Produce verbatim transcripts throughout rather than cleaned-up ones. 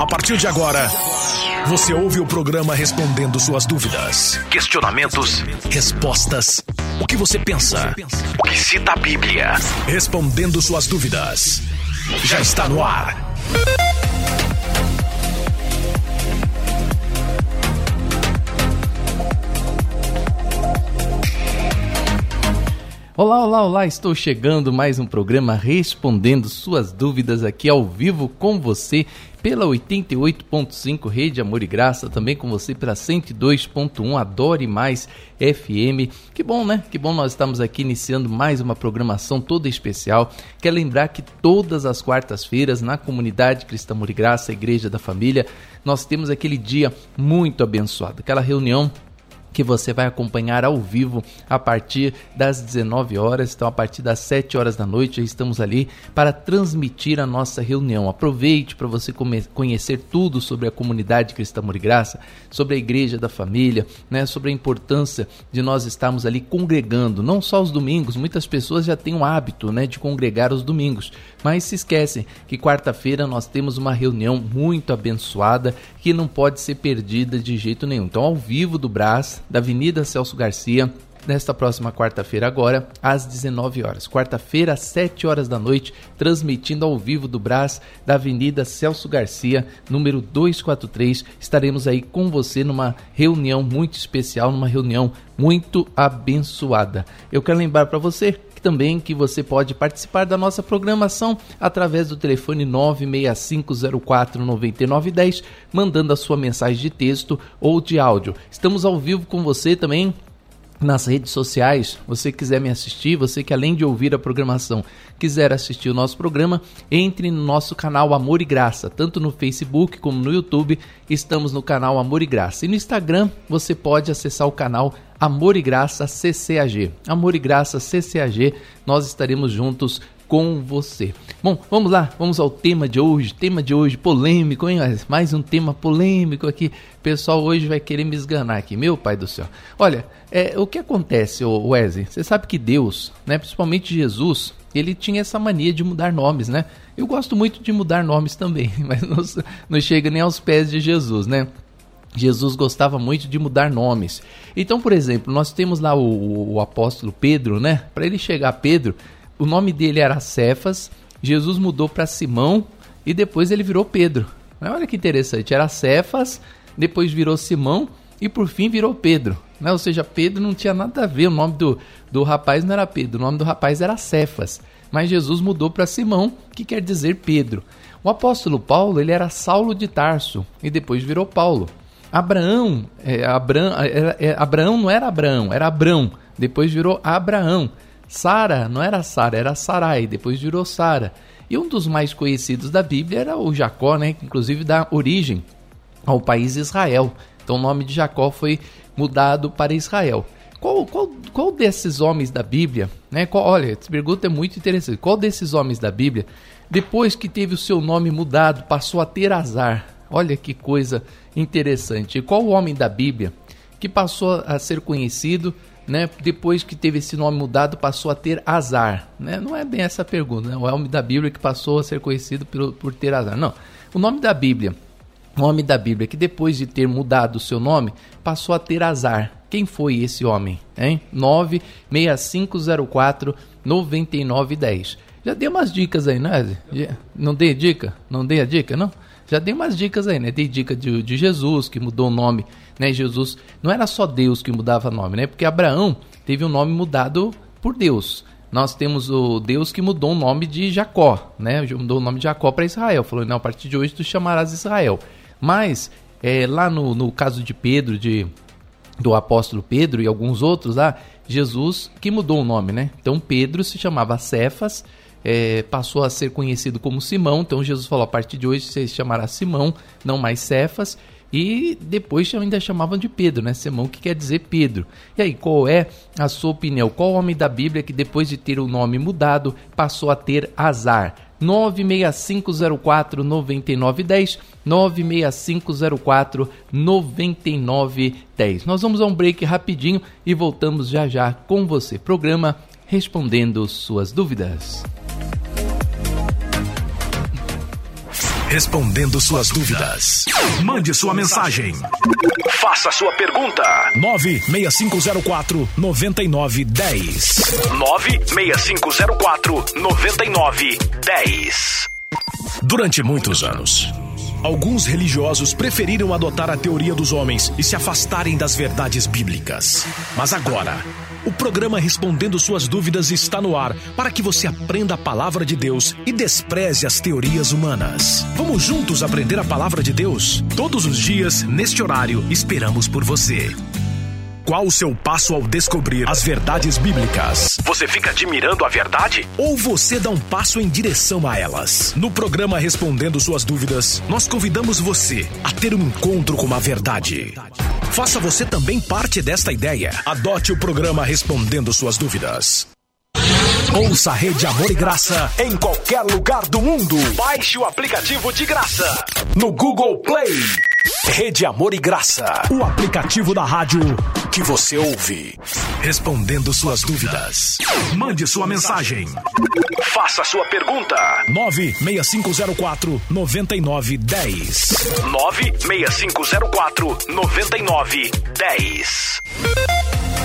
A partir de agora, você ouve o programa respondendo suas dúvidas, questionamentos, respostas, o que você pensa, o que cita a Bíblia. Respondendo suas dúvidas. Já está no ar. Olá, olá, olá, estou chegando mais um programa respondendo suas dúvidas aqui ao vivo com você pela oitenta e oito ponto cinco Rede Amor e Graça, também com você pela cento e dois ponto um Adore Mais F M. Que bom, né? Que bom nós estamos aqui iniciando mais uma programação toda especial. Quero lembrar que todas as quartas-feiras na comunidade Cristã Amor e Graça, a Igreja da Família, nós temos aquele dia muito abençoado, aquela reunião que você vai acompanhar ao vivo a partir das dezenove horas, então a partir das sete horas da noite já estamos ali para transmitir a nossa reunião. Aproveite para você come- conhecer tudo sobre a comunidade Cristã Amor e Graça, sobre a Igreja da Família, né, sobre a importância de nós estarmos ali congregando, não só os domingos. Muitas pessoas já têm o hábito, né, de congregar os domingos, mas se esquecem que quarta-feira nós temos uma reunião muito abençoada que não pode ser perdida de jeito nenhum. Então, ao vivo do Brás, da Avenida Celso Garcia, nesta próxima quarta-feira agora, às dezenove horas. Quarta-feira, às sete horas da noite, transmitindo ao vivo do Brás, da Avenida Celso Garcia, número duzentos e quarenta e três. Estaremos aí com você numa reunião muito especial, numa reunião muito abençoada. Eu quero lembrar para você também que você pode participar da nossa programação através do telefone nove seis cinco zero quatro nove nove um zero, mandando a sua mensagem de texto ou de áudio. Estamos ao vivo com você também nas redes sociais. Você quiser me assistir, você que além de ouvir a programação quiser assistir o nosso programa, entre no nosso canal Amor e Graça, tanto no Facebook como no YouTube. Estamos no canal Amor e Graça, e no Instagram você pode acessar o canal Amor e Graça C C A G. Amor e Graça C C A G, nós estaremos juntos com você. Bom, vamos lá, vamos ao tema de hoje. Tema de hoje polêmico, hein? Mais um tema polêmico aqui. O pessoal hoje vai querer me esganar aqui, meu pai do céu. Olha, é, o que acontece, Wesley? Você sabe que Deus, né, principalmente Jesus, ele tinha essa mania de mudar nomes, né? Eu gosto muito de mudar nomes também, mas não, não chega nem aos pés de Jesus, né? Jesus gostava muito de mudar nomes. Então, por exemplo, nós temos lá o, o, o apóstolo Pedro, né? Para ele chegar a Pedro, o nome dele era Cefas, Jesus mudou para Simão e depois ele virou Pedro. Olha que interessante, era Cefas, depois virou Simão e por fim virou Pedro. Né? Ou seja, Pedro não tinha nada a ver, o nome do, do rapaz não era Pedro, o nome do rapaz era Cefas. Mas Jesus mudou para Simão, que quer dizer Pedro. O apóstolo Paulo, ele era Saulo de Tarso e depois virou Paulo. Abraão, é, Abraão, é, é, Abraão não era Abraão, era Abrão, depois virou Abraão. Sara não era Sara, era Sarai, depois virou Sara. E um dos mais conhecidos da Bíblia era o Jacó, né, que inclusive dá origem ao país Israel. Então o nome de Jacó foi mudado para Israel. Qual, qual, qual desses homens da Bíblia, né, qual, olha, essa pergunta é muito interessante. Qual desses homens da Bíblia, depois que teve o seu nome mudado, passou a ter azar? Olha que coisa interessante. E qual o homem da Bíblia que passou a ser conhecido, né, depois que teve esse nome mudado, passou a ter azar? Né? Não é bem essa pergunta, né? O homem da Bíblia que passou a ser conhecido por, por ter azar. Não. O nome da Bíblia, o homem da Bíblia que depois de ter mudado o seu nome, passou a ter azar. Quem foi esse homem? Hein? nove seis cinco zero quatro nove nove um zero. Já dei umas dicas aí, né? Não dei dica? Não dei a dica, não? Já dei umas dicas aí, né? Dei dica de, de Jesus, que mudou o nome, né? Jesus, não era só Deus que mudava nome, né? Porque Abraão teve um nome mudado por Deus. Nós temos o Deus que mudou o nome de Jacó, né? Mudou o nome de Jacó para Israel. Falou, não, a partir de hoje tu chamarás Israel. Mas, é, lá no, no caso de Pedro, de, do apóstolo Pedro e alguns outros lá, Jesus que mudou o nome, né? Então Pedro se chamava Cefas, É, passou a ser conhecido como Simão. Então Jesus falou, a partir de hoje você se chamará Simão, não mais Cefas. E depois ainda chamavam de Pedro, né? Simão, que quer dizer Pedro. E aí, qual é a sua opinião? Qual homem da Bíblia que depois de ter o nome mudado passou a ter azar? nove seis cinco zero quatro nove nove um zero, nove seis cinco zero quatro nove nove um zero. Nós vamos a um break rapidinho e voltamos já já com você. Programa Respondendo Suas Dúvidas. respondendo suas dúvidas. Mande sua mensagem. Faça sua pergunta. nove seis cinco zero quatro, nove nove um zero. nove seis cinco zero quatro, nove nove um zero. Durante muitos anos, alguns religiosos preferiram adotar a teoria dos homens e se afastarem das verdades bíblicas. Mas agora, o programa Respondendo Suas Dúvidas está no ar para que você aprenda a palavra de Deus e despreze as teorias humanas. Vamos juntos aprender a palavra de Deus? Todos os dias, neste horário, esperamos por você. Qual o seu passo ao descobrir as verdades bíblicas? Você fica admirando a verdade? Ou você dá um passo em direção a elas? No programa Respondendo Suas Dúvidas, nós convidamos você a ter um encontro com a verdade. Faça você também parte desta ideia. Adote o programa Respondendo Suas Dúvidas. Ouça a Rede Amor e Graça em qualquer lugar do mundo. Baixe o aplicativo de graça no Google Play. Rede Amor e Graça, o aplicativo da rádio que você ouve. Respondendo suas dúvidas. Mande sua mensagem. Faça sua pergunta. nove seis cinco zero quatro, nove nove um zero. nove seis cinco zero quatro, nove nove um zero.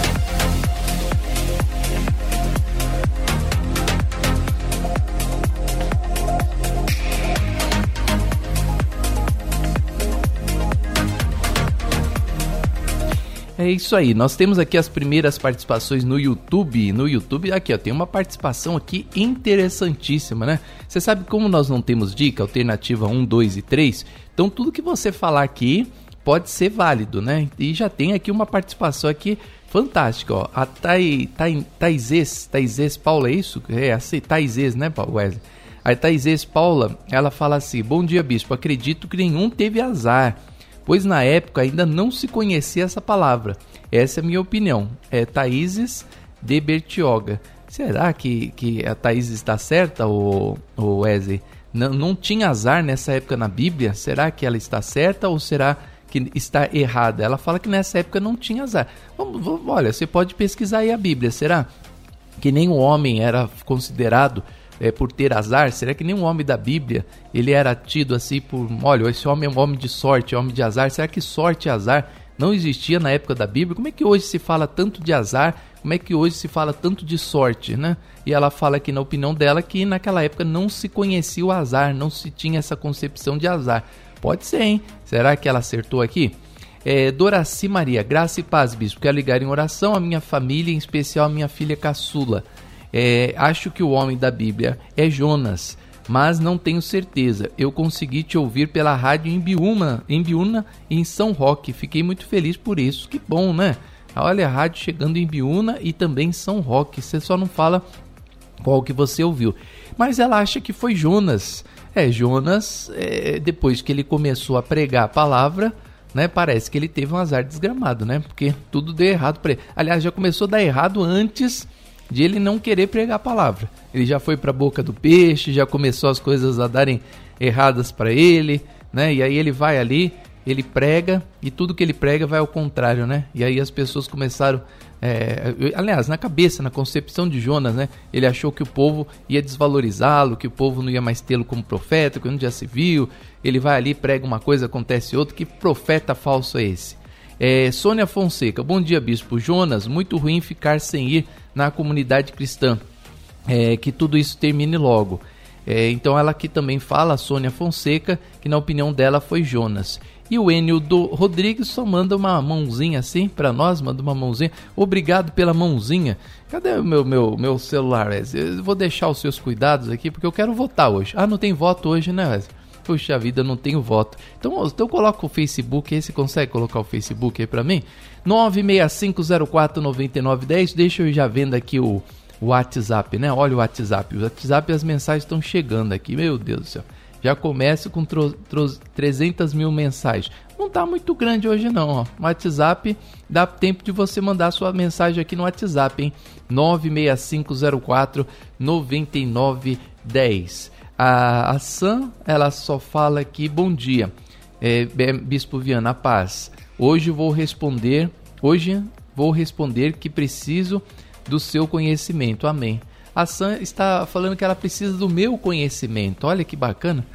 É isso aí, nós temos aqui as primeiras participações no YouTube. No YouTube, aqui ó, tem uma participação aqui interessantíssima, né? Você sabe como nós não temos dica, alternativa um, dois e três? Então tudo que você falar aqui pode ser válido, né? E já tem aqui uma participação aqui fantástica, ó. A Thai, Thai, Thaisês, Thaisês Paula, é isso? É assim, Thaisês, né, Wesley? A Thaisês Paula, ela fala assim: bom dia, bispo, acredito que nenhum teve azar, pois na época ainda não se conhecia essa palavra. Essa é a minha opinião. É Thaíses de Bertioga. Será que, que a Thaíses está certa, o, o Wesley? Não, não tinha azar nessa época na Bíblia? Será que ela está certa ou será que está errada? Ela fala que nessa época não tinha azar. Vamos, vamos, olha, você pode pesquisar aí a Bíblia. Será que nem o homem era considerado É, por ter azar? Será que nenhum homem da Bíblia ele era tido assim por, olha, esse homem é um homem de sorte, é um homem de azar? Será que sorte e azar não existia na época da Bíblia? Como é que hoje se fala tanto de azar? Como é que hoje se fala tanto de sorte, né? E ela fala aqui na opinião dela que naquela época não se conhecia o azar, não se tinha essa concepção de azar. Pode ser, hein? Será que ela acertou aqui? É, Doraci Maria, graça e paz, bispo. Quero ligar em oração a minha família, em especial a minha filha caçula. É, acho que o homem da Bíblia é Jonas, mas não tenho certeza. Eu consegui te ouvir pela rádio em Biúna, em Biúna e em São Roque. Fiquei muito feliz por isso. Que bom, né? Olha, a rádio chegando em Biúna e também em São Roque. Você só não fala qual que você ouviu. Mas ela acha que foi Jonas. É, Jonas, é, depois que ele começou a pregar a palavra, né, parece que ele teve um azar desgramado, né? Porque tudo deu errado para ele. Aliás, já começou a dar errado antes de ele não querer pregar a palavra. Ele já foi para a boca do peixe, já começou as coisas a darem erradas para ele, né? E aí ele vai ali, ele prega e tudo que ele prega vai ao contrário, né? E aí as pessoas começaram, é, aliás, na cabeça, na concepção de Jonas, né? Ele achou que o povo ia desvalorizá-lo, que o povo não ia mais tê-lo como profeta, que não já se viu. Ele vai ali, prega uma coisa, acontece outra. Que profeta falso é esse? É, Sônia Fonseca, bom dia, bispo. Jonas, muito ruim ficar sem ir na comunidade cristã, é, que tudo isso termine logo. É, então ela aqui também fala, Sônia Fonseca, que na opinião dela foi Jonas. E o Enio do Rodrigues só manda uma mãozinha assim para nós, manda uma mãozinha. Obrigado pela mãozinha. Cadê o meu, meu, meu celular, Wesley? Eu vou deixar os seus cuidados aqui porque eu quero votar hoje. Ah, não tem voto hoje, né, Wesley? Puxa vida, não tenho voto. Então, então eu coloco o Facebook aí, você consegue colocar o Facebook aí pra mim? nove seis cinco zero quatro, nove nove um zero. Deixa eu já vendo aqui o, o WhatsApp, né? Olha o WhatsApp. O WhatsApp, as mensagens estão chegando aqui. Meu Deus do céu. Já começo com tro, tro, trezentas mil mensagens. Não tá muito grande hoje não, ó. O WhatsApp, dá tempo de você mandar sua mensagem aqui no WhatsApp, hein? nove seis cinco zero quatro, nove nove um zero. A, a Sam, ela só fala aqui, bom dia, é, Bispo Viana, paz. Hoje vou responder, hoje vou responder que preciso do seu conhecimento, amém. A Sam está falando que ela precisa do meu conhecimento, olha que bacana.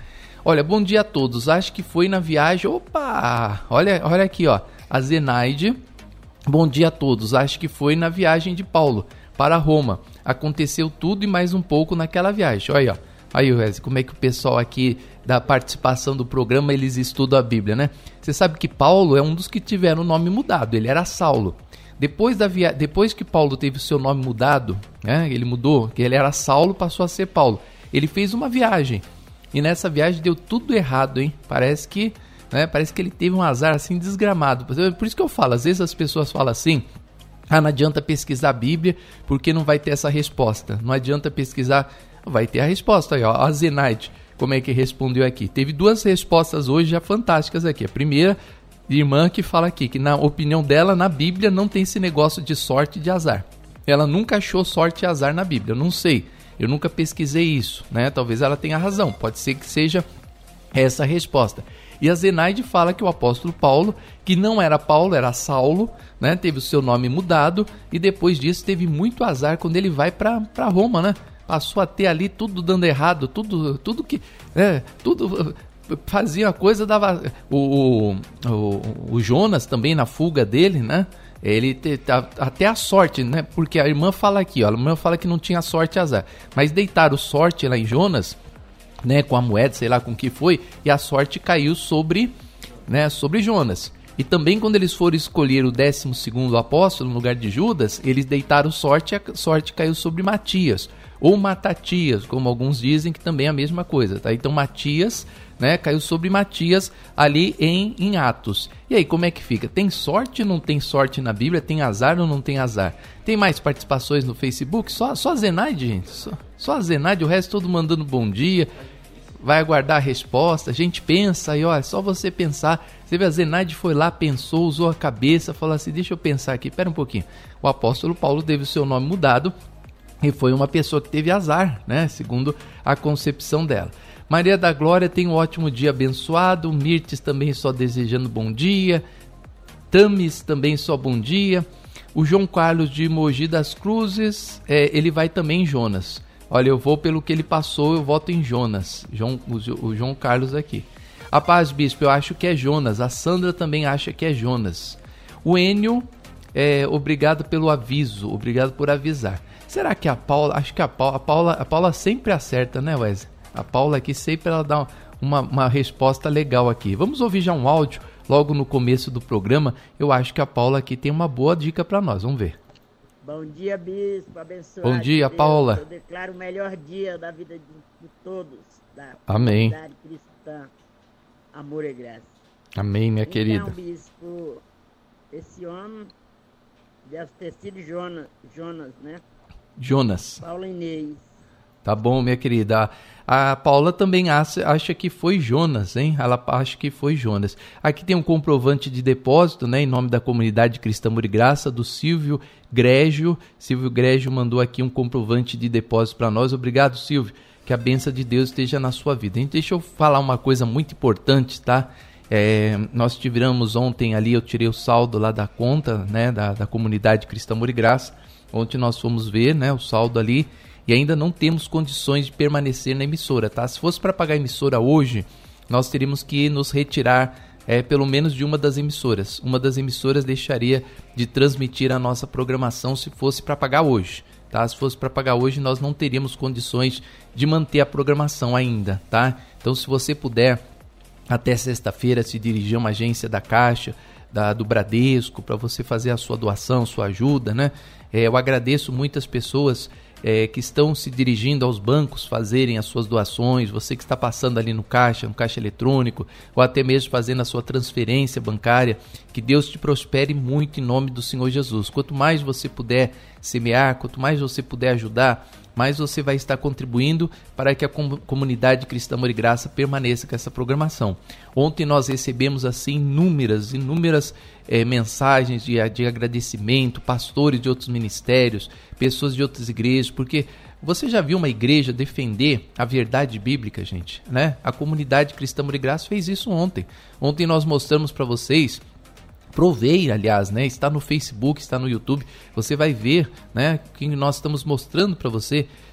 Olha, bom dia a todos. Acho que foi na viagem... Opa! Olha, olha aqui, ó. A Zenaide. Bom dia a todos. Acho que foi na viagem de Paulo para Roma. Aconteceu tudo e mais um pouco naquela viagem. Olha, ó. Aí, Wesley, como é que o pessoal aqui da participação do programa, eles estudam a Bíblia, né? Você sabe que Paulo é um dos que tiveram o nome mudado, ele era Saulo. Depois, da via... Depois que Paulo teve o seu nome mudado, né? Ele mudou, que ele era Saulo, passou a ser Paulo. Ele fez uma viagem, e nessa viagem deu tudo errado, hein? Parece que, né? Parece que ele teve um azar assim desgramado. Por isso que eu falo, às vezes as pessoas falam assim, ah, não adianta pesquisar a Bíblia, porque não vai ter essa resposta. Não adianta pesquisar... Vai ter a resposta aí, ó. A Zenaide, como é que respondeu aqui? Teve duas respostas hoje já fantásticas aqui. A primeira, irmã que fala aqui, que na opinião dela, na Bíblia não tem esse negócio de sorte e de azar. Ela nunca achou sorte e azar na Bíblia, eu não sei. Eu nunca pesquisei isso, né? Talvez ela tenha razão, pode ser que seja essa a resposta. E a Zenaide fala que o apóstolo Paulo, que não era Paulo, era Saulo, né? Teve o seu nome mudado e depois disso teve muito azar quando ele vai para Roma, né? Passou a ter ali tudo dando errado, tudo, tudo que, é, tudo fazia a coisa, dava, o, o, o Jonas também na fuga dele, né, ele te, até a sorte, né, porque a irmã fala aqui, ó, a irmã fala que não tinha sorte e azar, mas deitaram sorte lá em Jonas, né, com a moeda, sei lá com que foi, e a sorte caiu sobre, né, sobre Jonas. E também quando eles foram escolher o décimo segundo apóstolo no lugar de Judas, eles deitaram sorte e a sorte caiu sobre Matias, ou Matatias, como alguns dizem, que também é a mesma coisa, tá? Então Matias, né, caiu sobre Matias ali em, em Atos. E aí, como é que fica? Tem sorte ou não tem sorte na Bíblia? Tem azar ou não tem azar? Tem mais participações no Facebook? Só, só a Zenaide, gente? Só, só a Zenaide, o resto todo mandando bom dia. Vai aguardar a resposta, a gente pensa e olha, só você pensar. Você vê, a Zenaide foi lá, pensou, usou a cabeça, falou assim, deixa eu pensar aqui, pera um pouquinho. O apóstolo Paulo teve o seu nome mudado e foi uma pessoa que teve azar, né? Segundo a concepção dela. Maria da Glória tem um ótimo dia abençoado, Mirtes também só desejando bom dia, Tamis também só bom dia, o João Carlos de Mogi das Cruzes, é, ele vai também em Jonas. Olha, eu vou pelo que ele passou, eu voto em Jonas. João, o, o João Carlos aqui. A Paz Bispo, eu acho que é Jonas. A Sandra também acha que é Jonas. O Enio, é, obrigado pelo aviso. Obrigado por avisar. Será que a Paula... Acho que a Paula, a Paula, a Paula sempre acerta, né, Wesley? A Paula aqui sempre ela dá uma, uma resposta legal aqui. Vamos ouvir já um áudio logo no começo do programa. Eu acho que a Paula aqui tem uma boa dica para nós. Vamos ver. Bom dia, Bispo, abençoado. Bom dia, Deus. Paula. Eu declaro o melhor dia da vida de, de todos, da Amém. comunidade cristã, amor e graça. Amém, minha então, querida. Bispo, esse homem deve ter sido Jonas, Jonas, né? Jonas. Paula Inês. Tá bom, minha querida. A Paula também acha, acha que foi Jonas, hein? Ela acha que foi Jonas. Aqui tem um comprovante de depósito, né? Em nome da comunidade Cristã Amor e Graça, do Silvio Grégio. Silvio Grégio mandou aqui um comprovante de depósito para nós. Obrigado, Silvio. Que a bênção de Deus esteja na sua vida. Então, deixa eu falar uma coisa muito importante, tá? É, nós tivemos ontem ali, eu tirei o saldo lá da conta, né? Da, da comunidade Cristã Amor e Graça. Ontem nós fomos ver, né? O saldo ali. E ainda não temos condições de permanecer na emissora, tá? Se fosse para pagar a emissora hoje, nós teríamos que nos retirar é, pelo menos de uma das emissoras. Uma das emissoras deixaria de transmitir a nossa programação se fosse para pagar hoje, tá? Se fosse para pagar hoje, nós não teríamos condições de manter a programação ainda, tá? Então, se você puder, até sexta-feira, se dirigir a uma agência da Caixa, da, do Bradesco, para você fazer a sua doação, sua ajuda, né? É, eu agradeço muitas pessoas É, que estão se dirigindo aos bancos fazerem as suas doações, você que está passando ali no caixa, no caixa eletrônico, ou até mesmo fazendo a sua transferência bancária, que Deus te prospere muito em nome do Senhor Jesus. Quanto mais você puder semear, quanto mais você puder ajudar, mais você vai estar contribuindo para que a com- comunidade Cristã Amor e Graça permaneça com essa programação. Ontem nós recebemos assim inúmeras, inúmeras é, mensagens de, de agradecimento, pastores de outros ministérios, pessoas de outras igrejas, porque você já viu uma igreja defender a verdade bíblica, gente, né? A comunidade Cristã Amor e Graça fez isso ontem. Ontem nós mostramos para vocês, provei, aliás, né? Está no Facebook, está no YouTube, você vai ver, né? Que nós estamos mostrando para você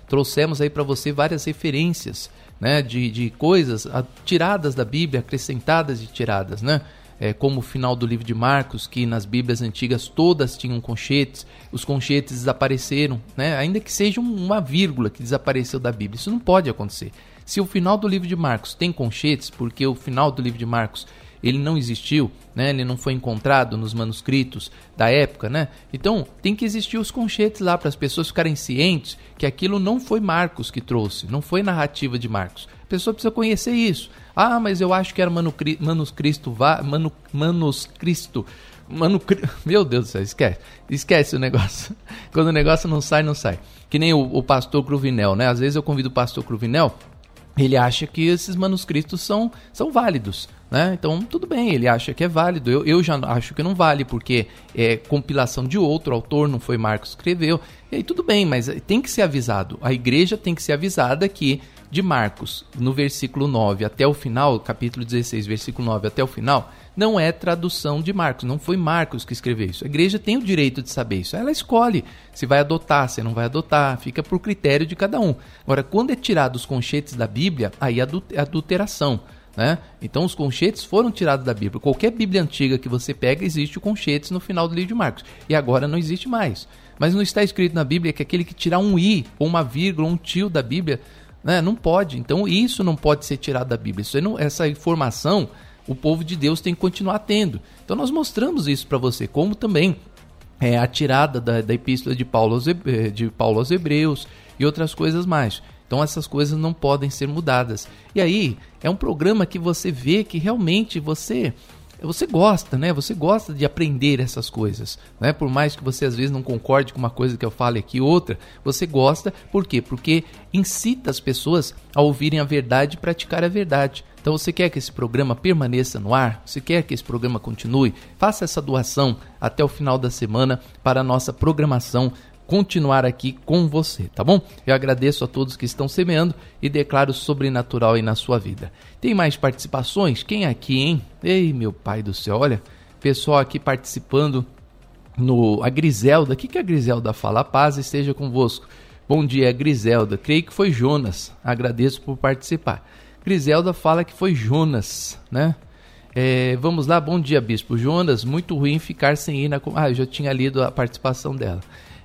trouxemos aí para você várias referências, né, de, de coisas a, tiradas da Bíblia, acrescentadas e tiradas, né? É, como o final do livro de Marcos, que nas Bíblias antigas todas tinham conchetes, os conchetes desapareceram, né? Ainda que seja uma vírgula que desapareceu da Bíblia, isso não pode acontecer. Se o final do livro de Marcos tem conchetes, porque o final do livro de Marcos ele não existiu, né? Ele não foi encontrado nos manuscritos da época, né? Então tem que existir os conchetes lá para as pessoas ficarem cientes que aquilo não foi Marcos que trouxe, não foi narrativa de Marcos. A pessoa precisa conhecer isso. Ah, mas eu acho que era manuscri- manuscrito, manu, manuscrito, manuscrito, meu Deus do céu, esquece, esquece o negócio. Quando o negócio não sai, não sai. Que nem o, o pastor Cruvinel, né? Às vezes eu convido o pastor Cruvinel, ele acha que esses manuscritos são, são válidos, né? Então tudo bem, ele acha que é válido. Eu, eu já acho que não vale, porque é compilação de outro autor, não foi Marcos que escreveu. E aí tudo bem, mas tem que ser avisado. A igreja tem que ser avisada que de Marcos, no versículo nove até o final, capítulo dezesseis, versículo nove até o final, não é tradução de Marcos, não foi Marcos que escreveu isso. A igreja tem o direito de saber isso. Ela escolhe se vai adotar, se não vai adotar, fica por critério de cada um. Agora, quando é tirado os conchetes da Bíblia, aí é adulteração, né? Então os conchetes foram tirados da Bíblia. Qualquer Bíblia antiga que você pega, existe o conchetes no final do livro de Marcos. E agora não existe mais. Mas não está escrito na Bíblia que aquele que tirar um i, ou uma vírgula, ou um tio da Bíblia, né, não pode. Então isso não pode ser tirado da Bíblia. Isso não, essa informação o povo de Deus tem que continuar tendo. Então nós mostramos isso para você, como também é, a tirada da, da epístola de Paulo, aos, de Paulo aos Hebreus e outras coisas mais. Então essas coisas não podem ser mudadas. E aí é um programa que você vê que realmente você... Você gosta, né? Você gosta de aprender essas coisas, né? Por mais que você às vezes não concorde com uma coisa que eu fale aqui, outra, você gosta. Por quê? Porque incita as pessoas a ouvirem a verdade e praticar a verdade. Então você quer que esse programa permaneça no ar? Você quer que esse programa continue? Faça essa doação até o final da semana para a nossa programação continuar aqui com você, tá bom? Eu agradeço a todos que estão semeando e declaro sobrenatural aí na sua vida. Tem mais participações? Quem aqui, hein? Ei, meu pai do céu, olha, pessoal aqui participando no... A Griselda, o que, que a Griselda fala? A paz esteja convosco. Bom dia, Griselda. Creio que foi Jonas. Agradeço por participar. Griselda fala que foi Jonas, né? É, vamos lá, bom dia, Bispo. Jonas, muito ruim ficar sem ir na... Ah, eu já tinha lido a participação dela.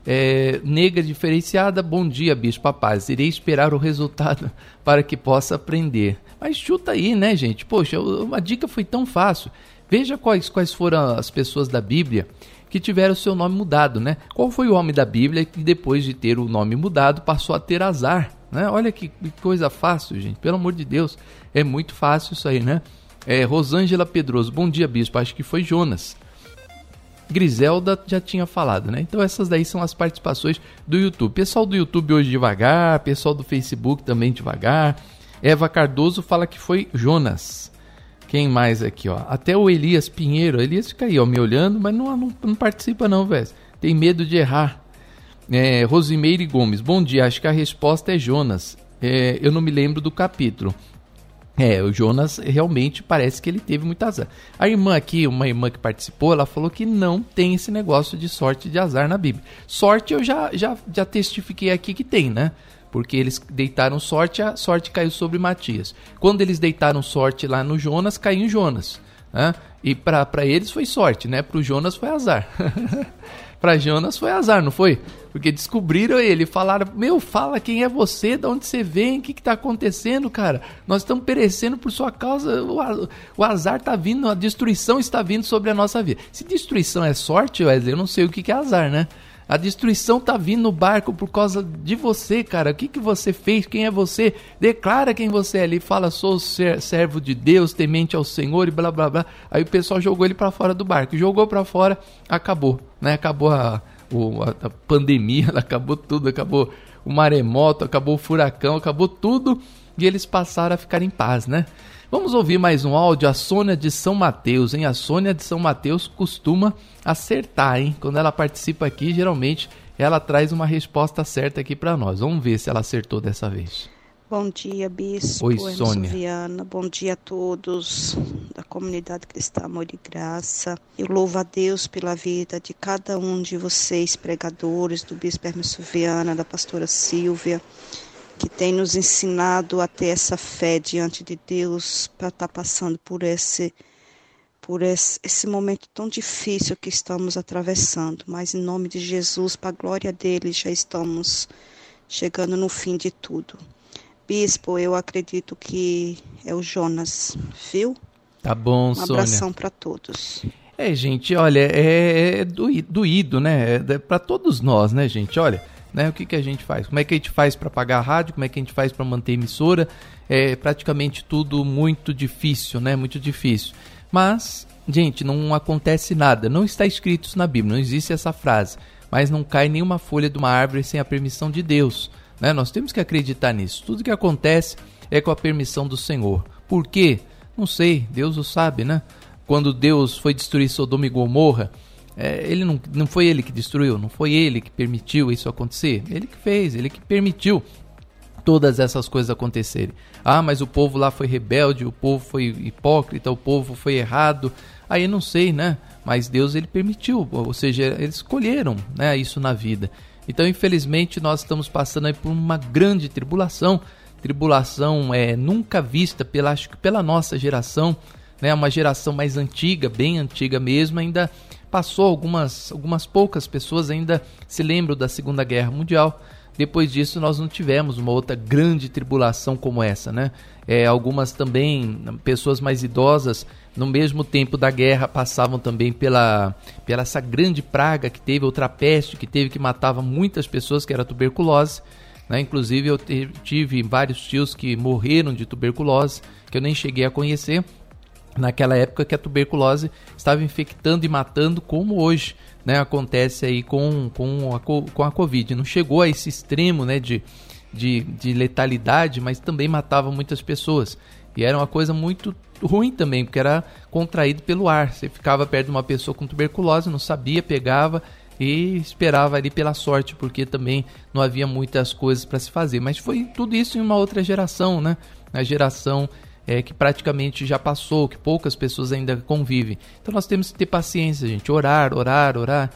É, negra diferenciada, bom dia, Bispo, a paz. Irei esperar o resultado para que possa aprender. Mas chuta aí, né, gente? Poxa, uma dica foi tão fácil. Veja quais, quais foram as pessoas da Bíblia que tiveram o seu nome mudado, né? Qual foi o homem da Bíblia que depois de ter o nome mudado passou a ter azar, né? Olha que coisa fácil, gente. Pelo amor de Deus, é muito fácil isso aí, né? É, Rosângela Pedroso, bom dia, Bispo. Acho que foi Jonas. Griselda já tinha falado, né? Então essas daí são as participações do YouTube. Pessoal do YouTube hoje devagar, pessoal do Facebook também devagar. Eva Cardoso fala que foi Jonas. Quem mais aqui, ó? Até o Elias Pinheiro. Elias fica aí, ó, me olhando, mas não, não, não participa não, velho. Tem medo de errar. É, Rosimeire Gomes, bom dia. Acho que a resposta é Jonas. É, eu não me lembro do capítulo. É, o Jonas realmente parece que ele teve muito azar. A irmã aqui, uma irmã que participou, ela falou que não tem esse negócio de sorte e de azar na Bíblia. Sorte eu já, já, já testifiquei aqui que tem, né? Porque eles deitaram sorte, a sorte caiu sobre Matias. Quando eles deitaram sorte lá no Jonas, caiu em Jonas, né? E para eles foi sorte, né? Para o Jonas foi azar. Para Jonas foi azar, não foi? Porque descobriram ele, falaram, meu, fala quem é você, de onde você vem, o que está acontecendo, cara? Nós estamos perecendo por sua causa, o, o azar está vindo, a destruição está vindo sobre a nossa vida. Se destruição é sorte, Wesley, eu não sei o que, que é azar, né? A destruição está vindo no barco por causa de você, cara. O que, que você fez? Quem é você? Declara quem você é ali. Fala, sou servo de Deus, temente ao Senhor e blá, blá, blá. Aí o pessoal jogou ele para fora do barco. Jogou para fora, acabou, né? Acabou a, o, a, a pandemia, acabou tudo. Acabou o maremoto, acabou o furacão, acabou tudo. E eles passaram a ficar em paz, né? Vamos ouvir mais um áudio. A Sônia de São Mateus, hein? A Sônia de São Mateus costuma acertar, hein? Quando ela participa aqui, geralmente ela traz uma resposta certa aqui para nós. Vamos ver se ela acertou dessa vez. Bom dia, Bispo. Oi, Emerson Sônia. Viana. Bom dia a todos da comunidade Cristã Amor e Graça. Eu louvo a Deus pela vida de cada um de vocês, pregadores, do Bispo Emerson Viana, da pastora Silvia, que tem nos ensinado a ter essa fé diante de Deus para estar passando por esse, por esse, esse momento tão difícil que estamos atravessando. Mas em nome de Jesus, para a glória dele, já estamos chegando no fim de tudo. Bispo, eu acredito que é o Jonas, viu? Tá bom, um Sônia. Um abração para todos. É, gente, olha, é, é doído, né? É para todos nós, né, gente? Olha, né, o que, que a gente faz? Como é que a gente faz para pagar a rádio? Como é que a gente faz para manter a emissora? É praticamente tudo muito difícil, né? Muito difícil. Mas, gente, não acontece nada. Não está escrito isso na Bíblia, não existe essa frase. Mas não cai nenhuma folha de uma árvore sem a permissão de Deus. Né? Nós temos que acreditar nisso. Tudo que acontece é com a permissão do Senhor. Por quê? Não sei, Deus o sabe, né? Quando Deus foi destruir Sodoma e Gomorra, é, ele não, não foi ele que destruiu, não foi ele que permitiu isso acontecer. Ele que fez, ele que permitiu todas essas coisas acontecerem. Ah, mas o povo lá foi rebelde, o povo foi hipócrita, o povo foi errado. Aí não sei, né? Mas Deus, ele permitiu, ou seja, eles escolheram, né, isso na vida. Então, infelizmente, nós estamos passando aí por uma grande tribulação, tribulação é, nunca vista pela, acho que pela nossa geração, né, uma geração mais antiga, bem antiga mesmo, ainda passou, algumas, algumas poucas pessoas ainda se lembram da Segunda Guerra Mundial. Depois disso, nós não tivemos uma outra grande tribulação como essa, né? É, algumas também, pessoas mais idosas, no mesmo tempo da guerra, passavam também pela, pela essa grande praga que teve, outra peste que teve, que matava muitas pessoas, que era a tuberculose, né? Inclusive, eu te, tive vários tios que morreram de tuberculose, que eu nem cheguei a conhecer, naquela época que a tuberculose estava infectando e matando como hoje, né, acontece aí com, com, a, com a Covid. Não chegou a esse extremo, né, de, de, de letalidade, mas também matava muitas pessoas. E era uma coisa muito ruim também, porque era contraído pelo ar. Você ficava perto de uma pessoa com tuberculose, não sabia, pegava e esperava ali pela sorte, porque também não havia muitas coisas para se fazer. Mas foi tudo isso em uma outra geração, né? A geração é, que praticamente já passou, que poucas pessoas ainda convivem. Então nós temos que ter paciência, gente, orar, orar, orar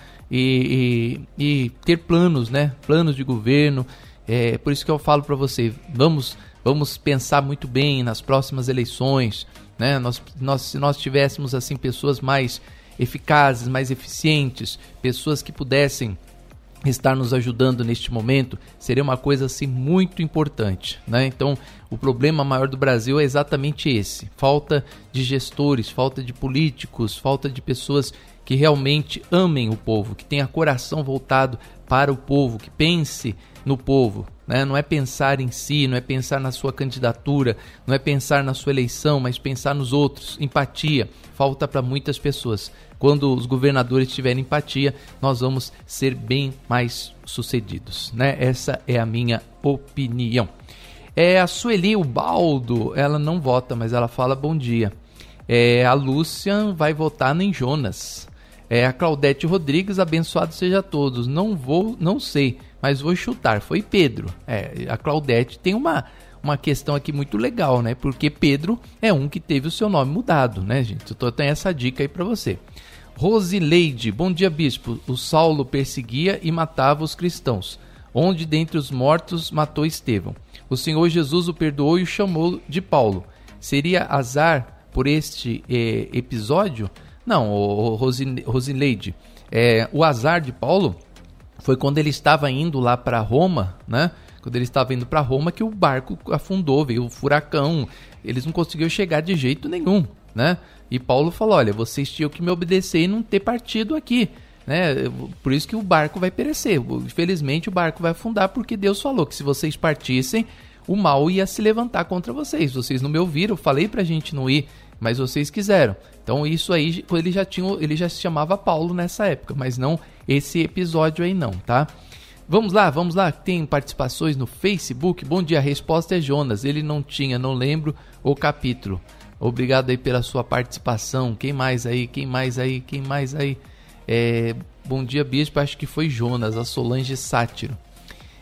e, e, e ter planos, né? Planos de governo. É por isso que eu falo para você, vamos, vamos pensar muito bem nas próximas eleições, né? Nós, nós, se nós tivéssemos assim pessoas mais eficazes, mais eficientes, pessoas que pudessem estar nos ajudando neste momento, seria uma coisa assim muito importante, né? Então, o problema maior do Brasil é exatamente esse: falta de gestores, falta de políticos, falta de pessoas que realmente amem o povo, que tenha coração voltado para o povo, que pense no povo, né? Não é pensar em si, não é pensar na sua candidatura, não é pensar na sua eleição, mas pensar nos outros. Empatia falta para muitas pessoas. Quando os governadores tiverem empatia, nós vamos ser bem mais sucedidos, né? Essa é a minha opinião. É, a Sueli Ubaldo, ela não vota, mas ela fala bom dia. É, a Lúcia vai votar em Jonas. É, a Claudete Rodrigues, abençoado seja a todos. Não vou, não sei, mas vou chutar. Foi Pedro. É, a Claudete tem uma, uma questão aqui muito legal, né? Porque Pedro é um que teve o seu nome mudado, né, gente? Eu tenho essa dica aí para você. Rosileide, bom dia, bispo. O Saulo perseguia e matava os cristãos, onde dentre os mortos matou Estevão. O Senhor Jesus o perdoou e o chamou de Paulo. Seria azar por este eh, episódio? Não, o, o Rosileide. É, o azar de Paulo foi quando ele estava indo lá para Roma, né? Quando ele estava indo para Roma, que o barco afundou, veio o furacão. Eles não conseguiram chegar de jeito nenhum, né? E Paulo falou, olha, vocês tinham que me obedecer e não ter partido aqui, né? Por isso que o barco vai perecer. Infelizmente o barco vai afundar, porque Deus falou que se vocês partissem, o mal ia se levantar contra vocês. Vocês não me ouviram, eu falei pra gente não ir, mas vocês quiseram. Então isso aí, ele já, tinha, ele já se chamava Paulo nessa época, mas não esse episódio aí não, tá? Vamos lá, vamos lá, tem participações no Facebook. Bom dia, a resposta é Jonas, ele não tinha, não lembro o capítulo. Obrigado aí pela sua participação. Quem mais aí? Quem mais aí? Quem mais aí? É, bom dia, bispo. Acho que foi Jonas, a Solange Sátiro.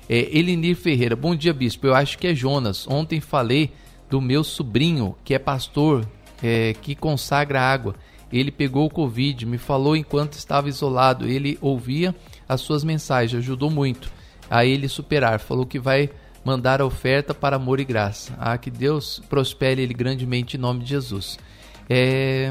É, Elinir Ferreira, bom dia, bispo. Eu acho que é Jonas. Ontem falei do meu sobrinho, que é pastor, é, que consagra água. Ele pegou o Covid, me falou enquanto estava isolado. Ele ouvia as suas mensagens, ajudou muito a ele superar. Falou que vai mandar a oferta para amor e graça. Ah, que Deus prospere ele grandemente em nome de Jesus. É...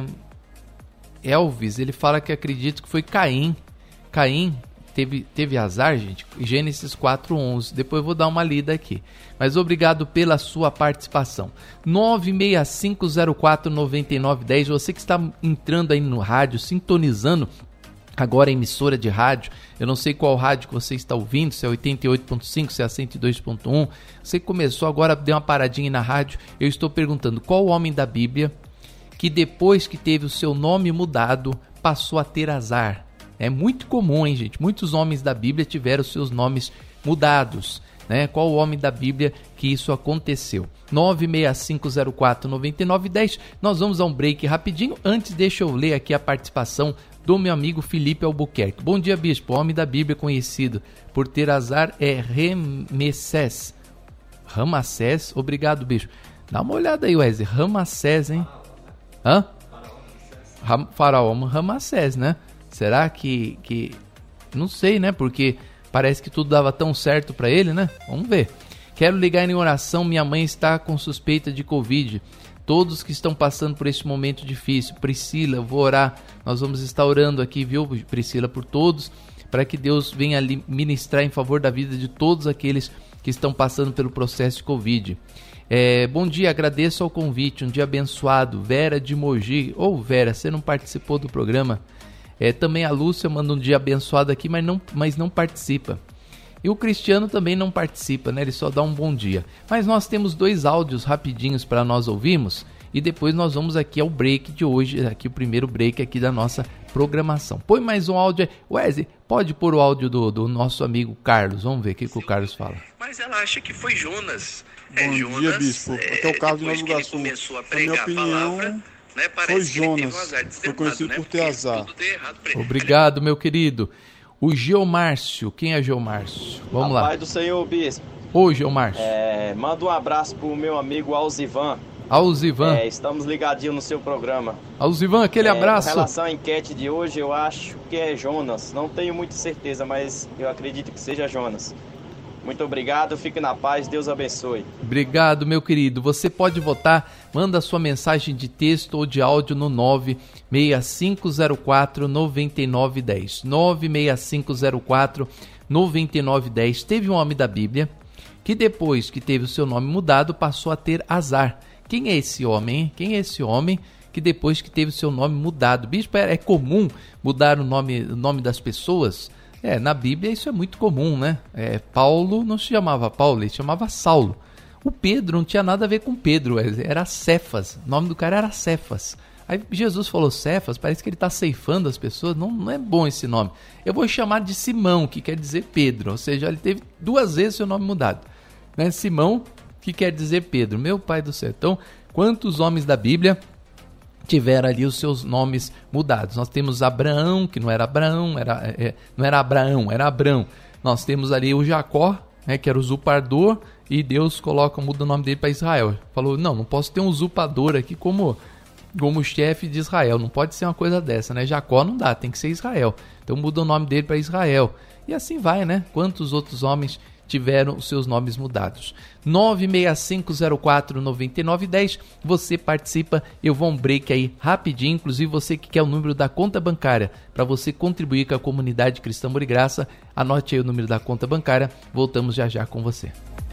Elvis, ele fala que acredita que foi Caim. Caim teve, teve azar, gente. Gênesis quatro, onze. Depois eu vou dar uma lida aqui. Mas obrigado pela sua participação. nove seis cinco zero quatro nove nove um zero. Você que está entrando aí no rádio, sintonizando agora a emissora de rádio. Eu não sei qual rádio que você está ouvindo, se é oitenta e oito ponto cinco, se é cento e dois ponto um. Você começou agora, deu uma paradinha na rádio. Eu estou perguntando qual homem da Bíblia que depois que teve o seu nome mudado, passou a ter azar. É muito comum, hein, gente? Muitos homens da Bíblia tiveram seus nomes mudados, né? Qual o homem da Bíblia que isso aconteceu? nove seis cinco zero quatro nove nove um zero. Nós vamos a um break rapidinho. Antes, deixa eu ler aqui a participação do meu amigo Felipe Albuquerque. Bom dia, bispo. O homem da Bíblia conhecido por ter azar é Ramsés. Ramsés? Obrigado, bispo. Dá uma olhada aí, Wesley. Ramsés, hein? Hã? Ram, faraó Ramsés, né? Será que, que... Não sei, né? Porque parece que tudo dava tão certo pra ele, né? Vamos ver. Quero ligar em oração. Minha mãe está com suspeita de Covid. Todos que estão passando por esse momento difícil. Priscila, eu vou orar. Nós vamos estar orando aqui, viu, Priscila, por todos, para que Deus venha ministrar em favor da vida de todos aqueles que estão passando pelo processo de Covid. É, bom dia, agradeço ao convite, um dia abençoado. Vera de Mogi. Ô, oh, Vera, você não participou do programa? É, também a Lúcia manda um dia abençoado aqui, mas não, mas não participa. E o Cristiano também não participa, né? Ele só dá um bom dia. Mas nós temos dois áudios rapidinhos para nós ouvirmos e depois nós vamos aqui ao break de hoje, aqui o primeiro break aqui da nossa programação. Põe mais um áudio aí. Wesley, pode pôr o áudio do, do nosso amigo Carlos. Vamos ver o que, que o Carlos fala. Mas ela acha que foi Jonas. Bom é, Jonas, dia, bispo. Aqui é o Carlos de Nova Iguaçu. Na minha opinião, palavra, né, foi Jonas. Foi conhecido né, por ter azar. Obrigado, meu querido. O Geomárcio. Quem é Geomárcio? Vamos lá. Pai do Senhor, bispo. Ô, Geomárcio. É, manda um abraço pro meu amigo Alzivan. Alzivan. É, estamos ligadinhos no seu programa. Alzivan, aquele é, abraço. Com relação à enquete de hoje, eu acho que é Jonas. Não tenho muita certeza, mas eu acredito que seja Jonas. Muito obrigado, fique na paz, Deus abençoe. Obrigado, meu querido. Você pode votar, manda sua mensagem de texto ou de áudio no nove seis cinco zero quatro nove nove um zero. nove seis cinco zero quatro nove nove um zero. Teve um homem da Bíblia que depois que teve o seu nome mudado passou a ter azar. Quem é esse homem, hein? Quem é esse homem que depois que teve o seu nome mudado? Bispo, é comum mudar o nome, o nome das pessoas? É, na Bíblia isso é muito comum, né? É, Paulo não se chamava Paulo, ele se chamava Saulo. O Pedro não tinha nada a ver com Pedro, era Cefas. O nome do cara era Cefas. Aí Jesus falou Cefas, parece que ele está ceifando as pessoas. Não, não é bom esse nome. Eu vou chamar de Simão, que quer dizer Pedro. Ou seja, ele teve duas vezes seu nome mudado. Né? Simão, que quer dizer Pedro. Meu pai do céu. Então, quantos homens da Bíblia tiveram ali os seus nomes mudados? Nós temos Abraão, que não era Abraão, era, é, não era Abraão, era Abrão. Nós temos ali o Jacó, né, que era usurpador, e Deus coloca, muda o nome dele para Israel. Falou, não, não posso ter um usurpador aqui como, como chefe de Israel, não pode ser uma coisa dessa, né? Jacó não dá, tem que ser Israel. Então muda o nome dele para Israel. E assim vai, né? Quantos outros homens tiveram os seus nomes mudados? nove seis cinco zero quatro nove nove um zero. Você participa, eu vou um break aí rapidinho, inclusive você que quer o número da conta bancária para você contribuir com a comunidade Cristã Amor e Graça, anote aí o número da conta bancária, voltamos já já com você.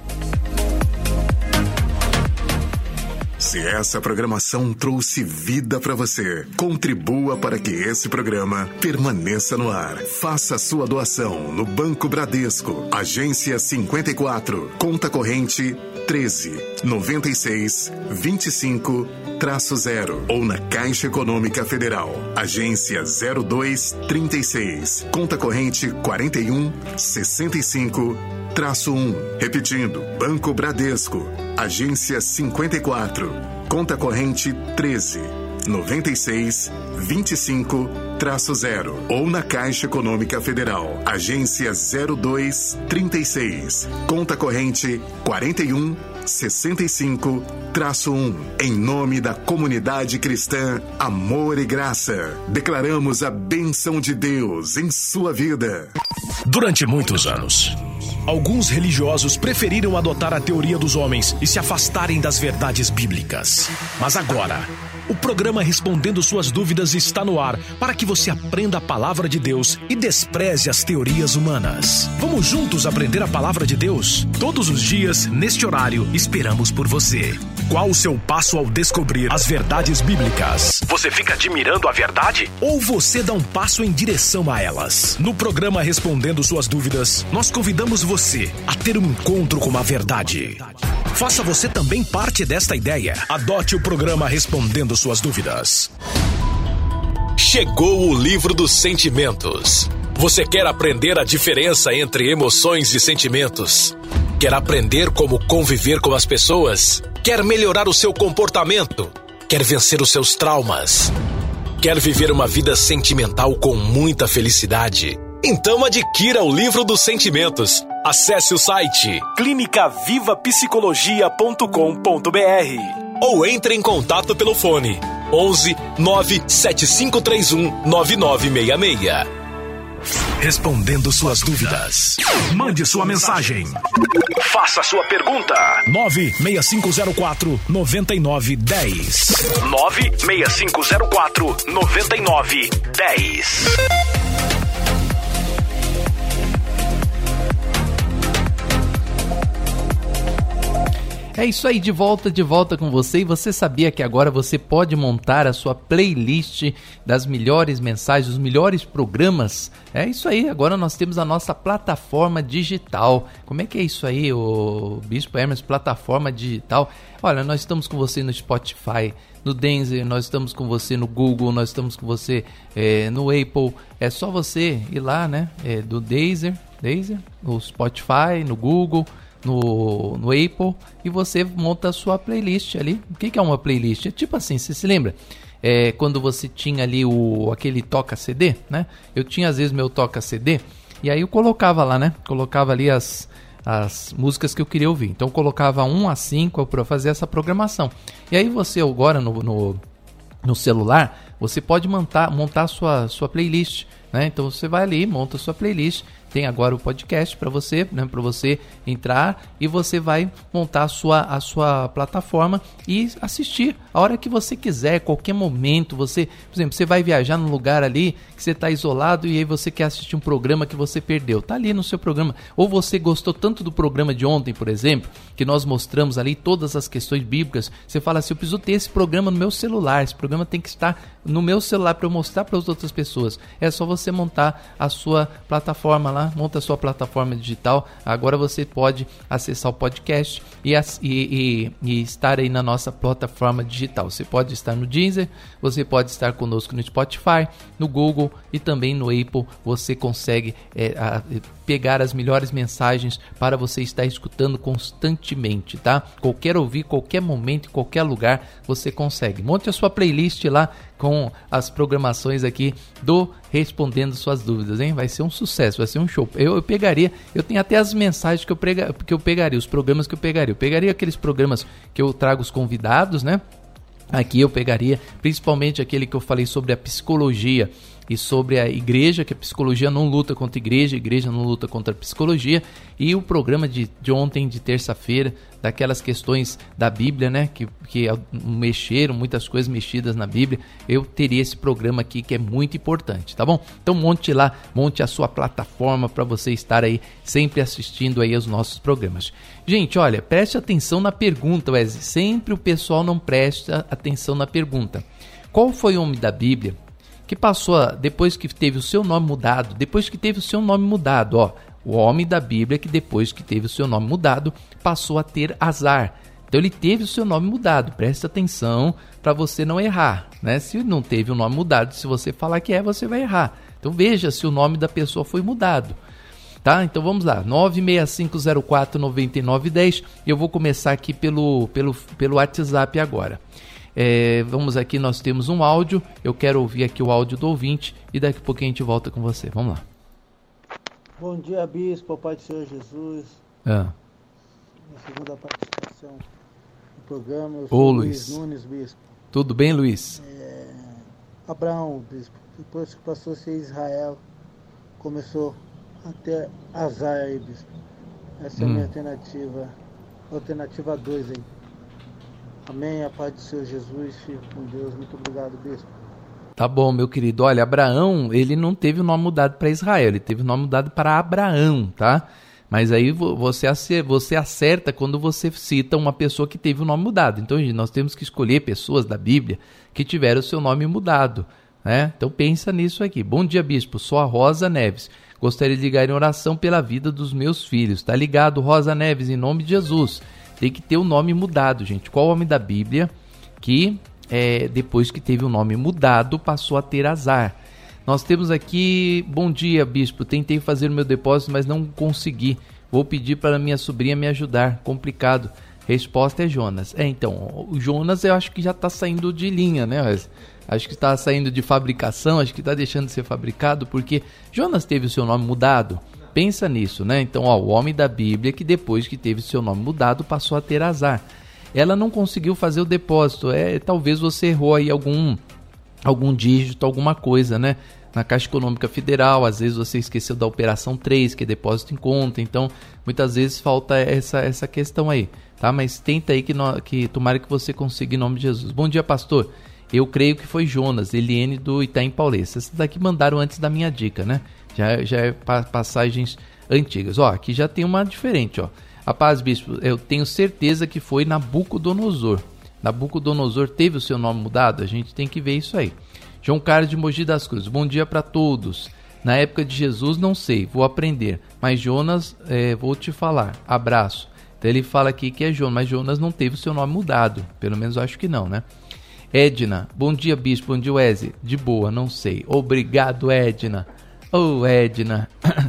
Se essa programação trouxe vida para você, contribua para que esse programa permaneça no ar. Faça sua doação no Banco Bradesco, agência cinquenta e quatro, conta corrente treze, noventa e seis, vinte e cinco, zero, ou na Caixa Econômica Federal, agência zero dois, trinta e seis, conta corrente quarenta e um, sessenta e cinco, um. Repetindo, Banco Bradesco, agência cinquenta e quatro, conta corrente treze, noventa e seis, vinte e cinco, zero ou na Caixa Econômica Federal, agência zero dois, trinta e seis, conta corrente quarenta e um, sessenta e cinco, um. Em nome da comunidade cristã Amor e Graça, declaramos a bênção de Deus em sua vida. Durante muitos anos, alguns religiosos preferiram adotar a teoria dos homens e se afastarem das verdades bíblicas. Mas agora, o programa Respondendo Suas Dúvidas está no ar para que você aprenda a palavra de Deus e despreze as teorias humanas. Vamos juntos aprender a palavra de Deus? Todos os dias, neste horário, esperamos por você. Qual o seu passo ao descobrir as verdades bíblicas? Você fica admirando a verdade? Ou você dá um passo em direção a elas? No programa Respondendo Suas Dúvidas, nós convidamos você a ter um encontro com a verdade. Faça você também parte desta ideia. Adote o programa Respondendo Suas Dúvidas. Chegou o livro dos sentimentos. Você quer aprender a diferença entre emoções e sentimentos? Quer aprender como conviver com as pessoas? Quer melhorar o seu comportamento? Quer vencer os seus traumas? Quer viver uma vida sentimental com muita felicidade? Então adquira o livro dos sentimentos. Acesse o site clínica viva psicologia ponto com ponto b r ou entre em contato pelo fone onze, nove sete cinco três um, nove nove seis seis. Respondendo suas dúvidas. Mande sua mensagem. Faça sua pergunta. nove seis cinco zero quatro, nove nove um zero. nove seis cinco zero quatro, nove nove um zero. É isso aí, de volta, de volta com você. E você sabia que agora você pode montar a sua playlist das melhores mensagens, os melhores programas? É isso aí, agora nós temos a nossa plataforma digital. Como é que é isso aí, o Bispo Hermes, plataforma digital? Olha, nós estamos com você no Spotify, no Deezer, nós estamos com você no Google, nós estamos com você é, no Apple. É só você ir lá, né, é, do Deezer, Deezer, no Spotify, no Google, No, no Apple, e você monta a sua playlist ali. O que, que é uma playlist? É tipo assim, você se lembra? É, quando você tinha ali o, aquele toca-C D, né? Eu tinha às vezes meu toca-C D, e aí eu colocava lá, né? Colocava ali as, as músicas que eu queria ouvir. Então eu colocava um a cinco para fazer essa programação. E aí você agora no, no, no celular, você pode montar, montar a sua, sua playlist, né? Então você vai ali, monta a sua playlist. Tem agora o podcast para você, né, para você entrar, e você vai montar a sua, a sua plataforma e assistir a hora que você quiser, qualquer momento. Você, por exemplo, você vai viajar num lugar ali que você está isolado e aí você quer assistir um programa que você perdeu. Tá ali no seu programa. Ou você gostou tanto do programa de ontem, por exemplo, que nós mostramos ali todas as questões bíblicas. Você fala assim, eu preciso ter esse programa no meu celular. Esse programa tem que estar no meu celular para eu mostrar para as outras pessoas. É só você montar a sua plataforma lá. Monta a sua plataforma digital. Agora você pode acessar o podcast e, e, e, e estar aí na nossa plataforma digital. Você pode estar no Deezer, você pode estar conosco no Spotify, no Google e também no Apple. Você consegue é, a, pegar as melhores mensagens para você estar escutando constantemente, tá? Qualquer ouvir, qualquer momento, em qualquer lugar, você consegue. Monte a sua playlist lá com as programações aqui do Respondendo Suas Dúvidas, hein? Vai ser um sucesso, vai ser um show. Eu, eu pegaria, eu tenho até as mensagens que eu, prega, que eu pegaria, os programas que eu pegaria. Eu pegaria aqueles programas que eu trago os convidados, né? Aqui eu pegaria principalmente aquele que eu falei sobre a psicologia e sobre a igreja, que a psicologia não luta contra a igreja, a igreja não luta contra a psicologia, e o programa de, de ontem, de terça-feira, daquelas questões da Bíblia, né, que, que mexeram, muitas coisas mexidas na Bíblia. Eu teria esse programa aqui que é muito importante, tá bom? Então monte lá, monte a sua plataforma para você estar aí sempre assistindo aí aos nossos programas. Gente, olha, preste atenção na pergunta, Wesley. Sempre o pessoal não presta atenção na pergunta. Qual foi o homem da Bíblia que passou, depois que teve o seu nome mudado, depois que teve o seu nome mudado, ó, o homem da Bíblia que depois que teve o seu nome mudado, passou a ter azar. Então ele teve o seu nome mudado, presta atenção para você não errar, né? Se não teve o nome mudado, se você falar que é, você vai errar. Então veja se o nome da pessoa foi mudado. Tá? Então vamos lá, nove seis cinco zero quatro, nove nove um zero, e eu vou começar aqui pelo, pelo, pelo WhatsApp agora. É, vamos aqui, nós temos um áudio. Eu quero ouvir aqui o áudio do ouvinte e daqui a pouquinho a gente volta com você. Vamos lá. Bom dia, bispo, Pai do Senhor Jesus. Ah. Minha segunda participação no programa. Eu Ô, sou Luiz. Luiz Nunes, bispo. Tudo bem, Luiz? É, Abraão, bispo, depois que passou a ser Israel, começou a ter azar aí, bispo. Essa hum. é a minha alternativa, alternativa dois aí. Amém, a paz do Senhor Jesus, fico com Deus. Muito obrigado, bispo. Tá bom, meu querido. Olha, Abraão, ele não teve o nome mudado para Israel, ele teve o nome mudado para Abraão, tá? Mas aí você acerta quando você cita uma pessoa que teve o nome mudado. Então, gente, nós temos que escolher pessoas da Bíblia que tiveram o seu nome mudado, né? Então pensa nisso aqui. Bom dia, bispo. Sou a Rosa Neves. Gostaria de ligar em oração pela vida dos meus filhos. Tá ligado, Rosa Neves, em nome de Jesus. Tem que ter o nome mudado, gente. Qual homem da Bíblia que, é, depois que teve o nome mudado, passou a ter azar? Nós temos aqui, bom dia, bispo, tentei fazer o meu depósito, mas não consegui. Vou pedir para minha sobrinha me ajudar. Complicado. Resposta é Jonas. É, então, o Jonas eu acho que já está saindo de linha, né? Acho que está saindo de fabricação, acho que está deixando de ser fabricado, porque Jonas teve o seu nome mudado. Pensa nisso, né? Então, ó, o homem da Bíblia que depois que teve seu nome mudado passou a ter azar. Ela não conseguiu fazer o depósito. É, talvez você errou aí algum, algum dígito, alguma coisa, né? Na Caixa Econômica Federal, às vezes você esqueceu da operação três, que é depósito em conta. Então, muitas vezes falta essa, essa questão aí, tá? Mas tenta aí que, no, que tomara que você consiga em nome de Jesus. Bom dia, pastor. Eu creio que foi Jonas, Eliene do Itaim Paulista. Essas daqui mandaram antes da minha dica, né? Já, já é passagens antigas. Ó, aqui já tem uma diferente, ó. A paz, bispo, eu tenho certeza que foi Nabucodonosor. Nabucodonosor teve o seu nome mudado? A gente tem que ver isso aí. João Carlos de Mogi das Cruzes. Bom dia para todos. Na época de Jesus, não sei, vou aprender. Mas Jonas, é, vou te falar. Abraço. Então ele fala aqui que é Jonas, mas Jonas não teve o seu nome mudado. Pelo menos eu acho que não, né? Edna. Bom dia, bispo. Bom dia, Wesley. De boa, não sei. Obrigado, Edna. Ô, oh, Edna.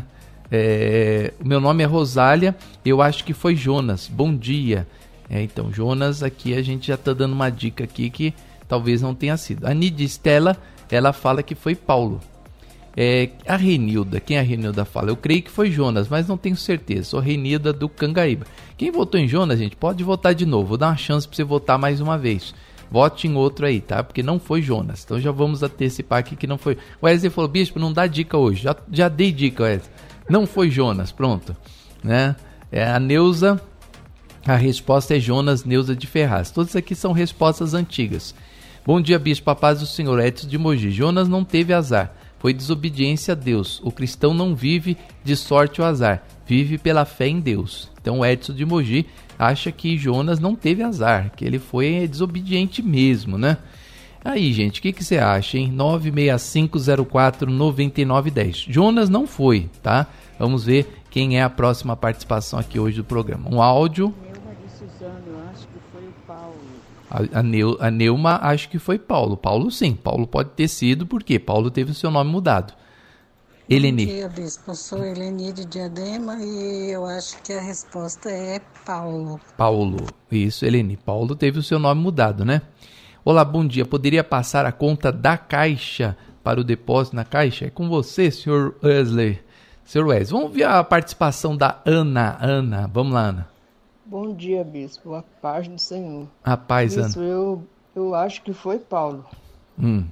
É, o meu nome é Rosália, eu acho que foi Jonas. Bom dia. É, então, Jonas, aqui a gente já está dando uma dica aqui que talvez não tenha sido. A Nidia Estela, ela fala que foi Paulo. É, a Renilda, quem a Renilda fala? Eu creio que foi Jonas, mas não tenho certeza. Sou Renilda do Cangaíba. Quem votou em Jonas, gente, pode votar de novo. Vou dar uma chance para você votar mais uma vez. Vote em outro aí, tá? Porque não foi Jonas. Então já vamos antecipar aqui que não foi. O Wesley falou, bispo, não dá dica hoje. Já, já dei dica, Wesley. Não foi Jonas, pronto. Né? É, a Neuza, a resposta é Jonas, Neuza de Ferraz. Todas aqui são respostas antigas. Bom dia, bispo, a paz do Senhor, Edson de Mogi. Jonas não teve azar, foi desobediência a Deus. O cristão não vive de sorte ou azar, vive pela fé em Deus. Então o Edson de Mogi acha que Jonas não teve azar, que ele foi desobediente mesmo, né? Aí, gente, o que, que você acha, hein? nove seis cinco zero quatro nove nove um zero. Jonas não foi, tá? Vamos ver quem é a próxima participação aqui hoje do programa. Um áudio. Neuma de Suzano, eu acho que foi o Paulo. A, a, Neu, a Neuma, acho que foi Paulo. Paulo, sim. Paulo pode ter sido, porque Paulo teve o seu nome mudado. Eleni. Bom dia, bispo. Eu sou Eleni de Diadema e eu acho que a resposta é Paulo. Paulo. Isso, Eleni. Paulo teve o seu nome mudado, né? Olá, bom dia. Poderia passar a conta da Caixa para o depósito na Caixa? É com você, senhor Wesley. senhor Wesley, vamos ver a participação da Ana. Ana, vamos lá, Ana. Bom dia, bispo. A paz do Senhor. A paz, bispo, Ana. Eu, eu acho que foi Paulo. Hum.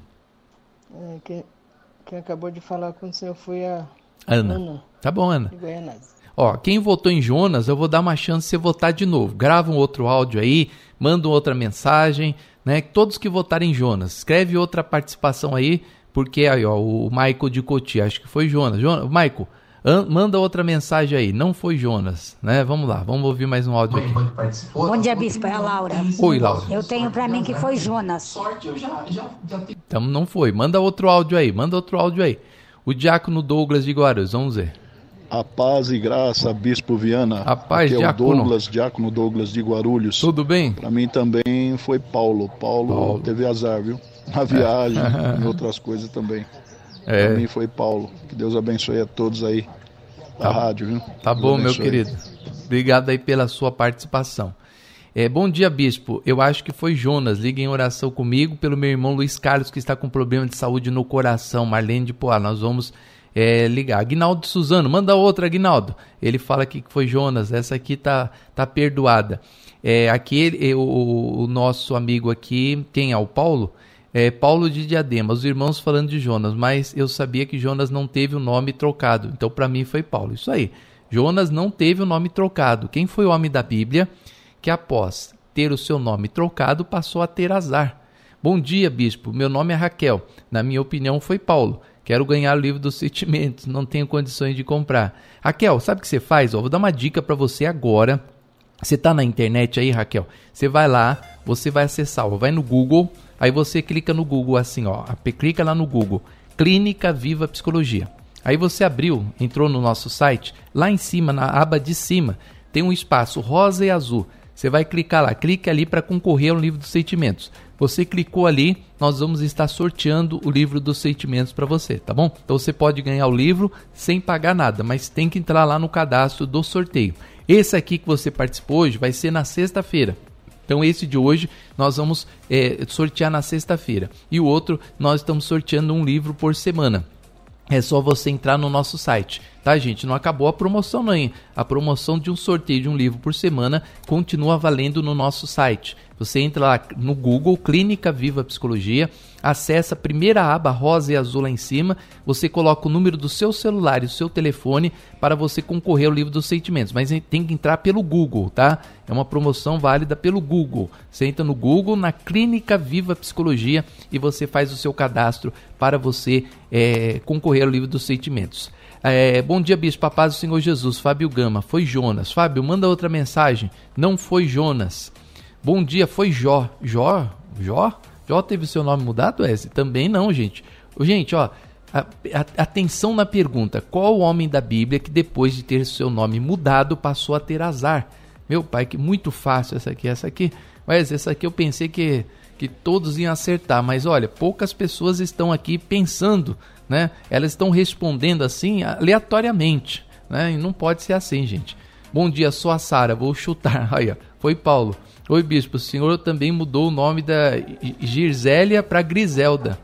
É, quem, quem acabou de falar com o senhor foi a Ana. Ana. Tá bom, Ana. De Goianás. Ó, quem votou em Jonas, eu vou dar uma chance de você votar de novo. Grava um outro áudio aí, manda outra mensagem, né? Todos que votarem em Jonas, escreve outra participação aí, porque aí, ó, o Michael de Coti, acho que foi Jonas. Jonas Michael, an- manda outra mensagem aí, não foi Jonas, né? Vamos lá, vamos ouvir mais um áudio aqui. Bom dia, bispo, é a Laura. Oi, Laura. Eu tenho pra mim que foi Jonas. Então não foi, manda outro áudio aí, manda outro áudio aí. O diácono Douglas de Guarulhos, vamos ver. A paz e graça, Bispo Viana. A paz, aqui é diácono. o Douglas, diácono Douglas de Guarulhos. Tudo bem? Para mim também foi Paulo. Paulo. Paulo teve azar, viu? Na viagem, em outras coisas também. É. Para mim foi Paulo. Que Deus abençoe a todos aí da tá, rádio, viu? Tá Deus bom, abençoe. meu querido. Obrigado aí pela sua participação. É, bom dia, bispo. Eu acho que foi Jonas. Liga em oração comigo pelo meu irmão Luiz Carlos, que está com problema de saúde no coração. Marlene de Poá, nós vamos é, ligar. Aguinaldo Suzano, manda outra, Aguinaldo. Ele fala aqui que foi Jonas. Essa aqui tá, tá perdoada. É, aqui é, o, o nosso amigo aqui, quem é? O Paulo? É, Paulo de Diadema, os irmãos falando de Jonas, mas eu sabia que Jonas não teve o nome trocado. Então, para mim, foi Paulo. Isso aí. Jonas não teve o nome trocado. Quem foi o homem da Bíblia que após ter o seu nome trocado, passou a ter azar? Bom dia, bispo. Meu nome é Raquel. Na minha opinião, foi Paulo. Quero ganhar o livro dos sentimentos. Não tenho condições de comprar. Raquel, sabe o que você faz? Ó, vou dar uma dica para você agora. Você está na internet aí, Raquel? Você vai lá, você vai acessar, ó, vai no Google, aí você clica no Google assim, ó. Clica lá no Google. Clínica Viva Psicologia. Aí você abriu, entrou no nosso site. Lá em cima, na aba de cima, tem um espaço rosa e azul. Você vai clicar lá, clique ali para concorrer ao livro dos sentimentos. Você clicou ali, nós vamos estar sorteando o livro dos sentimentos para você, tá bom? Então você pode ganhar o livro sem pagar nada, mas tem que entrar lá no cadastro do sorteio. Esse aqui que você participou hoje vai ser na sexta-feira. Então esse de hoje nós vamos é, sortear na sexta-feira. E o outro nós estamos sorteando um livro por semana. É só você entrar no nosso site, tá, gente? Não acabou a promoção não, hein? A promoção de um sorteio de um livro por semana continua valendo no nosso site. Você entra lá no Google, Clínica Viva Psicologia, acessa a primeira aba rosa e azul lá em cima, você coloca o número do seu celular e o seu telefone para você concorrer ao livro dos sentimentos. Mas tem que entrar pelo Google, tá? É uma promoção válida pelo Google. Você entra no Google, na Clínica Viva Psicologia, e você faz o seu cadastro para você é, concorrer ao livro dos sentimentos. É, bom dia, bispo, a paz do Senhor Jesus. Fábio Gama, foi Jonas. Fábio, manda outra mensagem. Não foi Jonas. Bom dia, foi Jó. Jó? Jó? Jó teve seu nome mudado, Wesley? Também não, gente. Gente, ó, a, a, atenção na pergunta. Qual o homem da Bíblia que depois de ter seu nome mudado passou a ter azar? Meu pai, que muito fácil essa aqui. Essa aqui, Wesley, essa aqui eu pensei que, que todos iam acertar. Mas olha, poucas pessoas estão aqui pensando, né? Elas estão respondendo assim aleatoriamente, né? E não pode ser assim, gente. Bom dia, sou a Sara, vou chutar. Aí, ó, foi Paulo. Oi, bispo, o senhor também mudou o nome da Gisélia para Griselda.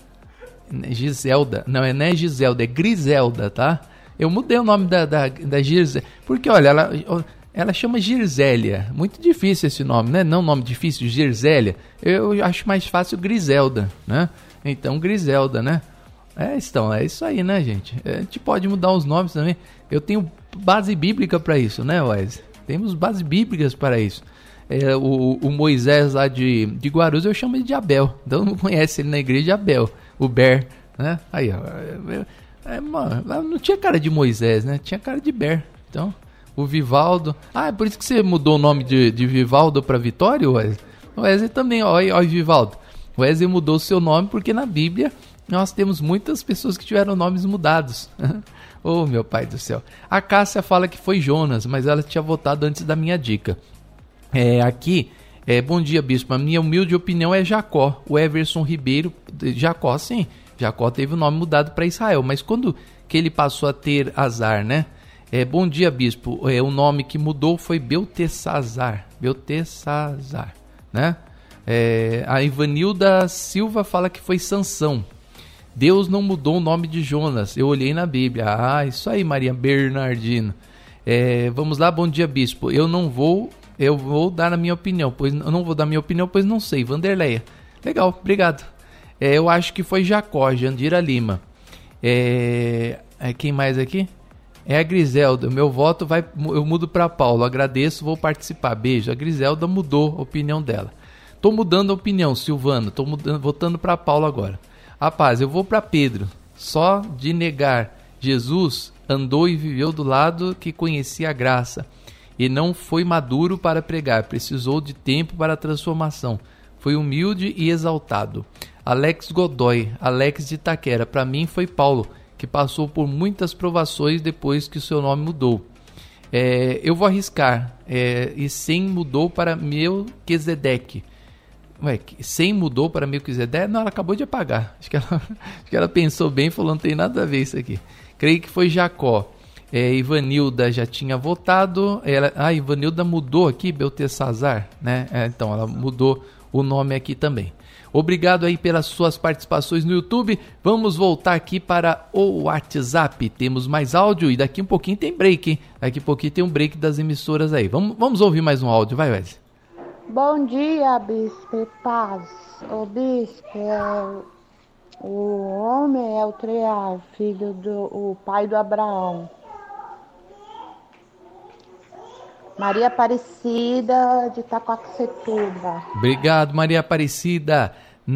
Giselda, não é, não é Giselda, é Griselda, tá? Eu mudei o nome da, da, da Gisélia, porque olha, ela, ela chama Gisélia, muito difícil esse nome, né? Não nome difícil, Gisélia, eu acho mais fácil Griselda, né? Então, Griselda, né? É, então, é isso aí, né, gente? A gente pode mudar os nomes também. Eu tenho base bíblica para isso, né, Wesley? Temos bases bíblicas para isso. É, o, o Moisés lá de, de Guarulhos eu chamo ele de Abel, então não conhece ele na igreja de Abel, o Ber, né? Aí, ó, é, é, mano, não tinha cara de Moisés, né? Tinha cara de Ber. Então, o Vivaldo. Ah, é por isso que você mudou o nome de, de Vivaldo para Vitória, Wesley? O Wesley também, ó, ó, Vivaldo. O Wesley mudou o seu nome porque na Bíblia nós temos muitas pessoas que tiveram nomes mudados. Oh, meu pai do céu. A Cássia fala que foi Jonas, mas ela tinha votado antes da minha dica. É, aqui, é, bom dia, bispo. A minha humilde opinião é Jacó. O Everson Ribeiro, Jacó, sim. Jacó teve o nome mudado para Israel, mas quando que ele passou a ter azar, né? É, bom dia, bispo. É, o nome que mudou foi Beltesazar. Beltesazar, né? É, a Ivanilda Silva fala que foi Sansão. Deus não mudou o nome de Jonas. Eu olhei na Bíblia. Ah, isso aí, Maria Bernardino. É, vamos lá, bom dia, bispo. Eu não vou... Eu vou dar a minha opinião, pois eu não vou dar a minha opinião, pois não sei. Vanderleia. Legal, obrigado. É, eu acho que foi Jacó, Jandira Lima. É, é, quem mais aqui? É a Griselda. Meu voto vai, eu mudo para Paulo. Agradeço, vou participar. Beijo. A Griselda mudou a opinião dela. Tô mudando a opinião, Silvano. Tô mudando, votando para Paulo agora. Rapaz, eu vou para Pedro. Só de negar Jesus, andou e viveu do lado que conhecia a graça. E não foi maduro para pregar, precisou de tempo para a transformação. Foi humilde e exaltado. Alex Godoy, Alex de Itaquera, para mim foi Paulo, que passou por muitas provações depois que o seu nome mudou. É, eu vou arriscar, é, e Sem mudou para Melquisedeque. Ué, Sem mudou para Melquisedeque? Não, ela acabou de apagar. Acho que ela, acho que ela pensou bem e falou, não tem nada a ver isso aqui. Creio que foi Jacó. É, Ivanilda já tinha votado. Ela, ah, Ivanilda mudou aqui, Beltesazar, né? É, então, ela mudou o nome aqui também. Obrigado aí pelas suas participações no YouTube. Vamos voltar aqui para o WhatsApp. Temos mais áudio e daqui um pouquinho tem break, hein? Daqui um pouquinho tem um break das emissoras aí. Vamos, vamos ouvir mais um áudio, vai, Wesley. Bom dia, Bispo Paz. O Bispo, é, o homem é o Treal, filho do o pai do Abraão. Maria Aparecida de Itacoaxetuba. Obrigado, Maria Aparecida.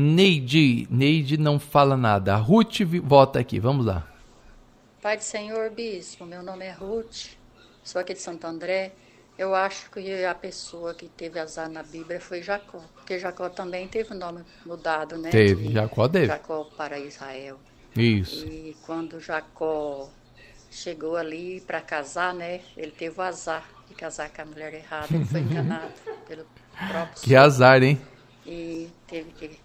Neide, Neide não fala nada. Ruth volta aqui, vamos lá. Pai do Senhor, Bispo, meu nome é Ruth, sou aqui de Santo André. Eu acho que a pessoa que teve azar na Bíblia foi Jacó, porque Jacó também teve o nome mudado, né? Teve, de Jacó teve. Jacó para Israel. Isso. E quando Jacó chegou ali para casar, né? Ele teve o azar de casar com a mulher errada, ele foi enganado pelo próprio Que azar, hein? E teve que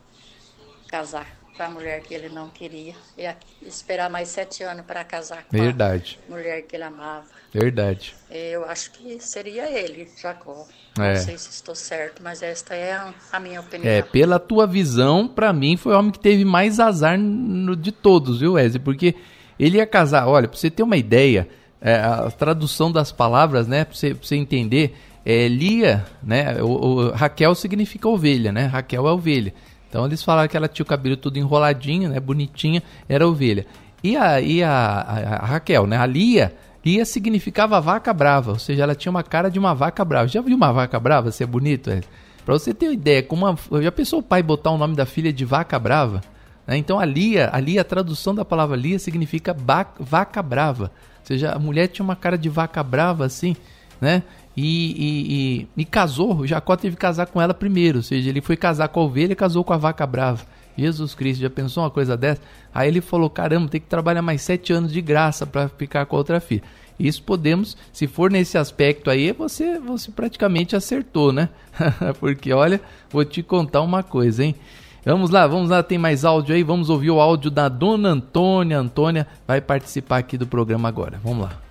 casar com a mulher que ele não queria e esperar mais sete anos para casar com Verdade. a mulher que ele amava. Verdade. Eu acho que seria ele, Jacó. É. Não sei se estou certo, mas esta é a minha opinião. É, pela tua visão, pra mim foi o homem que teve mais azar no, de todos, viu, Wesley? Porque ele ia casar, olha, pra você ter uma ideia, é, a tradução das palavras, né, pra você, pra você entender, é, Lia, né, o, o, Raquel significa ovelha, né, Raquel é ovelha. Então eles falaram que ela tinha o cabelo todo enroladinho, né, bonitinha, era ovelha. E a, e a, a, a Raquel, né, a Lia, Lia significava vaca brava, ou seja, ela tinha uma cara de uma vaca brava. Já viu uma vaca brava ser bonito? É? Pra você ter uma ideia, como uma, já pensou o pai botar o nome da filha de vaca brava? Né? Então a Lia, a Lia, a tradução da palavra Lia significa ba, vaca brava. Ou seja, a mulher tinha uma cara de vaca brava assim, né? E, e, e, e casou, o Jacó teve que casar com ela primeiro, ou seja, ele foi casar com a ovelha e casou com a vaca brava. Jesus Cristo, já pensou uma coisa dessa? Aí ele falou, caramba, tem que trabalhar mais sete anos de graça para ficar com a outra filha. Isso podemos, se for nesse aspecto aí, você, você praticamente acertou, né? Porque olha, vou te contar uma coisa, hein? Vamos lá, vamos lá, tem mais áudio aí, vamos ouvir o áudio da Dona Antônia. Antônia vai participar aqui do programa agora, vamos lá.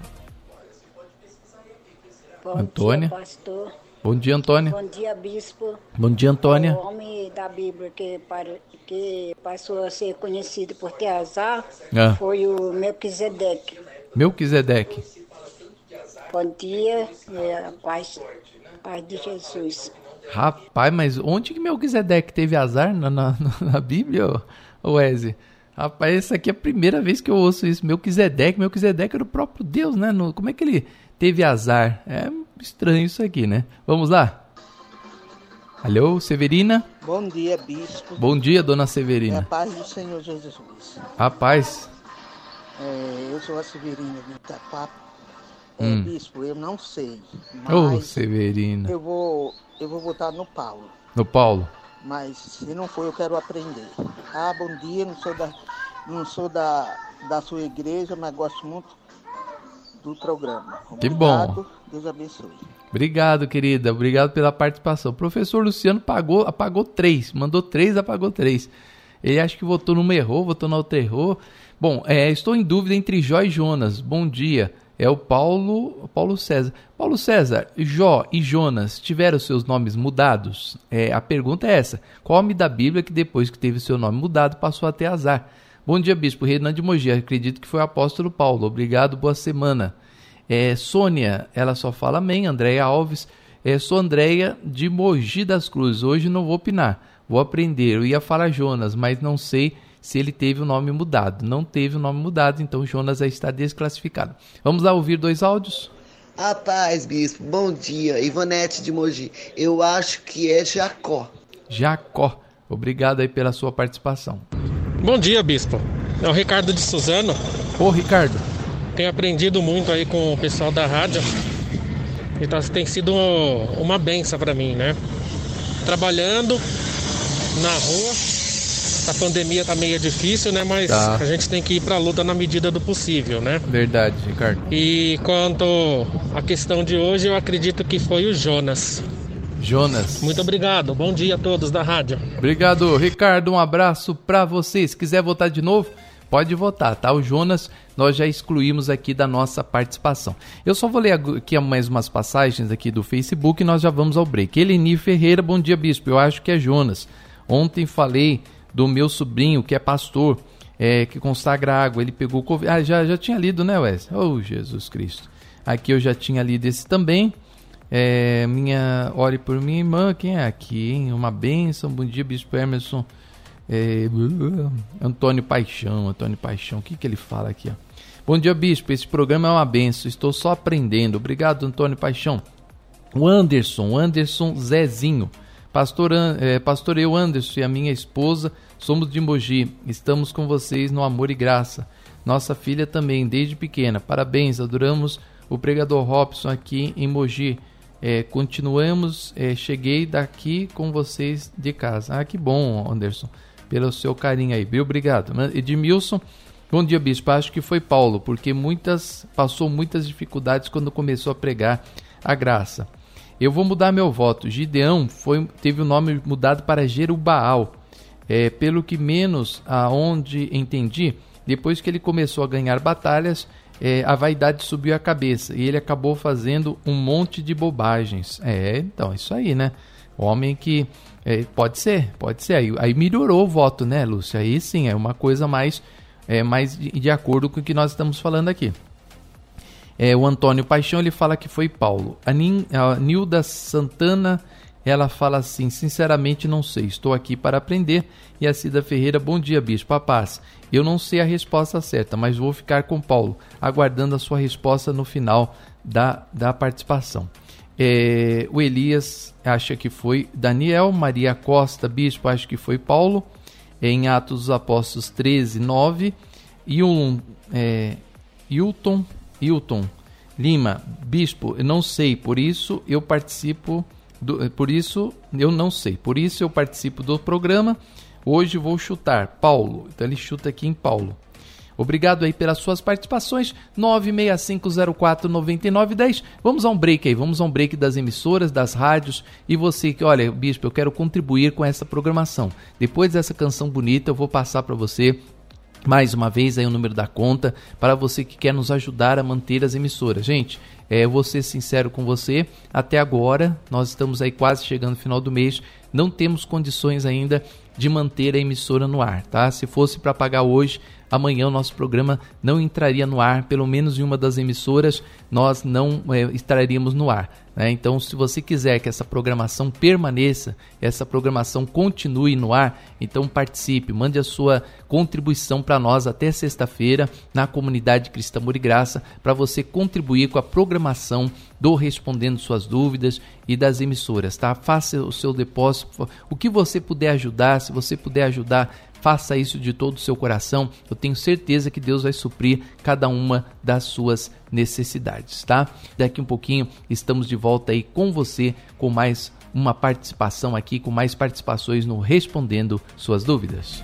Bom Antônia. dia, pastor. Bom dia, Antônia. Bom dia, bispo. Bom dia, Antônia. O homem da Bíblia que, para, que passou a ser conhecido por ter azar ah. foi o Melquisedeque. Melquisedeque. Bom dia, é, paz, paz de Jesus. Rapaz, mas onde que Melquisedeque teve azar na, na, na Bíblia, Wesley? Rapaz, essa aqui é a primeira vez que eu ouço isso. Melquisedeque, Melquisedeque era o próprio Deus, né? No, como é que ele teve azar? É estranho isso aqui, né? Vamos lá. Alô, Severina? Bom dia, bispo. Bom dia, dona Severina. É a paz do Senhor Jesus. Rapaz. É, eu sou a Severina de Itaquá. É, hum. Bispo, eu não sei. Mas Ô, Severina. Eu vou, eu vou votar no Paulo. No Paulo? Mas se não for, eu quero aprender. Ah, bom dia, não sou da, não sou da, da sua igreja, mas gosto muito do programa. Obrigado, que bom. Deus abençoe. Obrigado, querida. Obrigado pela participação. O professor Luciano pagou, apagou três. Mandou três, apagou três. Ele acha que votou numa errou, votou na outra errou. Bom, é, estou em dúvida entre Jó e Jonas. Bom dia. É o Paulo, Paulo César. Paulo César, Jó e Jonas tiveram seus nomes mudados? É, a pergunta é essa. Qual homem da Bíblia que depois que teve seu nome mudado passou a ter azar? Bom dia, bispo. Renan de Mogi. Acredito que foi o apóstolo Paulo. Obrigado, boa semana. É, Sônia, ela só fala amém. Andréia Alves. É, sou Andréia de Mogi das Cruzes. Hoje não vou opinar. Vou aprender. Eu ia falar Jonas, mas não sei se ele teve o nome mudado. Não teve o nome mudado, então Jonas já está desclassificado. Vamos lá ouvir dois áudios? A paz, bispo. Bom dia. Ivanete de Mogi. Eu acho que é Jacó. Jacó. Obrigado aí pela sua participação. Bom dia, bispo. É o Ricardo de Suzano. Ô, Ricardo. Tenho aprendido muito aí com o pessoal da rádio. Então tem sido uma benção para mim, né? Trabalhando na rua. A pandemia tá meio difícil, né? Mas tá. A gente tem que ir pra luta na medida do possível, né? Verdade, Ricardo. E quanto à questão de hoje, eu acredito que foi o Jonas. Jonas. Muito obrigado. Bom dia a todos da rádio. Obrigado, Ricardo. Um abraço pra você. Se quiser votar de novo, Pode votar, tá? O Jonas nós já excluímos aqui da nossa participação. Eu só vou ler aqui mais umas passagens aqui do Facebook e nós já vamos ao break. Eleni Ferreira, bom dia, bispo. Eu acho que é Jonas. Ontem falei do meu sobrinho que é pastor, é, que consagra água. Ele pegou Covid. Ah, já, já tinha lido, né, Wesley? Oh, Jesus Cristo. Aqui eu já tinha lido esse também. É, minha, ore por minha irmã. Quem é aqui, hein? Uma bênção. Bom dia, bispo Emerson. É, Antônio Paixão, Antônio Paixão, o que, que ele fala aqui? Ó? Bom dia, bispo, esse programa é uma benção, estou só aprendendo. Obrigado, Antônio Paixão. O Anderson, Anderson Zezinho. Pastor, é, pastor eu, Anderson, e a minha esposa somos de Mogi, estamos com vocês no amor e graça. Nossa filha também, desde pequena. Parabéns, adoramos o pregador Robson aqui em Mogi. É, continuamos, é, cheguei daqui com vocês de casa. Ah, que bom, Anderson, pelo seu carinho aí, viu? Obrigado. Edmilson, bom dia, bispo. Acho que foi Paulo, porque muitas, passou muitas dificuldades quando começou a pregar a graça. Eu vou mudar meu voto. Gideão foi, teve o nome mudado para Jerubaal. É, pelo que menos aonde entendi, depois que ele começou a ganhar batalhas, é, a vaidade subiu a cabeça e ele acabou fazendo um monte de bobagens. É, então, isso aí, né? Homem que... É, pode ser, pode ser. Aí, aí melhorou o voto, né, Lúcia? Aí sim, é uma coisa mais, é, mais de, de acordo com o que nós estamos falando aqui. É, o Antônio Paixão, ele fala que foi Paulo. A, Nin, a Nilda Santana, ela fala assim, sinceramente não sei, estou aqui para aprender. E a Cida Ferreira, bom dia, bispo, a paz. Eu não sei a resposta certa, mas vou ficar com Paulo, aguardando a sua resposta no final da, da participação. É, o Elias acha que foi Daniel. Maria Costa, bispo, acha que foi Paulo. Em Atos dos Apóstolos treze, nove. Hilton, é, Hilton, Hilton Lima, bispo, eu não sei, por isso eu participo, do, por isso eu não sei, por isso eu participo do programa. Hoje vou chutar Paulo, então ele chuta aqui em Paulo. Obrigado aí pelas suas participações, nove seis cinco zero quatro nove nove um zero. Vamos a um break aí, vamos a um break das emissoras, das rádios. E você que, olha, bispo, eu quero contribuir com essa programação. Depois dessa canção bonita, eu vou passar para você mais uma vez aí o número da conta para você que quer nos ajudar a manter as emissoras. Gente, é, vou ser sincero com você, até agora, nós estamos aí quase chegando no final do mês, não temos condições ainda de manter a emissora no ar, tá? Se fosse para pagar hoje, amanhã o nosso programa não entraria no ar, pelo menos em uma das emissoras nós não é, estaríamos no ar, né? Então, se você quiser que essa programação permaneça, essa programação continue no ar, então participe, mande a sua contribuição para nós até sexta-feira na comunidade Cristã Amor e Graça, para você contribuir com a programação do Respondendo Suas Dúvidas e das emissoras, tá? Faça o seu depósito, o que você puder ajudar, se você puder ajudar, faça isso de todo o seu coração. Eu tenho certeza que Deus vai suprir cada uma das suas necessidades, tá? Daqui um pouquinho estamos de volta aí com você, com mais uma participação aqui, com mais participações no Respondendo Suas Dúvidas.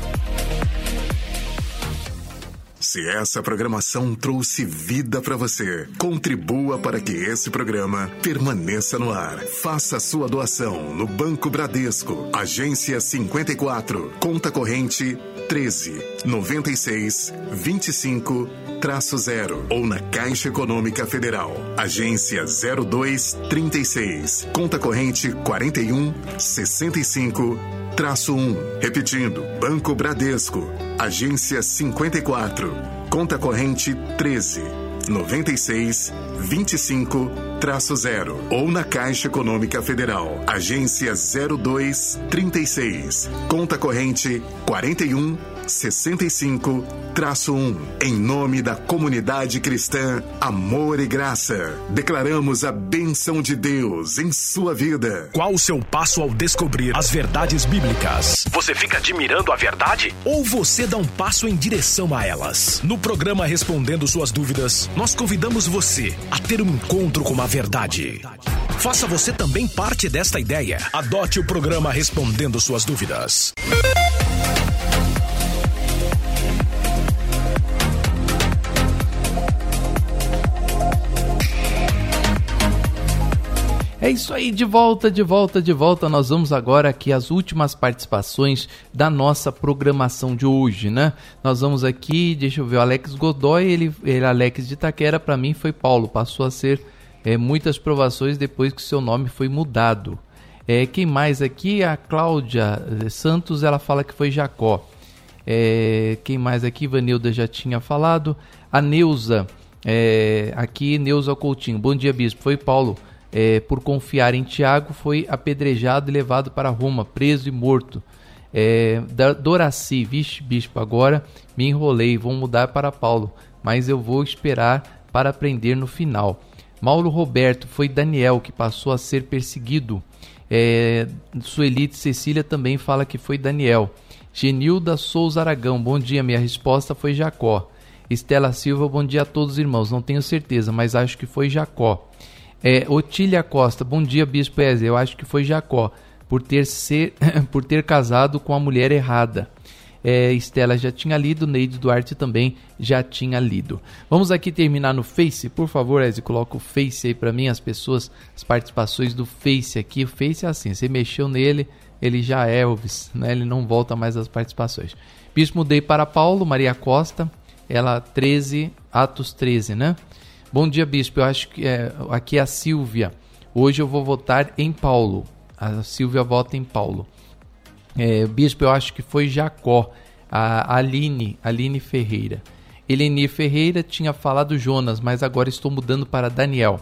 Se essa programação trouxe vida para você, contribua para que esse programa permaneça no ar. Faça sua doação no Banco Bradesco, agência cinquenta e quatro, conta corrente treze, noventa e seis, vinte e cinco, traço zero, ou na Caixa Econômica Federal, agência zero dois, trinta e seis, conta corrente quarenta e um, sessenta e cinco, traço um. Repetindo, Banco Bradesco, agência cinquenta e quatro, conta corrente treze, noventa e seis, vinte e cinco, traço zero, ou na Caixa Econômica Federal, agência zero dois, trinta e seis, conta corrente quarenta e um, sessenta e cinco, traço um. Em nome da comunidade cristã Amor e Graça, declaramos a bênção de Deus em sua vida. Qual o seu passo ao descobrir as verdades bíblicas? Você fica admirando a verdade? Ou você dá um passo em direção a elas? No programa Respondendo Suas Dúvidas, nós convidamos você a ter um encontro com a verdade. Faça você também parte desta ideia. Adote o programa Respondendo Suas Dúvidas. É É isso aí, de volta, de volta, de volta. Nós vamos agora aqui às últimas participações da nossa programação de hoje, né? Nós vamos aqui, deixa eu ver, o Alex Godoy, ele, ele Alex de Itaquera, para mim foi Paulo, passou a ser é, muitas provações depois que seu nome foi mudado. É, quem mais aqui? A Cláudia Santos, ela fala que foi Jacó. É, quem mais aqui? Vanilda já tinha falado. A Neuza, é, aqui Neuza Coutinho, bom dia bispo, foi Paulo. É, por confiar em Tiago, foi apedrejado e levado para Roma, preso e morto. É, Doraci, vixe, bispo, agora me enrolei, vou mudar para Paulo, mas eu vou esperar para aprender no final. Mauro Roberto, foi Daniel que passou a ser perseguido. É, Suelite Cecília também fala que foi Daniel. Genilda Souza Aragão, bom dia, minha resposta foi Jacó. Estela Silva, bom dia a todos irmãos, não tenho certeza, mas acho que foi Jacó. É, Otília Costa, bom dia bispo Ezra, eu acho que foi Jacó, por ter, ser, por ter casado com a mulher errada. É, Estela já tinha lido, Neide Duarte também já tinha lido. Vamos aqui terminar no Face, por favor Ezra, coloca o Face aí para mim, as pessoas, as participações do Face aqui. O Face é assim, você mexeu nele, ele já é Elvis, né? Ele não volta mais às participações. Bispo, mudei para Paulo, Maria Costa, ela treze, Atos treze, né? Bom dia, bispo. Eu acho que é, aqui é a Silvia. Hoje eu vou votar em Paulo. A Silvia vota em Paulo. É, bispo, eu acho que foi Jacó. A Aline, Aline Ferreira. Eleni Ferreira tinha falado Jonas, mas agora estou mudando para Daniel.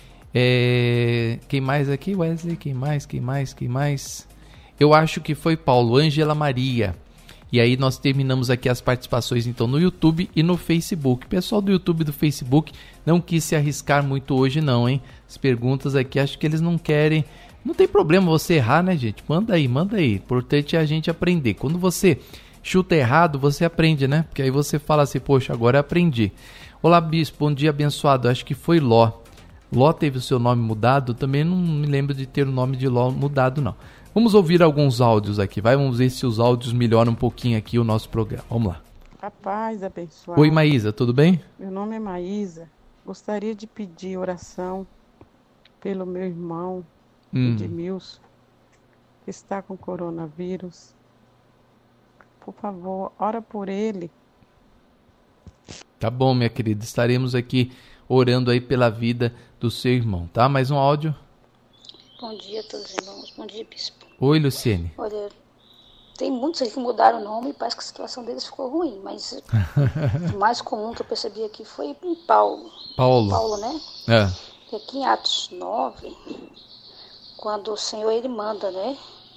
É, quem mais aqui? Wesley, quem mais? Quem mais? Quem mais? Eu acho que foi Paulo. Ângela Maria. E aí nós terminamos aqui as participações então no YouTube e no Facebook. O pessoal do YouTube e do Facebook não quis se arriscar muito hoje não, hein? As perguntas aqui, acho que eles não querem. Não tem problema você errar, né, gente? Manda aí, manda aí. Importante é a gente aprender. Quando você chuta errado, você aprende, né? Porque aí você fala assim, poxa, agora eu aprendi. Olá, bispo, bom dia abençoado. Acho que foi Ló. Ló teve o seu nome mudado? Também não me lembro de ter o nome de Ló mudado, não. Vamos ouvir alguns áudios aqui, vai? Vamos ver se os áudios melhoram um pouquinho aqui o nosso programa. Vamos lá. A paz abençoada. Oi, Maísa, tudo bem? Meu nome é Maísa. Gostaria de pedir oração pelo meu irmão, hum. Edmilson, que está com coronavírus. Por favor, ora por ele. Tá bom, minha querida. Estaremos aqui orando aí pela vida do seu irmão, tá? Mais um áudio. Bom dia a todos os irmãos. Bom dia, bispo. Oi, Luciene. Olha, tem muitos aí que mudaram o nome e parece que a situação deles ficou ruim, mas o mais comum que eu percebi aqui foi em Paulo. Paulo. Paulo, né? É. E aqui em Atos nove, quando o Senhor ele manda, né?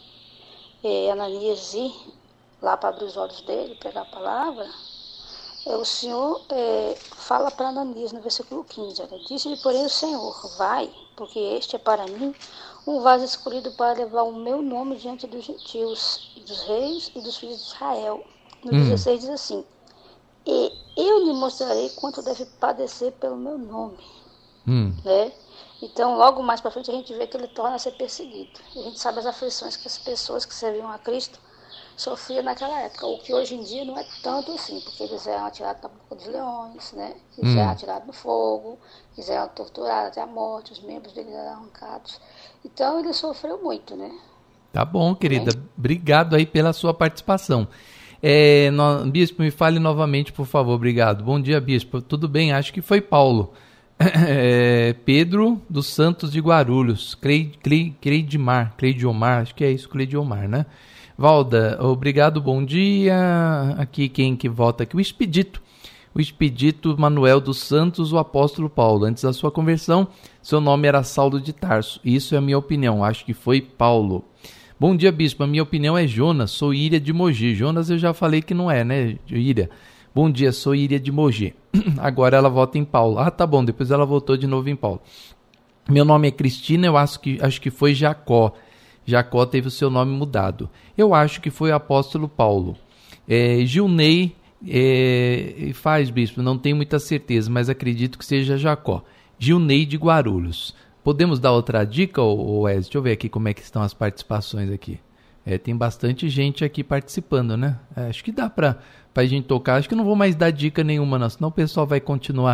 É, Ananias ir lá para abrir os olhos dele, pregar a palavra, é, o Senhor é, fala para Ananias no versículo quinze, olha, disse-lhe porém o Senhor, vai, porque este é para mim um vaso escolhido para levar o meu nome diante dos gentios, dos reis e dos filhos de Israel. No hum. dezesseis diz assim, e eu lhe mostrarei quanto deve padecer pelo meu nome. Hum. Né? Então, logo mais para frente, a gente vê que ele torna a ser perseguido. E a gente sabe as aflições que as pessoas que serviam a Cristo sofriam naquela época, o que hoje em dia não é tanto assim, porque eles eram atirados na boca dos leões, né? Eles hum. eram atirados no fogo, eles eram torturados até a morte, os membros deles eram arrancados. Então ele sofreu muito, né? Tá bom, querida. É. Obrigado aí pela sua participação. É, no, bispo, me fale novamente, por favor. Obrigado. Bom dia, bispo. Tudo bem? Acho que foi Paulo. É, Pedro dos Santos de Guarulhos. Cleidimar. Cleidiomar. Acho que é isso, Cleidiomar, né? Valda, obrigado, bom dia. Aqui quem que vota aqui? O Expedito. O Expedito Manuel dos Santos, o apóstolo Paulo. Antes da sua conversão, seu nome era Saulo de Tarso. Isso é a minha opinião, acho que foi Paulo. Bom dia, bispo. A minha opinião é Jonas, sou Íria de Mogi. Jonas eu já falei que não é, né, Íria? Bom dia, sou Íria de Mogi. Agora ela vota em Paulo. Ah, tá bom, depois ela votou de novo em Paulo. Meu nome é Cristina, eu acho que, acho que foi Jacó. Jacó teve o seu nome mudado. Eu acho que foi o apóstolo Paulo. É, Gilney é, faz, bispo, não tenho muita certeza, mas acredito que seja Jacó. Gilney de Guarulhos. Podemos dar outra dica, ou Wes? Deixa eu ver aqui como é que estão as participações aqui. É, tem bastante gente aqui participando, né? É, acho que dá para a gente tocar. Acho que eu não vou mais dar dica nenhuma, não, senão o pessoal vai continuar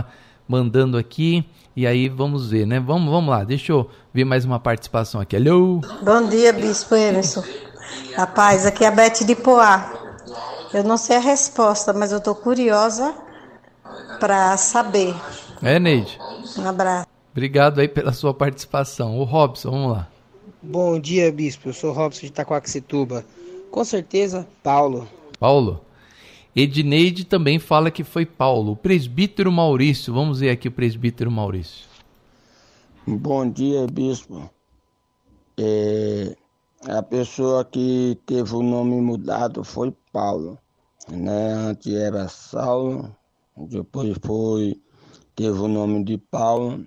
mandando aqui. E aí vamos ver, né? Vamos, vamos lá, deixa eu ver mais uma participação aqui. Alô? Bom dia, Bispo Emerson. Rapaz, aqui é a Bete de Poá. Eu não sei a resposta, mas eu tô curiosa para saber. É, Neide? Um abraço. Obrigado aí pela sua participação. O Robson, vamos lá. Bom dia, Bispo. Eu sou o Robson de Itacoaxetuba. Com certeza, Paulo. Paulo? Edneide também fala que foi Paulo. O presbítero Maurício, vamos ver aqui o presbítero Maurício. Bom dia, Bispo. É, a pessoa que teve o nome mudado foi Paulo, né? Antes era Saulo, depois foi, teve o nome de Paulo.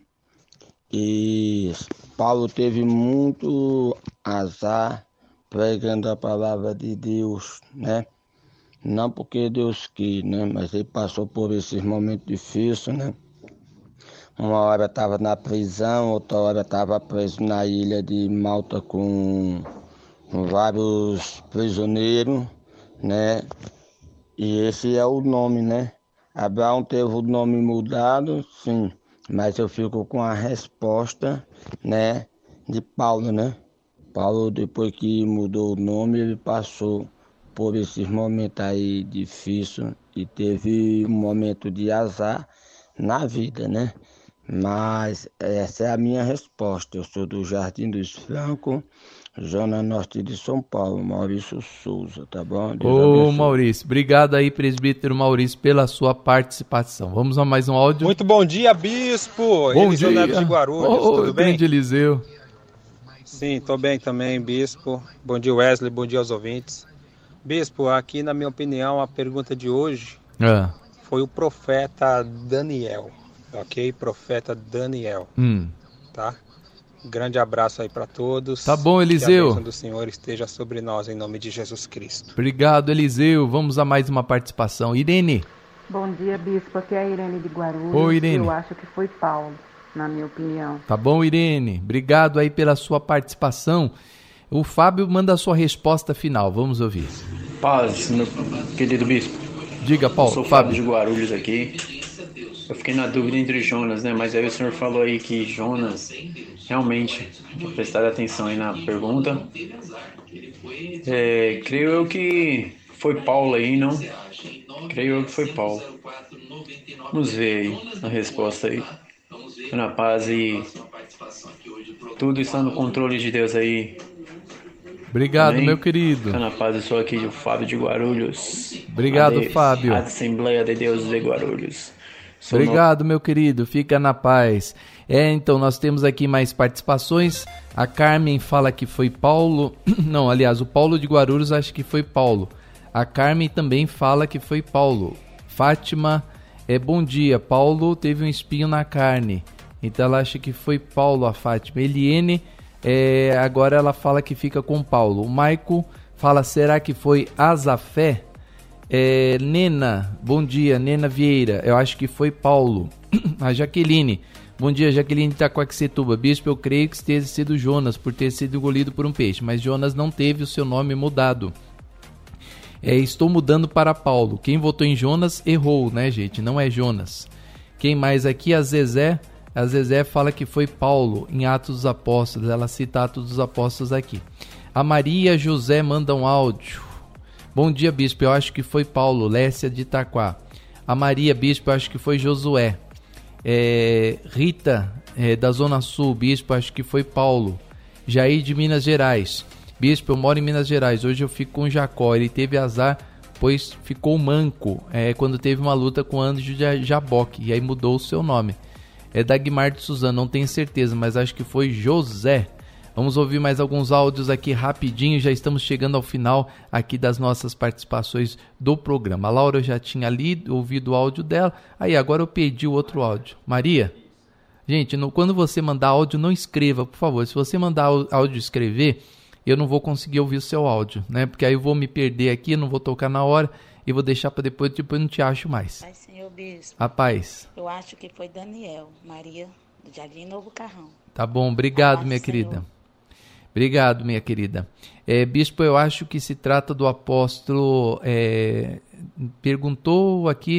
E Paulo teve muito azar pregando a palavra de Deus, né? Não porque Deus quis, né? Mas ele passou por esses momentos difíceis, né? Uma hora estava na prisão, outra hora estava preso na ilha de Malta com, com vários prisioneiros, né? E esse é o nome, né? Abraão teve o nome mudado, sim, mas eu fico com a resposta, né, de Paulo, né? Paulo, depois que mudou o nome, ele passou por esses momentos aí difíceis e teve um momento de azar na vida, né? Mas essa é a minha resposta. Eu sou do Jardim dos Francos, Zona Norte de São Paulo, Maurício Souza, tá bom? Deus Ô abençoe. Maurício, obrigado aí, presbítero Maurício, pela sua participação. Vamos a mais um áudio. Muito bom dia, Bispo. Bom Eliseu dia. Neto de Guarulhos, Ô, tudo bem? grande Eliseu. Sim, tô bem também, Bispo. Bom dia, Wesley, bom dia aos ouvintes. Bispo, aqui na minha opinião, a pergunta de hoje é. foi o profeta Daniel, ok? Profeta Daniel, hum. tá? Grande abraço aí para todos. Tá bom, Eliseu. Que a bênção do Senhor esteja sobre nós, em nome de Jesus Cristo. Obrigado, Eliseu. Vamos a mais uma participação. Irene. Bom dia, Bispo. Aqui é a Irene de Guarulhos. Oi, Irene. Eu acho que foi Paulo, na minha opinião. Tá bom, Irene. Obrigado aí pela sua participação. O Fábio manda a sua resposta final. Vamos ouvir. Paz, meu querido Bispo. Diga, Paulo. Eu sou o Fábio Fábio de Guarulhos aqui. Eu fiquei na dúvida entre Jonas, né? Mas aí o senhor falou aí que Jonas, realmente, vou prestar atenção aí na pergunta. É, creio eu que foi Paulo aí, não? Creio eu que foi Paulo. Vamos ver aí a resposta aí. Na paz e tudo está no controle de Deus aí. Obrigado, Amém? meu querido. Fica na paz, eu sou aqui o Fábio de Guarulhos. Obrigado, Ade- Fábio. Assembleia de Deus de Guarulhos. Sou Obrigado, meu querido. Fica na paz. É, então, nós temos aqui mais participações. A Carmen fala que foi Paulo. Não, aliás, o Paulo de Guarulhos acha que foi Paulo. A Carmen também fala que foi Paulo. Fátima, é bom dia. Paulo teve um espinho na carne. Então ela acha que foi Paulo, a Fátima. Eliene, é, agora ela fala que fica com Paulo. O Maico fala, será que foi Azafé? É, Nena, bom dia, Nena Vieira, eu acho que foi Paulo. A Jaqueline, bom dia, Jaqueline de Itacoaxetuba. Bispo, eu creio que tenha sido Jonas, por ter sido engolido por um peixe, mas Jonas não teve o seu nome mudado. É, estou mudando para Paulo. Quem votou em Jonas errou, né, gente? Não é Jonas. Quem mais aqui? A Zezé. A Zezé fala que foi Paulo em Atos dos Apóstolos. Ela cita Atos dos Apóstolos aqui. A Maria José manda um áudio. Bom dia, Bispo. Eu acho que foi Paulo. Lécia de Itaquá. A Maria, Bispo, eu acho que foi Josué. É, Rita, é, da Zona Sul. Bispo, eu acho que foi Paulo. Jair de Minas Gerais. Bispo, eu moro em Minas Gerais. Hoje eu fico com Jacó. Ele teve azar, pois ficou manco é, quando teve uma luta com o anjo de Jaboque. E aí mudou o seu nome. É Dagmar de Suzano, não tenho certeza, mas acho que foi José. Vamos ouvir mais alguns áudios aqui rapidinho, já estamos chegando ao final aqui das nossas participações do programa. A Laura já tinha lido, ouvido o áudio dela, aí agora eu pedi o outro áudio. Maria, gente, no, quando você mandar áudio, não escreva, por favor. Se você mandar áudio escrever, eu não vou conseguir ouvir o seu áudio, né? Porque aí eu vou me perder aqui, não vou tocar na hora e vou deixar para depois, depois eu não te acho mais. Pai, Senhor Bispo. A paz. Eu acho que foi Daniel, Maria, do Jardim Novo Carrão. Tá bom, obrigado, Paz, minha Senhor. querida. Obrigado, minha querida. É, Bispo, eu acho que se trata do apóstolo, é, perguntou aqui,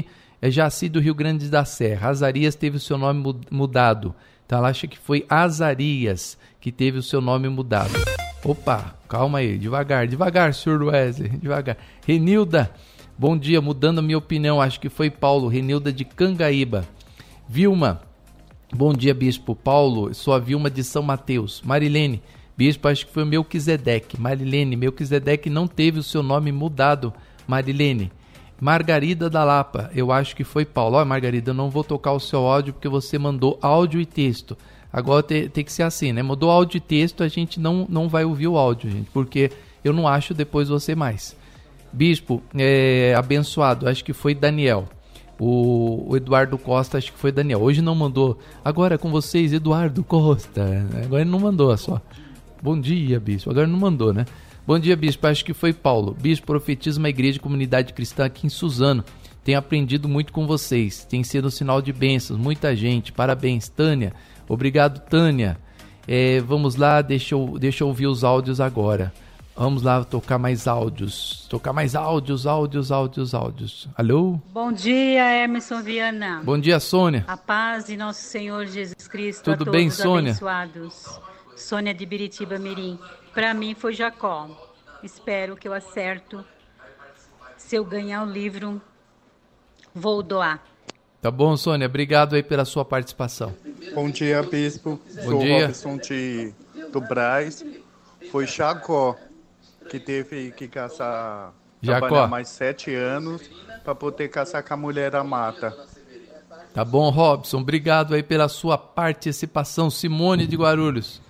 É Jaci do Rio Grande da Serra. Azarias teve o seu nome mudado. Então ela acha que foi Azarias que teve o seu nome mudado. Opa, calma aí, devagar, devagar, senhor Wesley, devagar. Renilda, bom dia, mudando a minha opinião, acho que foi Paulo. Renilda de Cangaíba. Vilma, bom dia, bispo. Paulo, sou a Vilma de São Mateus. Marilene, bispo, acho que foi o Melquisedeque. Marilene, Melquisedeque não teve o seu nome mudado. Marilene. Margarida da Lapa, eu acho que foi Paulo. Olha, Margarida, eu não vou tocar o seu áudio porque você mandou áudio e texto. Agora tem, tem que ser assim, né? Mandou áudio e texto, a gente não, não vai ouvir o áudio, gente, porque eu não acho depois você mais. Bispo, é, abençoado, acho que foi Daniel. O, o Eduardo Costa, acho que foi Daniel. Hoje não mandou. Agora com vocês, Eduardo Costa. Agora ele não mandou só. Bom dia, bispo. Agora não mandou, né? Bom dia, bispo. Acho que foi Paulo. Bispo, profetismo, a igreja e comunidade cristã aqui em Suzano. Tenho aprendido muito com vocês. Tem sido um sinal de bênçãos. Muita gente. Parabéns, Tânia. Obrigado, Tânia. É, vamos lá, deixa eu, deixa eu ouvir os áudios agora. Vamos lá tocar mais áudios. Tocar mais áudios, áudios, áudios, áudios. Alô? Bom dia, Emerson Viana. Bom dia, Sônia. A paz de nosso Senhor Jesus Cristo. Tudo a todos bem, Sônia? Abençoados. Sônia de Biritiba Mirim. Para mim foi Jacó. Espero que eu acerto. Se eu ganhar o livro, vou doar. Tá bom, Sônia. Obrigado aí pela sua participação. Bom dia, bispo. Bom Sou dia. Robson de, do Brás. Foi Jacó que teve que caçar, Jacó. trabalhar mais sete anos para poder caçar com a mulher a mata. Tá bom, Robson. Obrigado aí pela sua participação. Simone de Guarulhos.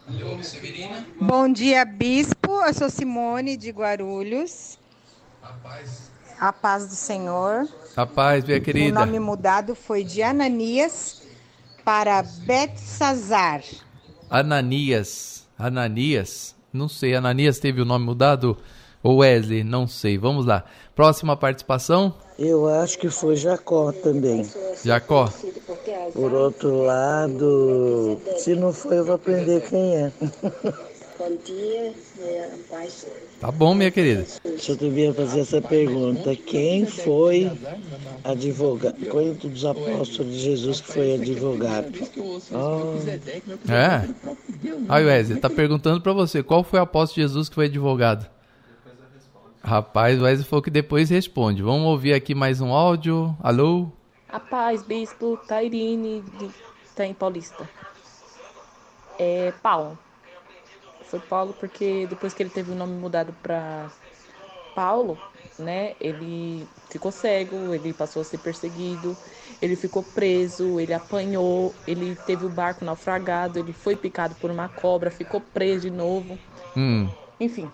Bom dia, bispo. Eu sou Simone de Guarulhos. A paz do Senhor. A paz, minha querida. O nome mudado foi de Ananias para Betsazar. Ananias. Ananias. Não sei. Ananias teve o nome mudado? Ou Wesley? Não sei. Vamos lá. Próxima participação. Eu acho que foi Jacó também. Jacó. Por outro lado, se não foi, eu vou aprender quem é. Bom dia, paz. Tá bom, minha querida. Eu devia fazer essa pergunta. Quem foi advogado? Qual dos apóstolos de Jesus que foi advogado? Oh. É? Aí, Wesley, tá perguntando pra você, qual foi o apóstolo de Jesus que foi advogado? Rapaz, o Wesley falou que depois responde. Vamos ouvir aqui mais um áudio. Alô? A paz, bispo Tairine, de Itaim Paulista. É Paulo. Foi Paulo porque depois que ele teve o nome mudado para Paulo, né, ele ficou cego, ele passou a ser perseguido, ele ficou preso, ele apanhou, ele teve o barco naufragado, ele foi picado por uma cobra, ficou preso de novo. Hum. Enfim,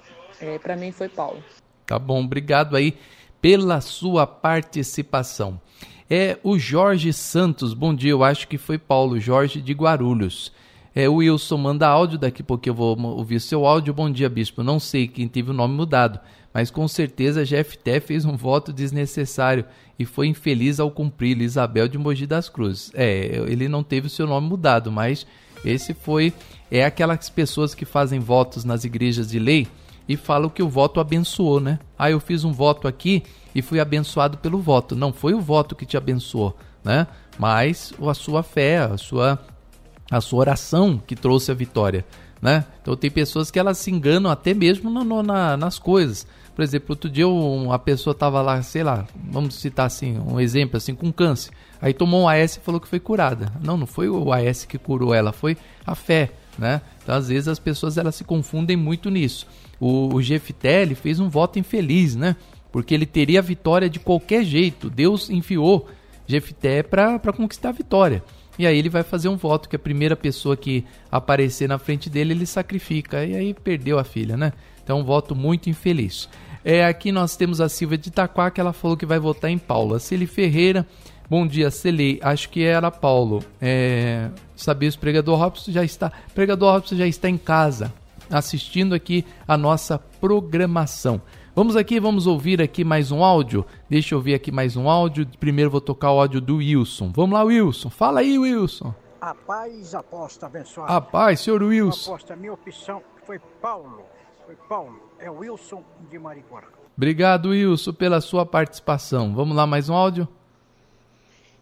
é, para mim foi Paulo. Tá bom, obrigado aí pela sua participação. É o Jorge Santos, bom dia, eu acho que foi Paulo, Jorge de Guarulhos. É, o Wilson manda áudio, daqui a pouco eu vou ouvir seu áudio. Bom dia, bispo, não sei quem teve o nome mudado, mas com certeza Jefté fez um voto desnecessário e foi infeliz ao cumprir. Isabel de Mogi das Cruzes. É, ele não teve o seu nome mudado, mas esse foi, é aquelas pessoas que fazem votos nas igrejas de lei e falam que o voto abençoou, né? Ah, eu fiz um voto aqui e fui abençoado pelo voto. Não foi o voto que te abençoou, né? Mas a sua fé, a sua... a sua oração que trouxe a vitória, né? Então tem pessoas que elas se enganam até mesmo no, no, na, nas coisas. Por exemplo, outro dia uma pessoa estava lá, sei lá, vamos citar assim, um exemplo assim, com câncer. Aí tomou um A S e falou que foi curada. Não, não foi o A S que curou ela, foi a fé, né? Então às vezes as pessoas elas se confundem muito nisso. O, o Jefté, ele fez um voto infeliz, né? Porque ele teria a vitória de qualquer jeito. Deus enviou Jefté para conquistar a vitória. E aí ele vai fazer um voto que a primeira pessoa que aparecer na frente dele, ele sacrifica. E aí perdeu a filha, né? Então um voto muito infeliz. É, aqui nós temos a Silvia de Itaquá, que ela falou que vai votar em Paulo. A Celi Ferreira, bom dia, Celi. Acho que era Paulo. É, sabia se o pregador Robson já está... O pregador Robson já está em casa, assistindo aqui a nossa programação. Vamos aqui, vamos ouvir aqui mais um áudio. Deixa eu ouvir aqui mais um áudio. Primeiro vou tocar o áudio do Wilson. Vamos lá, Wilson. Fala aí, Wilson. A paz, aposta abençoada. A paz, senhor Wilson. Aposta, minha opção foi Paulo. Foi Paulo. É Wilson de Mariporã. Obrigado, Wilson, pela sua participação. Vamos lá, mais um áudio.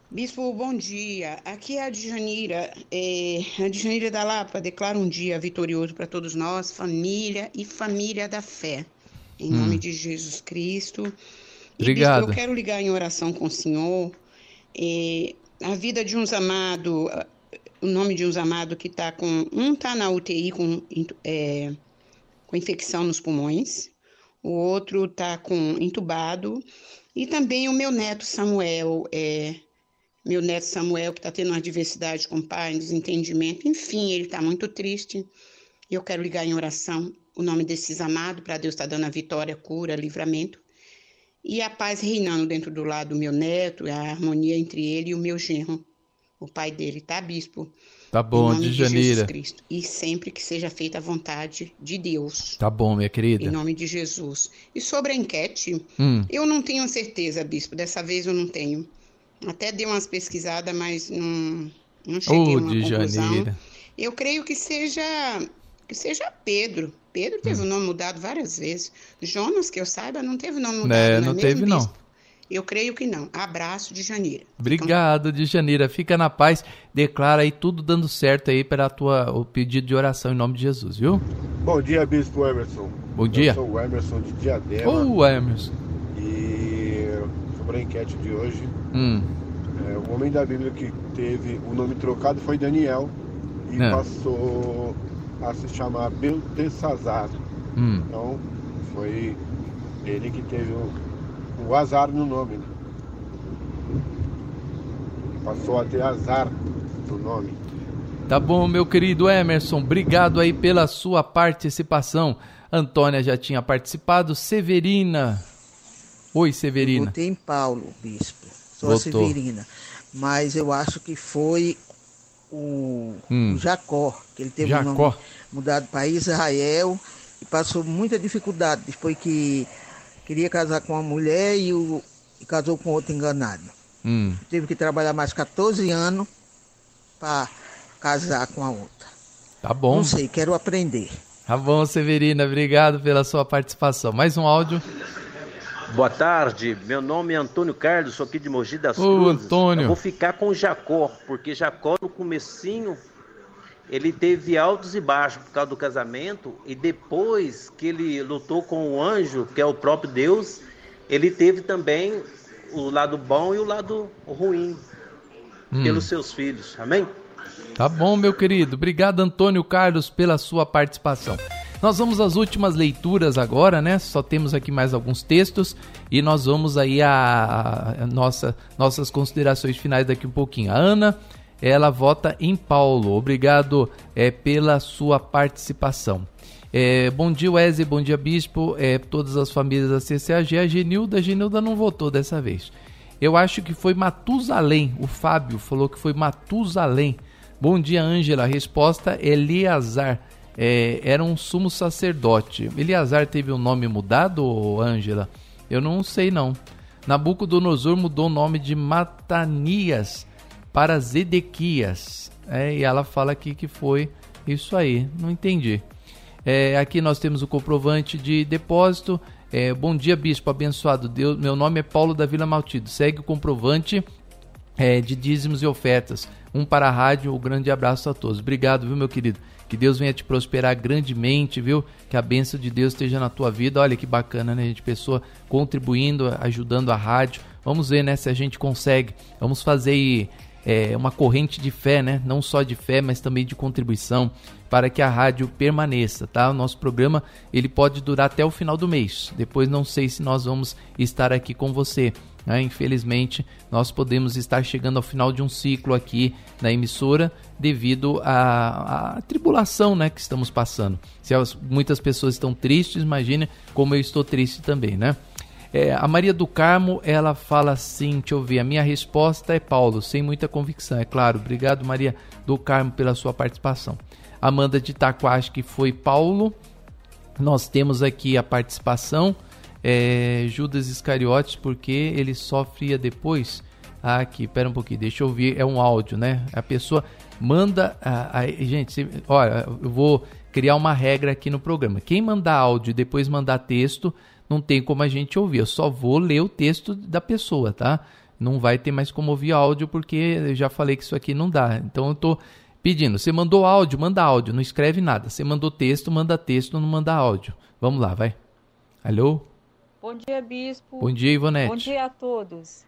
Bispo, bom dia. Aqui é a Djanira, é, a Djanira da Lapa declara um dia vitorioso para todos nós, família e família da fé. Em hum. nome de Jesus Cristo. E, Obrigado. Bispo, eu quero ligar em oração com o Senhor. É, a vida de uns amados, o nome de uns amados que está com... Um está na U T I com, é, com infecção nos pulmões, o outro está com entubado, e também o meu neto Samuel, é, meu neto Samuel que está tendo uma diversidade com o pai, desentendimento, enfim, ele está muito triste. Eu quero ligar em oração o nome desses amados, para Deus estar tá dando a vitória, cura, livramento, e a paz reinando dentro do lado do meu neto, a harmonia entre ele e o meu genro, o pai dele, tá, Bispo? Tá bom, de Janeira. Jesus Cristo. E sempre que seja feita a vontade de Deus. Tá bom, minha querida. Em nome de Jesus. E sobre a enquete, hum. eu não tenho certeza, Bispo, dessa vez eu não tenho. Até dei umas pesquisadas, mas não, não cheguei oh, a uma de conclusão. Janeira. Eu creio que seja, que seja Pedro. Pedro teve o hum. nome mudado várias vezes. Jonas, que eu saiba, não teve o nome mudado. É, não, não é teve, mesmo, não. Bispo? Eu creio que não. Abraço de Janeira. Obrigado, de Janeira. Fica na paz. Declara aí tudo dando certo aí para a tua, o pedido de oração em nome de Jesus, viu? Bom dia, Bispo Emerson. Bom dia. Eu sou o Emerson de Diadema. Ô, oh, Emerson. E sobre a enquete de hoje, hum. é, o homem da Bíblia que teve o nome trocado foi Daniel e Não. passou a se chamar Beltesazar. Hum. Então, foi ele que teve o, o azar no nome. Né? Passou a ter azar no nome. Tá bom, meu querido Emerson. Obrigado aí pela sua participação. Antônia já tinha participado. Severina. Oi, Severina. Eu votei em Paulo, bispo. Sou Votou. a Severina. Mas eu acho que foi o, hum. o Jacó, que ele teve Jacó. o nome mudado para Israel e passou muita dificuldade depois que queria casar com uma mulher e, o, e casou com outro enganado. Hum. Teve que trabalhar mais catorze anos para casar com a outra. Tá bom. Não sei, quero aprender. Tá bom, Severina. Obrigado pela sua participação. Mais um áudio. Boa tarde, meu nome é Antônio Carlos, sou aqui de Mogi das Ô, Cruzes. Antônio. Eu vou ficar com Jacó, porque Jacó no comecinho ele teve altos e baixos por causa do casamento, e depois que ele lutou com o anjo, que é o próprio Deus, ele teve também o lado bom e o lado ruim hum. pelos seus filhos, amém? Tá bom, meu querido. Obrigado, Antônio Carlos, pela sua participação. Nós vamos às últimas leituras agora, né? Só temos aqui mais alguns textos e nós vamos aí a, a nossa, nossas considerações finais daqui um pouquinho. A Ana, ela vota em Paulo. Obrigado é, pela sua participação. É, bom dia, Wesley, bom dia, Bispo, é, todas as famílias da C C A G. A Genilda, a Genilda não votou dessa vez. Eu acho que foi Matusalém. O Fábio falou que foi Matusalém. Bom dia, Ângela. A resposta é Eleazar. É, era um sumo sacerdote. Eleazar teve o um nome mudado, Ângela? Eu não sei, não. Nabucodonosor mudou o nome de Matanias para Zedequias. É, e ela fala aqui que foi isso aí. Não entendi. É, aqui nós temos o comprovante de depósito. É, bom dia, Bispo abençoado. Deus, meu nome é Paulo da Vila Maltido. Segue o comprovante é, de dízimos e ofertas. Um para a rádio. Um grande abraço a todos. Obrigado, viu, meu querido? Que Deus venha te prosperar grandemente, viu? Que a bênção de Deus esteja na tua vida. Olha que bacana, né, gente? Pessoa contribuindo, ajudando a rádio. Vamos ver, né, se a gente consegue. Vamos fazer é, uma corrente de fé, né? Não só de fé, mas também de contribuição para que a rádio permaneça, tá? O nosso programa, ele pode durar até o final do mês. Depois não sei se nós vamos estar aqui com você. Né? Infelizmente, nós podemos estar chegando ao final de um ciclo aqui na emissora devido à, à tribulação, né, que estamos passando. Se as, muitas pessoas estão tristes, imagine como eu estou triste também, né? É, a Maria do Carmo, ela fala assim, deixa eu ver, a minha resposta é Paulo, sem muita convicção, é claro. Obrigado, Maria do Carmo, pela sua participação. Amanda de Itaquá, acho que foi Paulo. Nós temos aqui a participação é, Judas Iscariotes, porque ele sofria depois. Ah, aqui, pera um pouquinho, deixa eu ouvir, é um áudio, né? A pessoa manda, a, a, gente, se, olha, eu vou criar uma regra aqui no programa. Quem mandar áudio e depois mandar texto, não tem como a gente ouvir. Eu só vou ler o texto da pessoa, tá? não vai ter mais como ouvir áudio, porque eu já falei que isso aqui não dá. Então eu tô pedindo, você mandou áudio, manda áudio, não escreve nada. Você mandou texto, manda texto, não manda áudio. Vamos lá, vai. Alô? Bom dia, Bispo. Bom dia, Ivonete. Bom dia a todos.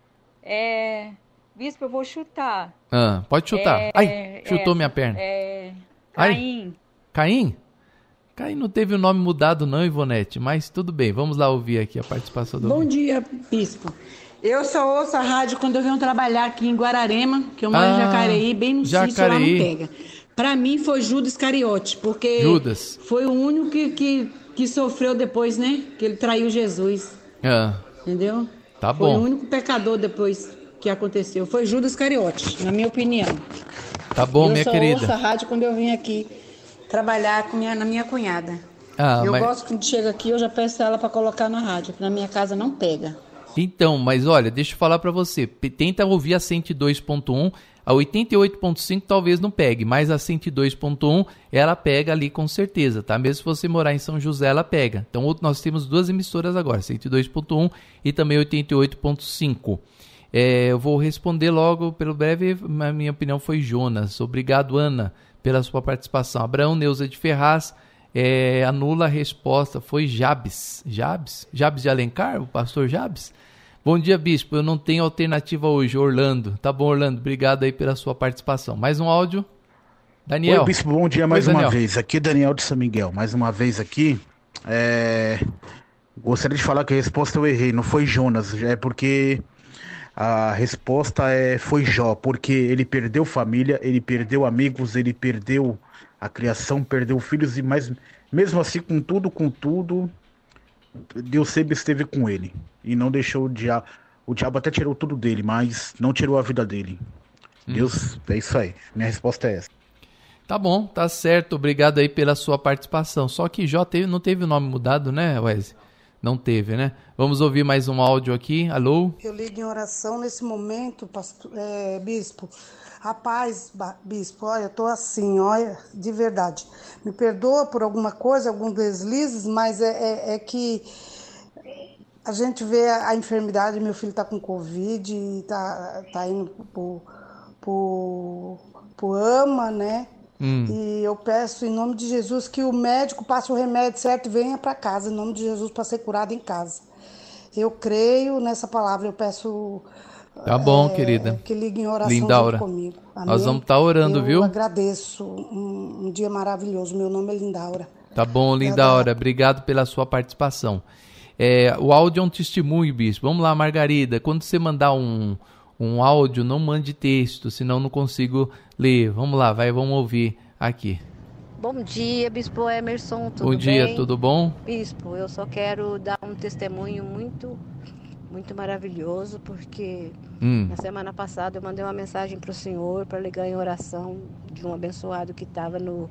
É... Bispo, eu vou chutar. Ah, pode chutar. É... Ai, chutou é... minha perna. É... Caim. Ai. Caim? Caim não teve o nome mudado não, Ivonete, mas tudo bem. Vamos lá ouvir aqui a participação do... Bom dia, Bispo. Eu só ouço a rádio quando eu venho trabalhar aqui em Guararema, que eu moro ah, em Jacareí, bem no Jacareí. Sítio, lá não pega. Para mim foi Judas Iscariote, porque Judas. Foi o único que, que, que sofreu depois, né? Que ele traiu Jesus. Ah. Entendeu? Tá foi bom. Foi o único pecador depois que aconteceu. Foi Judas Iscariote, na minha opinião. Tá bom, eu minha só querida. Eu ouço a rádio quando eu vim aqui trabalhar com minha, na minha cunhada. Ah, eu mas... gosto quando chega aqui, eu já peço ela para colocar na rádio, que na minha casa não pega. Então, mas olha, deixa eu falar para você, tenta ouvir a cento e dois ponto um, a oitenta e oito ponto cinco talvez não pegue, mas a cento e dois ponto um ela pega ali com certeza, tá? Mesmo se você morar em São José, ela pega. Então nós temos duas emissoras agora, cento e dois ponto um e também oitenta e oito ponto cinco. É, eu vou responder logo pelo breve, a minha opinião foi Jonas. Obrigado, Ana, pela sua participação. Abraão Neuza de Ferraz, é, anula a resposta, foi Jabes. Jabes? Jabes de Alencar, o pastor Jabes? Bom dia, Bispo. Eu não tenho alternativa hoje, Orlando. Tá bom, Orlando. Obrigado aí pela sua participação. Mais um áudio. Daniel. Oi, Bispo. Bom dia mais Oi, uma Daniel. vez. Aqui é Daniel de São Miguel. Mais uma vez aqui. É... Gostaria de falar que a resposta eu errei. Não foi Jonas. É porque a resposta é... foi Jó. Porque ele perdeu família, ele perdeu amigos, ele perdeu a criação, perdeu filhos. E mais... mesmo assim, com tudo, com tudo... Deus sempre esteve com ele e não deixou o diabo. O diabo até tirou tudo dele, mas não tirou a vida dele. Hum. Deus, é isso aí. Minha resposta é essa. Tá bom, tá certo. Obrigado aí pela sua participação. Só que Jó teve, não teve o nome mudado, né, Wesley? Não teve, né? Vamos ouvir mais um áudio aqui. Alô? Eu ligo em oração nesse momento, pastor, é, Bispo. Rapaz, Bispo, olha, eu tô assim, olha, de verdade. Me perdoa por alguma coisa, alguns deslizes, mas é, é, é que a gente vê a, a enfermidade, meu filho tá com Covid, e tá, tá indo pro, pro, pro AMA, né? Hum. E eu peço em nome de Jesus que o médico passe o remédio certo e venha para casa, em nome de Jesus, para ser curado em casa. Eu creio nessa palavra, eu peço... Tá bom, é, querida. Que ligue em oração Lindaura. junto comigo. Amém? Nós vamos estar tá orando, eu viu? Eu agradeço. Um, um dia maravilhoso. Meu nome é Lindaura. Tá bom, Lindaura. Obrigado pela sua participação. É, o áudio é um testemunho, Bispo. Vamos lá, Margarida. Quando você mandar um, um áudio, não mande texto, senão não consigo ler. Vamos lá, vai, vamos ouvir aqui. Bom dia, Bispo Emerson. Tudo bom dia, bem? Tudo bom? Bispo, eu só quero dar um testemunho muito... muito maravilhoso, porque hum. na semana passada eu mandei uma mensagem para o senhor para ligar em oração de um abençoado que estava no,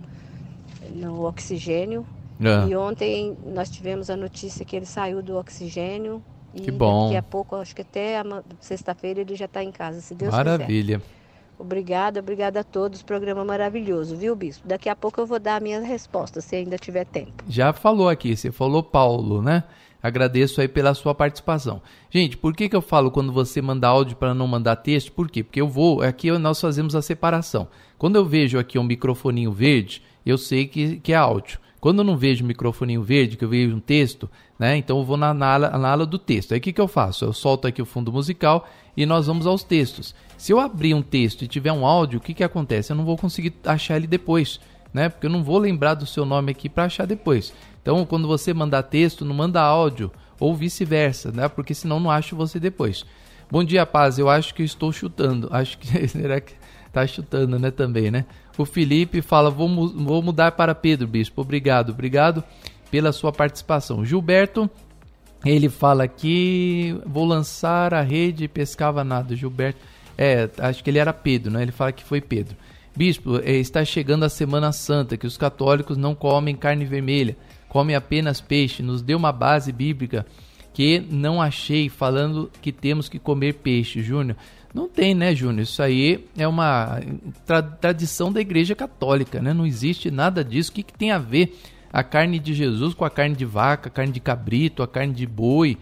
no oxigênio. É. E ontem nós tivemos a notícia que ele saiu do oxigênio. E que bom. Daqui a pouco, acho que até a sexta-feira ele já está em casa, se Deus Maravilha. quiser. Obrigada, obrigada a todos. Programa maravilhoso, viu, Bispo? Daqui a pouco eu vou dar a minha resposta, se ainda tiver tempo. Já falou aqui, você falou Paulo, né? Agradeço aí pela sua participação. Gente, por que que eu falo quando você manda áudio para não mandar texto? Por quê? Porque eu vou, aqui nós fazemos a separação. Quando eu vejo aqui um microfoninho verde, eu sei que, que é áudio. Quando eu não vejo um microfoninho verde, que eu vejo um texto, né? Então eu vou na, na, ala, na ala do texto. Aí o que que eu faço? Eu solto aqui o fundo musical e nós vamos aos textos. Se eu abrir um texto e tiver um áudio, o que que acontece? Eu não vou conseguir achar ele depois, né? Porque eu não vou lembrar do seu nome aqui para achar depois. Então, quando você mandar texto, não manda áudio, ou vice-versa, né? Porque senão não acho você depois. Bom dia, Paz. Eu acho que eu estou chutando. Acho que... Será que tá chutando, né? Também, né? O Felipe fala, vou, vou mudar para Pedro, Bispo. Obrigado, obrigado pela sua participação. Gilberto, ele fala aqui, vou lançar a rede e pescava nada. Gilberto, é, acho que ele era Pedro, né? Ele fala que foi Pedro. Bispo, está chegando a Semana Santa, que os católicos não comem carne vermelha, comem apenas peixe. Nos deu uma base bíblica que não achei, falando que temos que comer peixe, Júnior. Não tem, né, Júnior? Isso aí é uma tra- tradição da Igreja Católica, né? Não existe nada disso. O que, que tem a ver a carne de Jesus com a carne de vaca, a carne de cabrito, a carne de boi?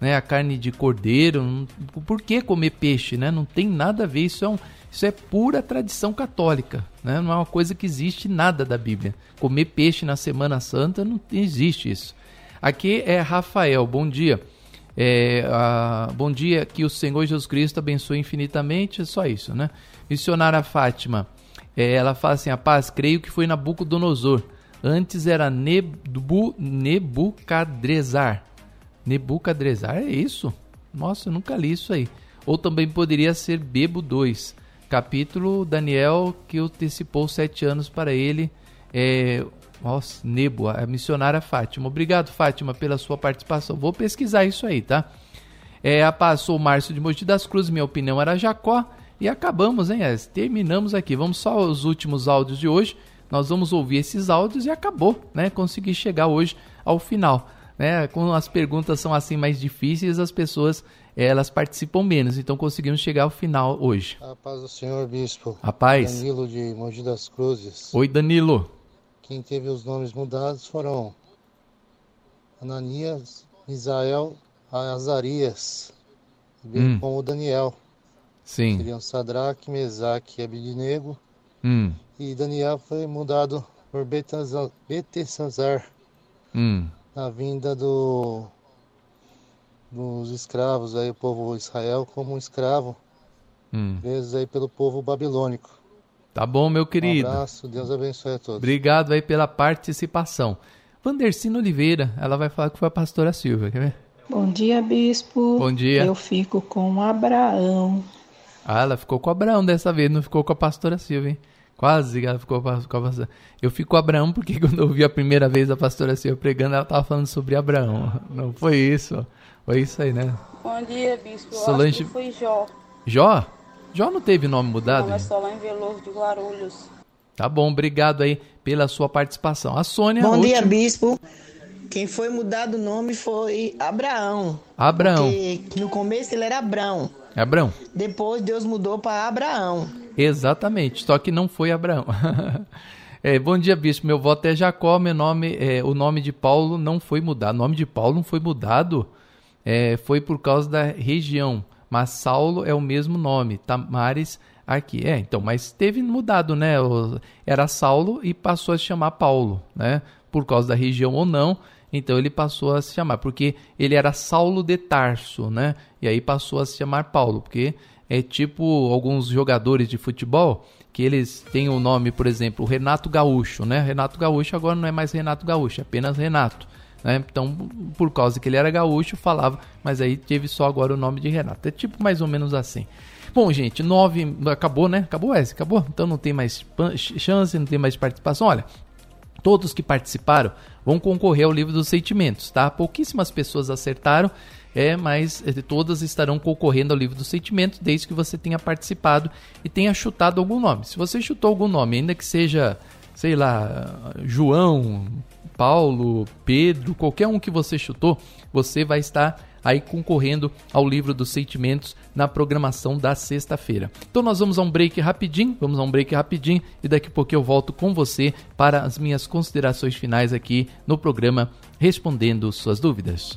né, a carne de cordeiro. Por que comer peixe, né? Não tem nada a ver, isso é, um, isso é pura tradição católica, né? Não é uma coisa que existe nada da Bíblia. Comer peixe na Semana Santa, não existe isso. Aqui é Rafael, bom dia. É, a, bom dia, que o Senhor Jesus Cristo abençoe infinitamente, é só isso, né? Missionária Fátima, é, ela fala assim, a paz, creio que foi Nabucodonosor, antes era Nebu, Nebucadrezar, Nebucadrezar, é isso? Nossa, eu nunca li isso aí. Ou também poderia ser Bebo dois, capítulo Daniel, que antecipou sete anos para ele, é... Nossa, Nebo, a missionária Fátima. Obrigado, Fátima, pela sua participação. Vou pesquisar isso aí, tá? É, a paz, sou o Márcio de Mogi das Cruzes, minha opinião era Jacó. E acabamos, hein? É, terminamos aqui. Vamos só aos últimos áudios de hoje. Nós vamos ouvir esses áudios e acabou, né? Consegui chegar hoje ao final, né? Quando as perguntas são assim mais difíceis, as pessoas, elas participam menos. Então conseguimos chegar ao final hoje. A paz do Senhor, Bispo. A paz. Danilo de Mogi das Cruzes. Oi, Danilo. Quem teve os nomes mudados foram Ananias, Misael, Azarias, bem hum. como Daniel. Sim. Seriam Sadraque, Mesaque e Abednego. Hum. E Daniel foi mudado por Beltesazar hum. na vinda do, dos escravos, aí, o povo Israel como um escravo, hum. presos aí pelo povo babilônico. Tá bom, meu querido. Um abraço, Deus abençoe a todos. Obrigado aí pela participação. Vandercina Oliveira, ela vai falar que foi a pastora Silvia, quer ver? Bom dia, Bispo. Bom dia. Eu fico com Abraão. Ah, ela ficou com Abraão dessa vez, não ficou com a pastora Silvia, hein? Quase ela ficou com a pastora. Eu fico com Abraão porque quando eu vi a primeira vez a pastora Silvia pregando, ela estava falando sobre Abraão. Não foi isso, foi isso aí, né? Bom dia, Bispo. Solange... Acho que foi Jó. Jó? Jó não teve nome mudado? Não, é Solange Veloso de Guarulhos. Tá bom, obrigado aí pela sua participação. A Sônia... Bom dia, última... Bispo. Quem foi mudado o nome foi Abraão. Abraão. Porque no começo ele era Abrão. Abrão. Depois Deus mudou para Abraão. Exatamente, só que não foi Abraão. É, bom dia, Bispo. Meu voto é Jacó. Meu nome, é, o nome de Paulo não foi mudado. O nome de Paulo não foi mudado. É, foi por causa da região. Mas Saulo é o mesmo nome, Tamares aqui. É, então, mas teve mudado, né? O, era Saulo e passou a se chamar Paulo, né? Por causa da região ou não, então ele passou a se chamar, porque ele era Saulo de Tarso, né? E aí passou a se chamar Paulo, porque é tipo alguns jogadores de futebol, que eles têm o nome, por exemplo, Renato Gaúcho, né? Renato Gaúcho agora não é mais Renato Gaúcho, é apenas Renato. Né? Então, por causa que ele era gaúcho, falava, mas aí teve só agora o nome de Renato. É tipo mais ou menos assim. Bom, gente, nove, acabou, né? Acabou esse, acabou? Então não tem mais chance, não tem mais participação. Olha, todos que participaram vão concorrer ao livro dos sentimentos, tá? Pouquíssimas pessoas acertaram, é, mas todas estarão concorrendo ao livro dos sentimentos, desde que você tenha participado e tenha chutado algum nome. Se você chutou algum nome, ainda que seja, sei lá, João, Paulo, Pedro, qualquer um que você chutou, você vai estar aí concorrendo ao livro dos sentimentos na programação da sexta-feira. Então nós vamos a um break rapidinho, vamos a um break rapidinho e daqui a pouco eu volto com você para as minhas considerações finais aqui no programa Respondendo Suas Dúvidas.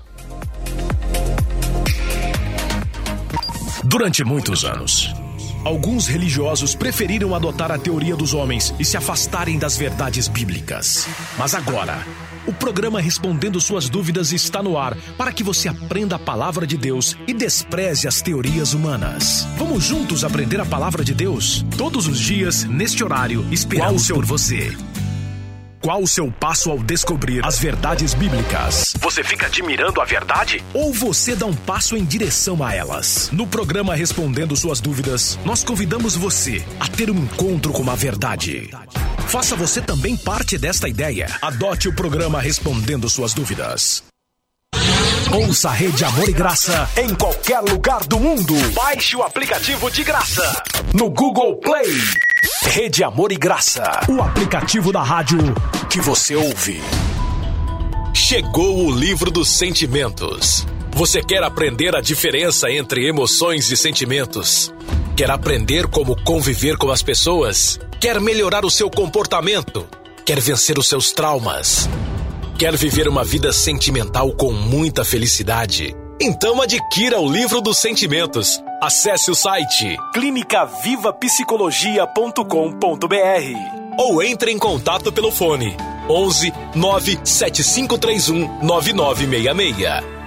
Durante muitos anos, alguns religiosos preferiram adotar a teoria dos homens e se afastarem das verdades bíblicas. Mas agora, o programa Respondendo Suas Dúvidas está no ar para que você aprenda a palavra de Deus e despreze as teorias humanas. Vamos juntos aprender a palavra de Deus? Todos os dias, neste horário, esperamos por você. Qual o seu passo ao descobrir as verdades bíblicas? Você fica admirando a verdade? Ou você dá um passo em direção a elas? No programa Respondendo Suas Dúvidas, nós convidamos você a ter um encontro com a verdade. Faça você também parte desta ideia. Adote o programa Respondendo Suas Dúvidas. Ouça a Rede Amor e Graça em qualquer lugar do mundo. Baixe o aplicativo de graça no Google Play. Rede Amor e Graça, o aplicativo da rádio que você ouve. Chegou o livro dos sentimentos. Você quer aprender a diferença entre emoções e sentimentos? Quer aprender como conviver com as pessoas? Quer melhorar o seu comportamento? Quer vencer os seus traumas? Quer viver uma vida sentimental com muita felicidade? Então adquira o Livro dos Sentimentos. Acesse o site clínica viva psicologia ponto com ponto b r ou entre em contato pelo fone onze nove sete cinco três um nove nove seis seis.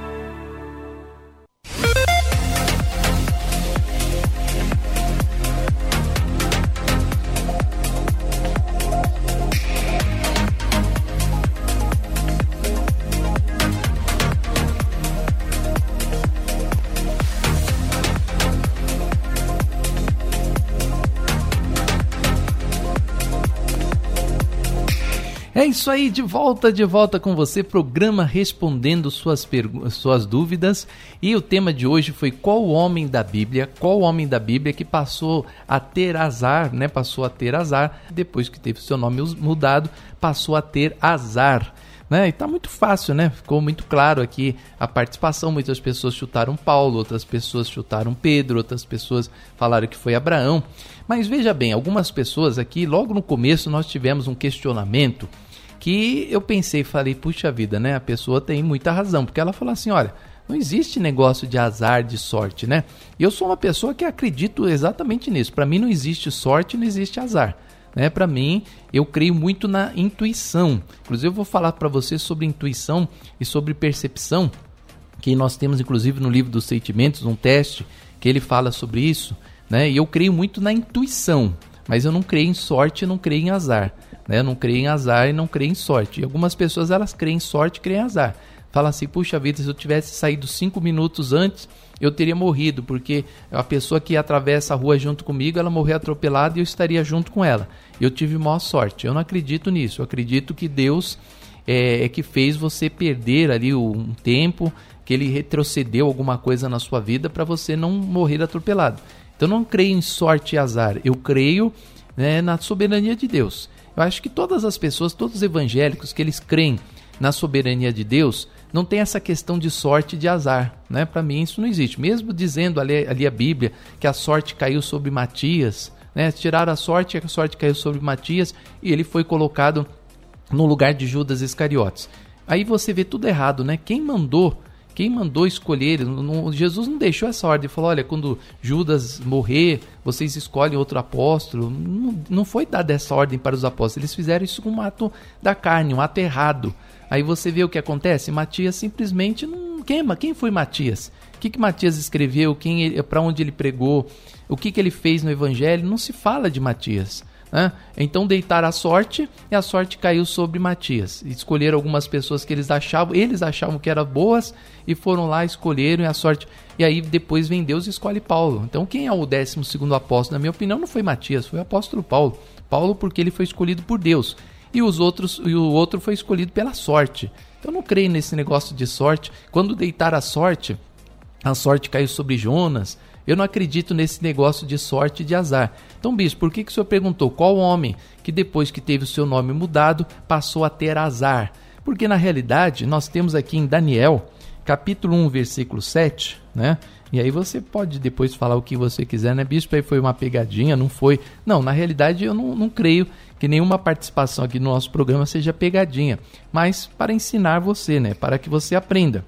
É isso aí, de volta, de volta com você, programa Respondendo suas, pergu- suas dúvidas. E o tema de hoje foi qual homem da Bíblia, qual homem da Bíblia que passou a ter azar, né? Passou a ter azar, depois que teve seu nome mudado, passou a ter azar. Né? E tá muito fácil, né? Ficou muito claro aqui a participação. Muitas pessoas chutaram Paulo, outras pessoas chutaram Pedro, outras pessoas falaram que foi Abraão. Mas veja bem, algumas pessoas aqui, logo no começo nós tivemos um questionamento que eu pensei, falei, puxa vida, né? A pessoa tem muita razão, porque ela falou assim, olha, não existe negócio de azar, de sorte, né? E eu sou uma pessoa que acredito exatamente nisso. Para mim não existe sorte, não existe azar. Né? Para mim, eu creio muito na intuição. Inclusive, eu vou falar para você sobre intuição e sobre percepção, que nós temos, inclusive, no livro dos Sentimentos, um teste que ele fala sobre isso. Né? E eu creio muito na intuição, mas eu não creio em sorte e não creio em azar. Né? Eu não creio em azar e não creio em sorte. E algumas pessoas, elas creem em sorte e creem em azar. Fala assim, puxa vida, se eu tivesse saído cinco minutos antes, eu teria morrido, porque a pessoa que atravessa a rua junto comigo, ela morreu atropelada e eu estaria junto com ela. Eu tive maior sorte. Eu não acredito nisso. Eu acredito que Deus é, é que fez você perder ali um tempo, que Ele retrocedeu alguma coisa na sua vida para você não morrer atropelado. Então eu não creio em sorte e azar. Eu creio, né, na soberania de Deus. Eu acho que todas as pessoas, todos os evangélicos, que eles creem na soberania de Deus, não tem essa questão de sorte e de azar, né? Para mim isso não existe. Mesmo dizendo ali, ali a Bíblia que a sorte caiu sobre Matias, né? Tiraram a sorte, a sorte caiu sobre Matias e ele foi colocado no lugar de Judas Iscariotes. Aí você vê tudo errado, né? Quem mandou, quem mandou escolher, não, Jesus não deixou essa ordem, falou, olha, quando Judas morrer, vocês escolhem outro apóstolo. Não, não foi dada essa ordem para os apóstolos, eles fizeram isso com um ato da carne, um ato errado. Aí você vê o que acontece, Matias simplesmente não queima. Quem foi Matias? O que, que Matias escreveu? Para onde ele pregou? O que, que ele fez no evangelho? Não se fala de Matias. Né? Então deitaram a sorte e a sorte caiu sobre Matias. Escolheram algumas pessoas que eles achavam, eles achavam que eram boas e foram lá, escolheram e a sorte. E aí depois vem Deus e escolhe Paulo. Então quem é o décimo segundo apóstolo? Na minha opinião não foi Matias, foi o apóstolo Paulo. Paulo porque ele foi escolhido por Deus. E, os outros, e o outro foi escolhido pela sorte. Então eu não creio nesse negócio de sorte. Quando deitar a sorte, a sorte caiu sobre Jonas. Eu não acredito nesse negócio de sorte e de azar. Então, bispo, por que, que o senhor perguntou qual homem que depois que teve o seu nome mudado passou a ter azar? Porque na realidade nós temos aqui em Daniel, capítulo um, versículo sete, né? E aí você pode depois falar o que você quiser, né, bispo? Aí foi uma pegadinha, não foi? Não, na realidade eu não, não creio que nenhuma participação aqui no nosso programa seja pegadinha, mas para ensinar você, né? Para que você aprenda.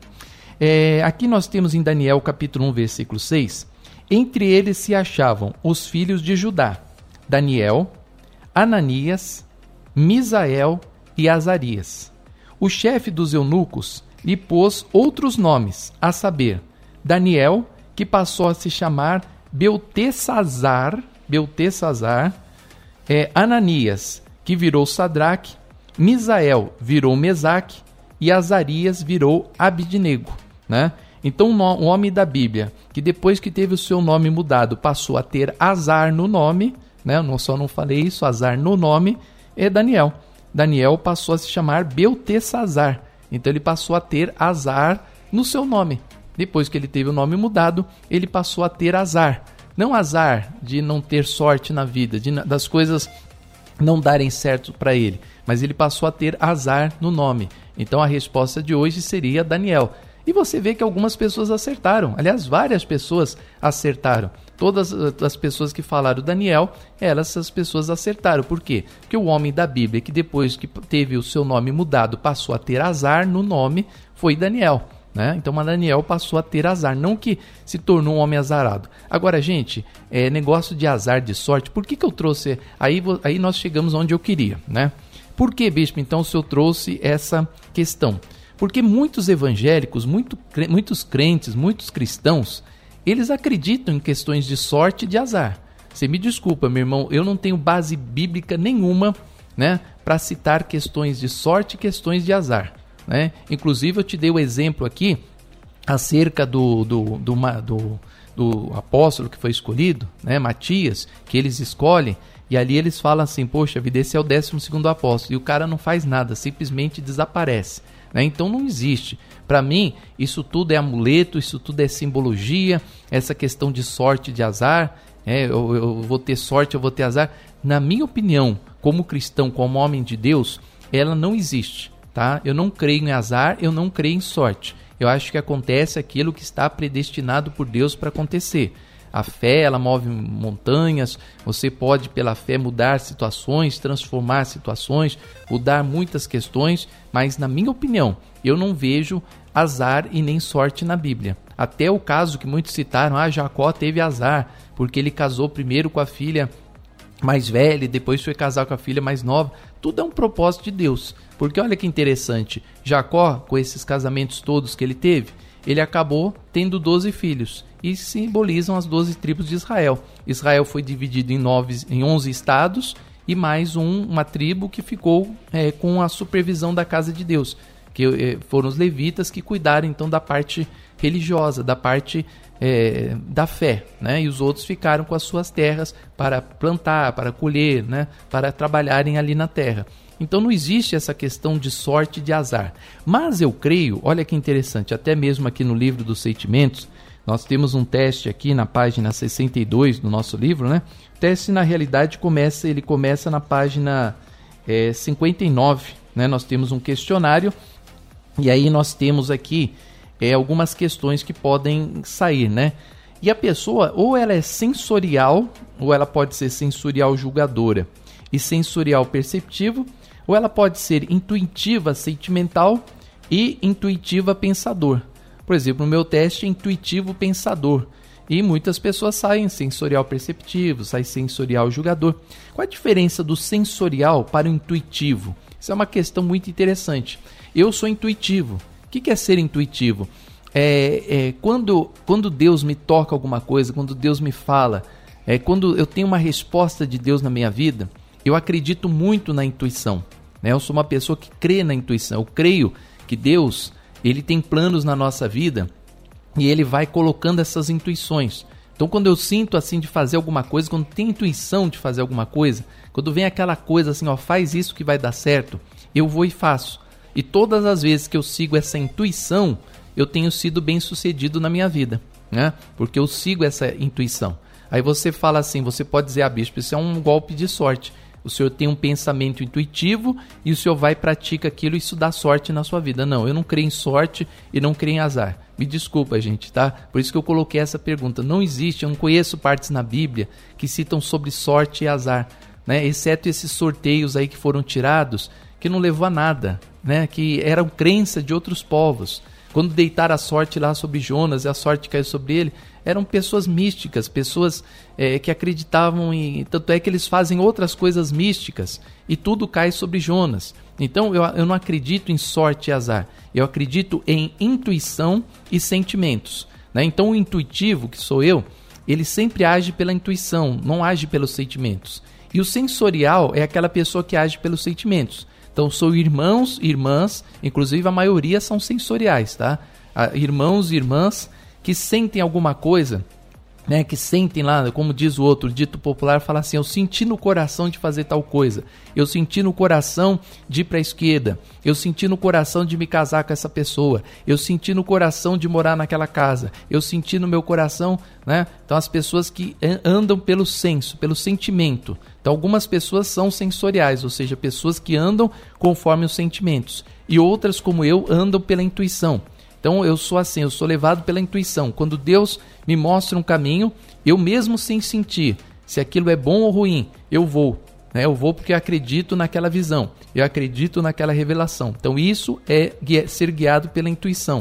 É, aqui nós temos em Daniel capítulo um, versículo seis, entre eles se achavam os filhos de Judá, Daniel, Ananias, Misael e Azarias. O chefe dos eunucos lhe pôs outros nomes, a saber, Daniel, que passou a se chamar Beltesazar, Beltesazar, é, Ananias, que virou Sadraque, Misael virou Mesaque e Azarias virou Abidnego, né? Então o homem da Bíblia, que depois que teve o seu nome mudado, passou a ter azar no nome, né? Eu só não falei isso, azar no nome, é Daniel. Daniel passou a se chamar Beltesazar, então ele passou a ter azar no seu nome. Depois que ele teve o nome mudado, ele passou a ter azar. Não azar de não ter sorte na vida, de, das coisas não darem certo para ele, mas ele passou a ter azar no nome. Então a resposta de hoje seria Daniel. E você vê que algumas pessoas acertaram. Aliás, várias pessoas acertaram. Todas as pessoas que falaram Daniel, elas, essas pessoas acertaram. Por quê? Porque o homem da Bíblia, que depois que teve o seu nome mudado, passou a ter azar no nome, foi Daniel. né? Então Daniel passou a ter azar, não que se tornou um homem azarado. Agora, gente, é, negócio de azar, de sorte, por que que eu trouxe? Aí, aí nós chegamos onde eu queria, né? Por que, bispo, então o senhor trouxe essa questão? Porque muitos evangélicos, muito, muitos crentes, muitos cristãos, eles acreditam em questões de sorte e de azar. Você me desculpa, meu irmão, eu não tenho base bíblica nenhuma, né, para citar questões de sorte e questões de azar, né? Inclusive eu te dei o exemplo aqui acerca do, do, do, do, do apóstolo que foi escolhido, né, Matias, que eles escolhem, e ali eles falam assim, poxa vida, esse é o décimo segundo apóstolo, e o cara não faz nada, simplesmente desaparece, né? Então não existe. Para mim, isso tudo é amuleto, isso tudo é simbologia, essa questão de sorte e de azar, é, eu, eu vou ter sorte, eu vou ter azar. Na minha opinião, como cristão, como homem de Deus, ela não existe, tá? Eu não creio em azar, eu não creio em sorte. Eu acho que acontece aquilo que está predestinado por Deus para acontecer. A fé, ela move montanhas, você pode pela fé mudar situações, transformar situações, mudar muitas questões, mas na minha opinião, eu não vejo azar e nem sorte na Bíblia. Até o caso que muitos citaram, ah, Jacó teve azar, porque ele casou primeiro com a filha mais velha e depois foi casar com a filha mais nova. Tudo é um propósito de Deus, porque olha que interessante, Jacó, com esses casamentos todos que ele teve, ele acabou tendo doze filhos e simbolizam as doze tribos de Israel. Israel foi dividido em, nove, em onze estados e mais um, uma tribo que ficou é, com a supervisão da casa de Deus, que é, foram os levitas que cuidaram então da parte religiosa, da parte é, da fé, né? E os outros ficaram com as suas terras para plantar, para colher, né? Para trabalharem ali na terra. Então não existe essa questão de sorte e de azar. Mas eu creio, olha que interessante, até mesmo aqui no livro dos sentimentos, nós temos um teste aqui na página sessenta e dois do nosso livro, né? O teste, na realidade, começa, ele começa na página é, cinquenta e nove, né? Nós temos um questionário e aí nós temos aqui é, algumas questões que podem sair, né? E a pessoa, ou ela é sensorial, ou ela pode ser sensorial julgadora e sensorial perceptivo, ou ela pode ser intuitiva sentimental e intuitiva pensador. Por exemplo, no meu teste é intuitivo pensador. E muitas pessoas saem sensorial perceptivo, saem sensorial julgador. Qual a diferença do sensorial para o intuitivo? Isso é uma questão muito interessante. Eu sou intuitivo. O que é ser intuitivo? É, é, quando, quando Deus me toca alguma coisa, quando Deus me fala, é, quando eu tenho uma resposta de Deus na minha vida, eu acredito muito na intuição, né? Eu sou uma pessoa que crê na intuição. Eu creio que Deus, ele tem planos na nossa vida e ele vai colocando essas intuições. Então, quando eu sinto assim de fazer alguma coisa, quando tem intuição de fazer alguma coisa, quando vem aquela coisa assim, ó, faz isso que vai dar certo, eu vou e faço. E todas as vezes que eu sigo essa intuição, eu tenho sido bem sucedido na minha vida, né? Porque eu sigo essa intuição. Aí você fala assim, você pode dizer, ah, bispo, isso é um golpe de sorte. O senhor tem um pensamento intuitivo e o senhor vai e pratica aquilo e isso dá sorte na sua vida. Não, eu não creio em sorte e não creio em azar. Me desculpa, gente, tá? Por isso que eu coloquei essa pergunta. Não existe, eu não conheço partes na Bíblia que citam sobre sorte e azar, né? Exceto esses sorteios aí que foram tirados, que não levou a nada, né? Que eram crença de outros povos. Quando deitaram a sorte lá sobre Jonas e a sorte caiu sobre ele, eram pessoas místicas, pessoas é, que acreditavam em... Tanto é que eles fazem outras coisas místicas e tudo cai sobre Jonas. Então eu, eu não acredito em sorte e azar, eu acredito em intuição e sentimentos, né? Então o intuitivo, que sou eu, ele sempre age pela intuição, não age pelos sentimentos. E o sensorial é aquela pessoa que age pelos sentimentos. Então sou irmãos e irmãs, inclusive a maioria são sensoriais, tá? Irmãos e irmãs que sentem alguma coisa, né? Que sentem lá, como diz o outro, dito popular, fala assim, eu senti no coração de fazer tal coisa, eu senti no coração de ir para a esquerda, eu senti no coração de me casar com essa pessoa, eu senti no coração de morar naquela casa, eu senti no meu coração, né? Então as pessoas que andam pelo senso, pelo sentimento. Então algumas pessoas são sensoriais, ou seja, pessoas que andam conforme os sentimentos, e outras, como eu, andam pela intuição. Então eu sou assim, eu sou levado pela intuição. Quando Deus me mostra um caminho, eu mesmo sem sentir se aquilo é bom ou ruim, eu vou. Né? Eu vou porque eu acredito naquela visão, eu acredito naquela revelação. Então isso é ser guiado pela intuição.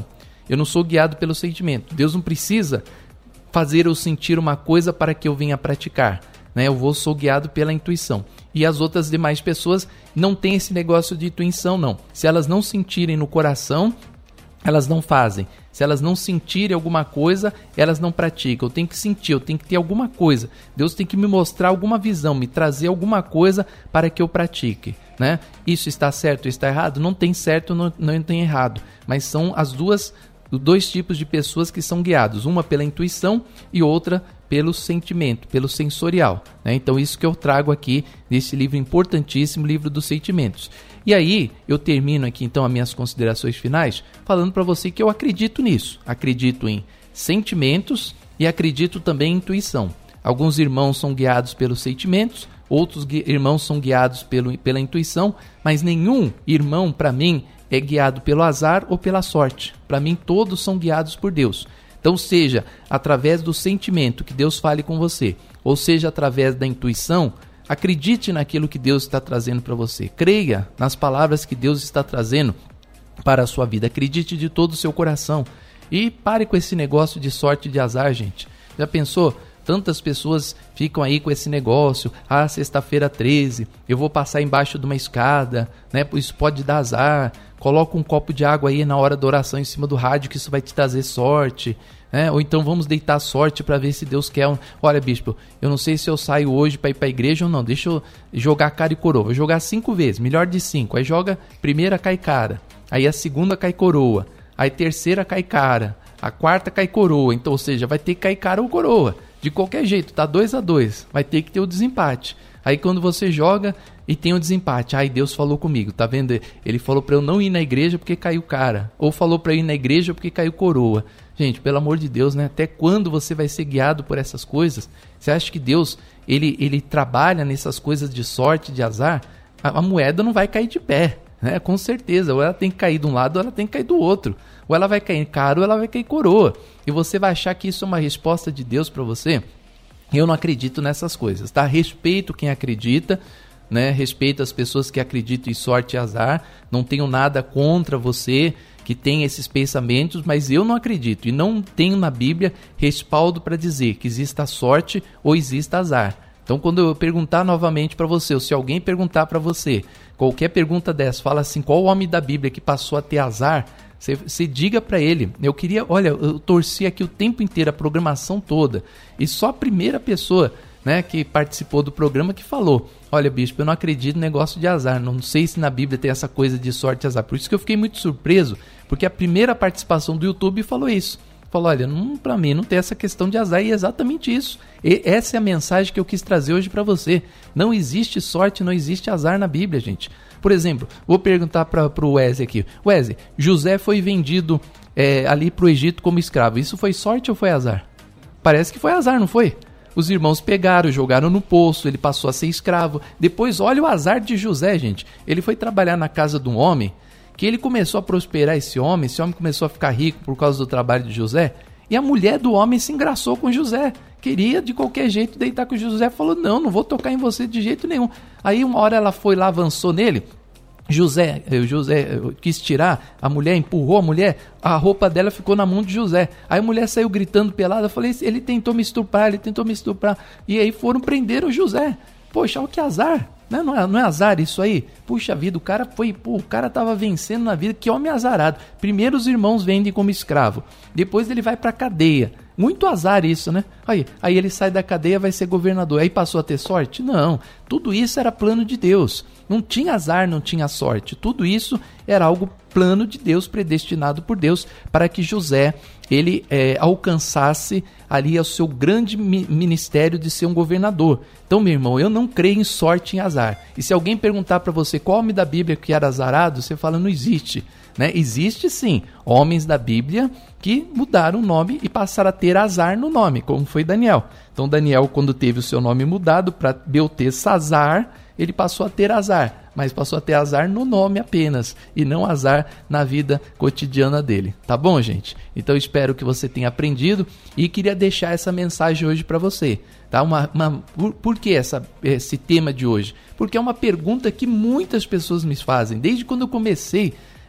Eu não sou guiado pelo sentimento. Deus não precisa fazer eu sentir uma coisa para que eu venha praticar, né? Eu vou sou guiado pela intuição. E as outras demais pessoas não têm esse negócio de intuição, não. Se elas não sentirem no coração, elas não fazem. Se elas não sentirem alguma coisa, elas não praticam. Eu tenho que sentir, eu tenho que ter alguma coisa. Deus tem que me mostrar alguma visão, me trazer alguma coisa para que eu pratique, né? Isso está certo, está errado? Não tem certo, não, não tem errado. Mas são as duas, dois tipos de pessoas que são guiados. Uma pela intuição e outra pelo sentimento, pelo sensorial, né? Então isso que eu trago aqui nesse livro importantíssimo, Livro dos Sentimentos. E aí eu termino aqui então as minhas considerações finais falando para você que eu acredito nisso. Acredito em sentimentos e acredito também em intuição. Alguns irmãos são guiados pelos sentimentos, outros gui- irmãos são guiados pelo, pela intuição, mas nenhum irmão para mim é guiado pelo azar ou pela sorte. Para mim todos são guiados por Deus. Então, seja através do sentimento que Deus fale com você, ou seja através da intuição, acredite naquilo que Deus está trazendo para você. Creia nas palavras que Deus está trazendo para a sua vida. Acredite de todo o seu coração. E pare com esse negócio de sorte e de azar, gente. Já pensou? Tantas pessoas ficam aí com esse negócio. Ah, sexta-feira treze, eu vou passar embaixo de uma escada, né? Isso pode dar azar. Coloca um copo de água aí na hora da oração em cima do rádio que isso vai te trazer sorte, né? Ou então vamos deitar sorte para ver se Deus quer. Um... Olha, bispo, eu não sei se eu saio hoje para ir para a igreja ou não. Deixa eu jogar cara e coroa. Vou jogar cinco vezes, melhor de cinco. Aí joga, primeira cai cara, aí a segunda cai coroa, aí a terceira cai cara, a quarta cai coroa. Então, ou seja, vai ter que cair cara ou coroa. De qualquer jeito, tá dois a dois, vai ter que ter o desempate. Aí quando você joga e tem o desempate, ai, Deus falou comigo, tá vendo? Ele falou para eu não ir na igreja porque caiu cara, ou falou para eu ir na igreja porque caiu coroa. Gente, pelo amor de Deus, né? Até quando você vai ser guiado por essas coisas? Você acha que Deus, ele, ele trabalha nessas coisas de sorte, de azar? A, a moeda não vai cair de pé, né? Com certeza, ou ela tem que cair de um lado ou ela tem que cair do outro. Ou ela vai cair cara ou ela vai cair coroa. E você vai achar que isso é uma resposta de Deus para você? Eu não acredito nessas coisas, tá? Respeito quem acredita, né? Respeito as pessoas que acreditam em sorte e azar. Não tenho nada contra você que tem esses pensamentos, mas eu não acredito. E não tenho na Bíblia respaldo para dizer que exista sorte ou exista azar. Então, quando eu perguntar novamente para você, ou se alguém perguntar para você, qualquer pergunta dessa, fala assim, qual o homem da Bíblia que passou a ter azar? Você, você diga para ele, eu queria, olha, eu torci aqui o tempo inteiro, a programação toda, e só a primeira pessoa, né, que participou do programa que falou, olha, bispo, eu não acredito no negócio de azar, não sei se na Bíblia tem essa coisa de sorte e azar. Por isso que eu fiquei muito surpreso, porque a primeira participação do YouTube falou isso. Falou, olha, não, para mim não tem essa questão de azar, e é exatamente isso. E essa é a mensagem que eu quis trazer hoje para você. Não existe sorte, não existe azar na Bíblia, gente. Por exemplo, vou perguntar para o Wesley aqui. Wesley, José foi vendido é, ali para o Egito como escravo. Isso foi sorte ou foi azar? Parece que foi azar, não foi? Os irmãos pegaram, jogaram no poço, ele passou a ser escravo. Depois, olha o azar de José, gente. Ele foi trabalhar na casa de um homem, que ele começou a prosperar esse homem, esse homem começou a ficar rico por causa do trabalho de José, e a mulher do homem se engraçou com José. Queria de qualquer jeito deitar com José, falou, não, não vou tocar em você de jeito nenhum. Aí uma hora ela foi lá, avançou nele, José, José quis tirar, a mulher empurrou a mulher, a roupa dela ficou na mão de José. Aí a mulher saiu gritando pelada, eu falei, ele tentou me estuprar, ele tentou me estuprar. E aí foram prender o José. Poxa, olha que azar. Não é, não, é, não é azar isso aí? Puxa vida, o cara foi, pô, o cara tava vencendo na vida, que homem azarado. Primeiro os irmãos vendem como escravo, depois ele vai pra cadeia. Muito azar isso, né? Aí, aí ele sai da cadeia, vai ser governador. Aí passou a ter sorte? Não, tudo isso era plano de Deus. Não tinha azar, não tinha sorte. Tudo isso era algo plano de Deus, predestinado por Deus, para que José, ele é, alcançasse ali o seu grande ministério de ser um governador. Então, meu irmão, eu não creio em sorte e em azar. E se alguém perguntar para você qual homem da Bíblia que era azarado, você fala, não existe. Né? Existe sim, homens da Bíblia que mudaram o nome e passaram a ter azar no nome, como foi Daniel. Então Daniel, quando teve o seu nome mudado para Beltesazar, ele passou a ter azar, mas passou a ter azar no nome apenas, e não azar na vida cotidiana dele. Tá bom, gente? Então espero que você tenha aprendido e queria deixar essa mensagem hoje para você. Tá? Uma, uma, por, por que essa, esse tema de hoje? Porque é uma pergunta que muitas pessoas me fazem, desde quando eu comecei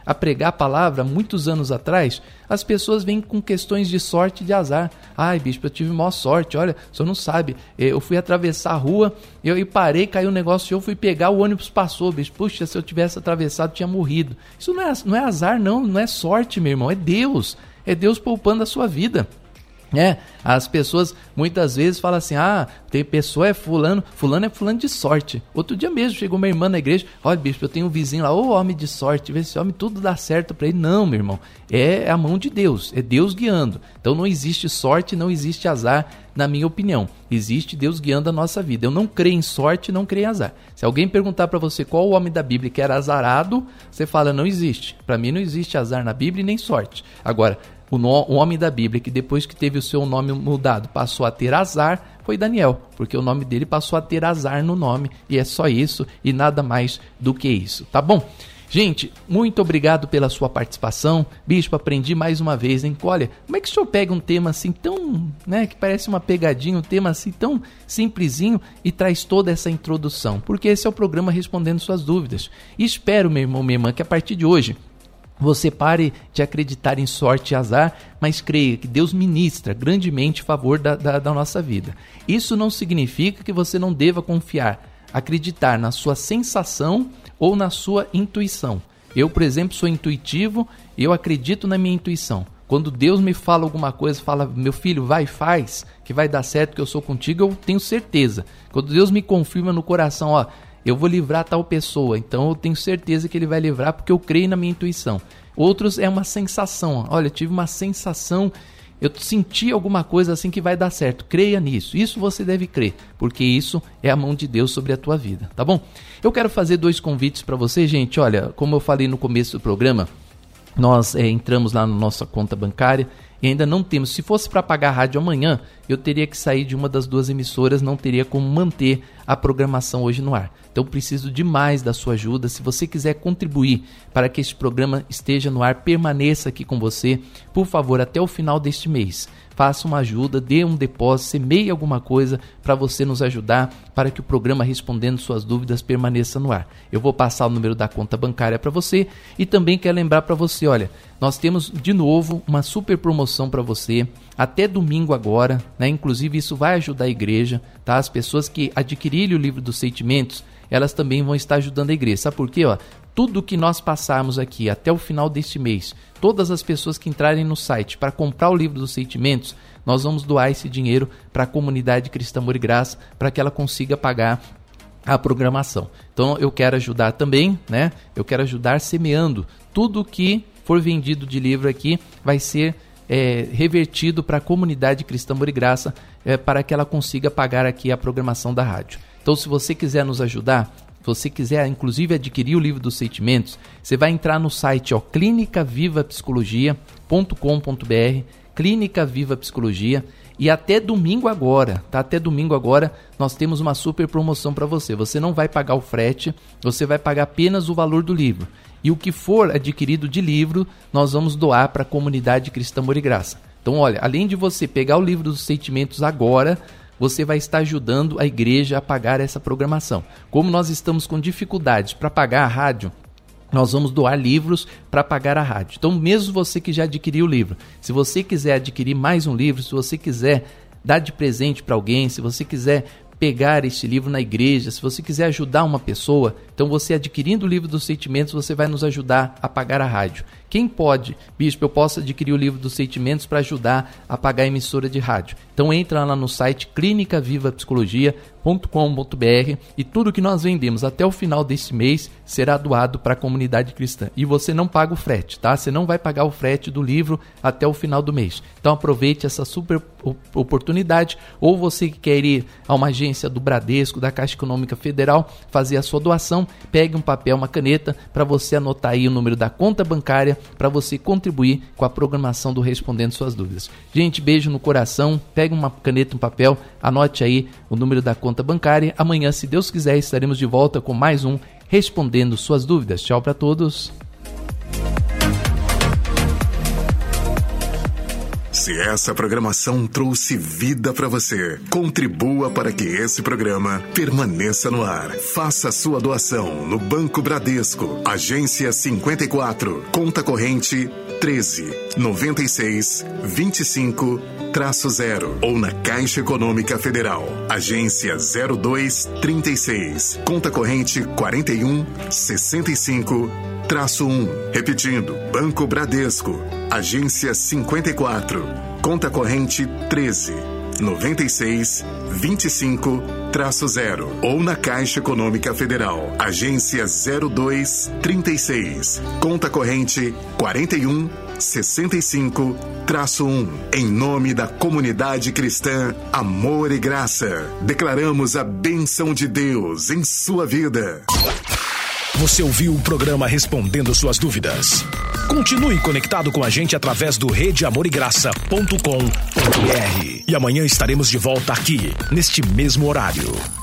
a pregar a palavra, muitos anos atrás, as pessoas vêm com questões de sorte e de azar. Ai, bispo, eu tive maior sorte, olha, o senhor não sabe, eu fui atravessar a rua, eu, eu parei, caiu um negócio, eu fui pegar, o ônibus passou, bispo, puxa, se eu tivesse atravessado, tinha morrido. Isso não é, não é azar, não, não é sorte, meu irmão, é Deus, é Deus poupando a sua vida. É, as pessoas muitas vezes falam assim, ah, tem pessoa é fulano, fulano é fulano de sorte. Outro dia mesmo chegou minha irmã na igreja, olha, bispo, eu tenho um vizinho lá, ô homem de sorte, vê se esse homem tudo dá certo para ele. Não, meu irmão, é a mão de Deus, é Deus guiando. Então não existe sorte, não existe azar, na minha opinião. Existe Deus guiando a nossa vida. Eu não creio em sorte, não creio em azar. Se alguém perguntar para você qual o homem da Bíblia que era azarado, você fala, não existe. Para mim não existe azar na Bíblia e nem sorte. Agora, O, no, o homem da Bíblia que depois que teve o seu nome mudado passou a ter azar foi Daniel, porque o nome dele passou a ter azar no nome, e é só isso e nada mais do que isso, tá bom? Gente, muito obrigado pela sua participação. Bispo, aprendi mais uma vez, hein? Olha, como é que o senhor pega um tema assim tão, né, que parece uma pegadinha, um tema assim tão simplesinho e traz toda essa introdução? Porque esse é o programa Respondendo Suas Dúvidas. E espero, meu irmão, minha irmã, que a partir de hoje você pare de acreditar em sorte e azar, mas creia que Deus ministra grandemente a favor da, da, da nossa vida. Isso não significa que você não deva confiar, acreditar na sua sensação ou na sua intuição. Eu, por exemplo, sou intuitivo, eu acredito na minha intuição. Quando Deus me fala alguma coisa, fala, meu filho, vai, faz, que vai dar certo, que eu sou contigo, eu tenho certeza. Quando Deus me confirma no coração, ó, eu vou livrar tal pessoa, então eu tenho certeza que ele vai livrar porque eu creio na minha intuição. Outros é uma sensação, olha, eu tive uma sensação, eu senti alguma coisa assim que vai dar certo, creia nisso, isso você deve crer, porque isso é a mão de Deus sobre a tua vida, tá bom? Eu quero fazer dois convites para você, gente, olha, como eu falei no começo do programa, nós é, entramos lá na nossa conta bancária e ainda não temos, se fosse para pagar a rádio amanhã, eu teria que sair de uma das duas emissoras, não teria como manter a programação hoje no ar. Então preciso demais da sua ajuda. Se você quiser contribuir para que este programa esteja no ar, permaneça aqui com você, por favor, até o final deste mês. Faça uma ajuda, dê um depósito, semeie alguma coisa para você nos ajudar, para que o programa Respondendo Suas Dúvidas permaneça no ar. Eu vou passar o número da conta bancária para você e também quero lembrar para você, olha, nós temos de novo uma super promoção para você, até domingo agora, né? Inclusive isso vai ajudar a igreja, tá? As pessoas que adquirirem o livro dos sentimentos, elas também vão estar ajudando a igreja. Sabe por quê? Ó, tudo que nós passarmos aqui até o final deste mês, todas as pessoas que entrarem no site para comprar o livro dos sentimentos, nós vamos doar esse dinheiro para a comunidade Cristã Amor e Graça, para que ela consiga pagar a programação. Então eu quero ajudar também, né? Eu quero ajudar semeando. Tudo que for vendido de livro aqui vai ser é, revertido para a comunidade Cristã Amor e Graça, é, para que ela consiga pagar aqui a programação da rádio. Então se você quiser nos ajudar, se você quiser inclusive adquirir o livro dos sentimentos, você vai entrar no site ó, clínica viva psicologia ponto com ponto br, Clínica Viva Psicologia, e até domingo agora, tá? Até domingo agora nós temos uma super promoção para você. Você não vai pagar o frete, você vai pagar apenas o valor do livro. E o que for adquirido de livro, nós vamos doar para a comunidade Cristã Amor e Graça. Então, olha, além de você pegar o livro dos sentimentos agora, você vai estar ajudando a igreja a pagar essa programação. Como nós estamos com dificuldades para pagar a rádio, nós vamos doar livros para pagar a rádio. Então, mesmo você que já adquiriu o livro, se você quiser adquirir mais um livro, se você quiser dar de presente para alguém, se você quiser pegar este livro na igreja, se você quiser ajudar uma pessoa, então você adquirindo o livro dos sentimentos, você vai nos ajudar a pagar a rádio. Quem pode? Bispo, eu posso adquirir o livro dos sentimentos para ajudar a pagar a emissora de rádio. Então entra lá no site clínica viva psicologia ponto com ponto br e tudo que nós vendemos até o final deste mês será doado para a comunidade cristã. E você não paga o frete, tá? Você não vai pagar o frete do livro até o final do mês. Então aproveite essa super oportunidade, ou você que quer ir a uma agência do Bradesco, da Caixa Econômica Federal, fazer a sua doação, pegue um papel, uma caneta, para você anotar aí o número da conta bancária, para você contribuir com a programação do Respondendo Suas Dúvidas. Gente, beijo no coração, pegue uma caneta, um papel, anote aí o número da conta bancária. Amanhã, se Deus quiser, estaremos de volta com mais um Respondendo Suas Dúvidas. Tchau para todos. Se essa programação trouxe vida para você, contribua para que esse programa permaneça no ar. Faça sua doação no Banco Bradesco, agência cinquenta e quatro, conta corrente treze, noventa e seis, vinte e cinco, traço zero, ou na Caixa Econômica Federal, agência zero dois, trinta e seis, conta corrente quarenta e um, sessenta e cinco, traço um. Repetindo, Banco Bradesco, agência cinquenta e quatro, conta corrente treze, noventa e seis, vinte e cinco, traço zero, ou na Caixa Econômica Federal, agência zero dois, trinta e seis, conta corrente quarenta e um, sessenta e cinco, traço um. Em nome da comunidade cristã Amor e Graça, declaramos a bênção de Deus em sua vida. Você ouviu o programa Respondendo Suas Dúvidas. Continue conectado com a gente através do rede amor e graça ponto com ponto br. E amanhã estaremos de volta aqui, neste mesmo horário.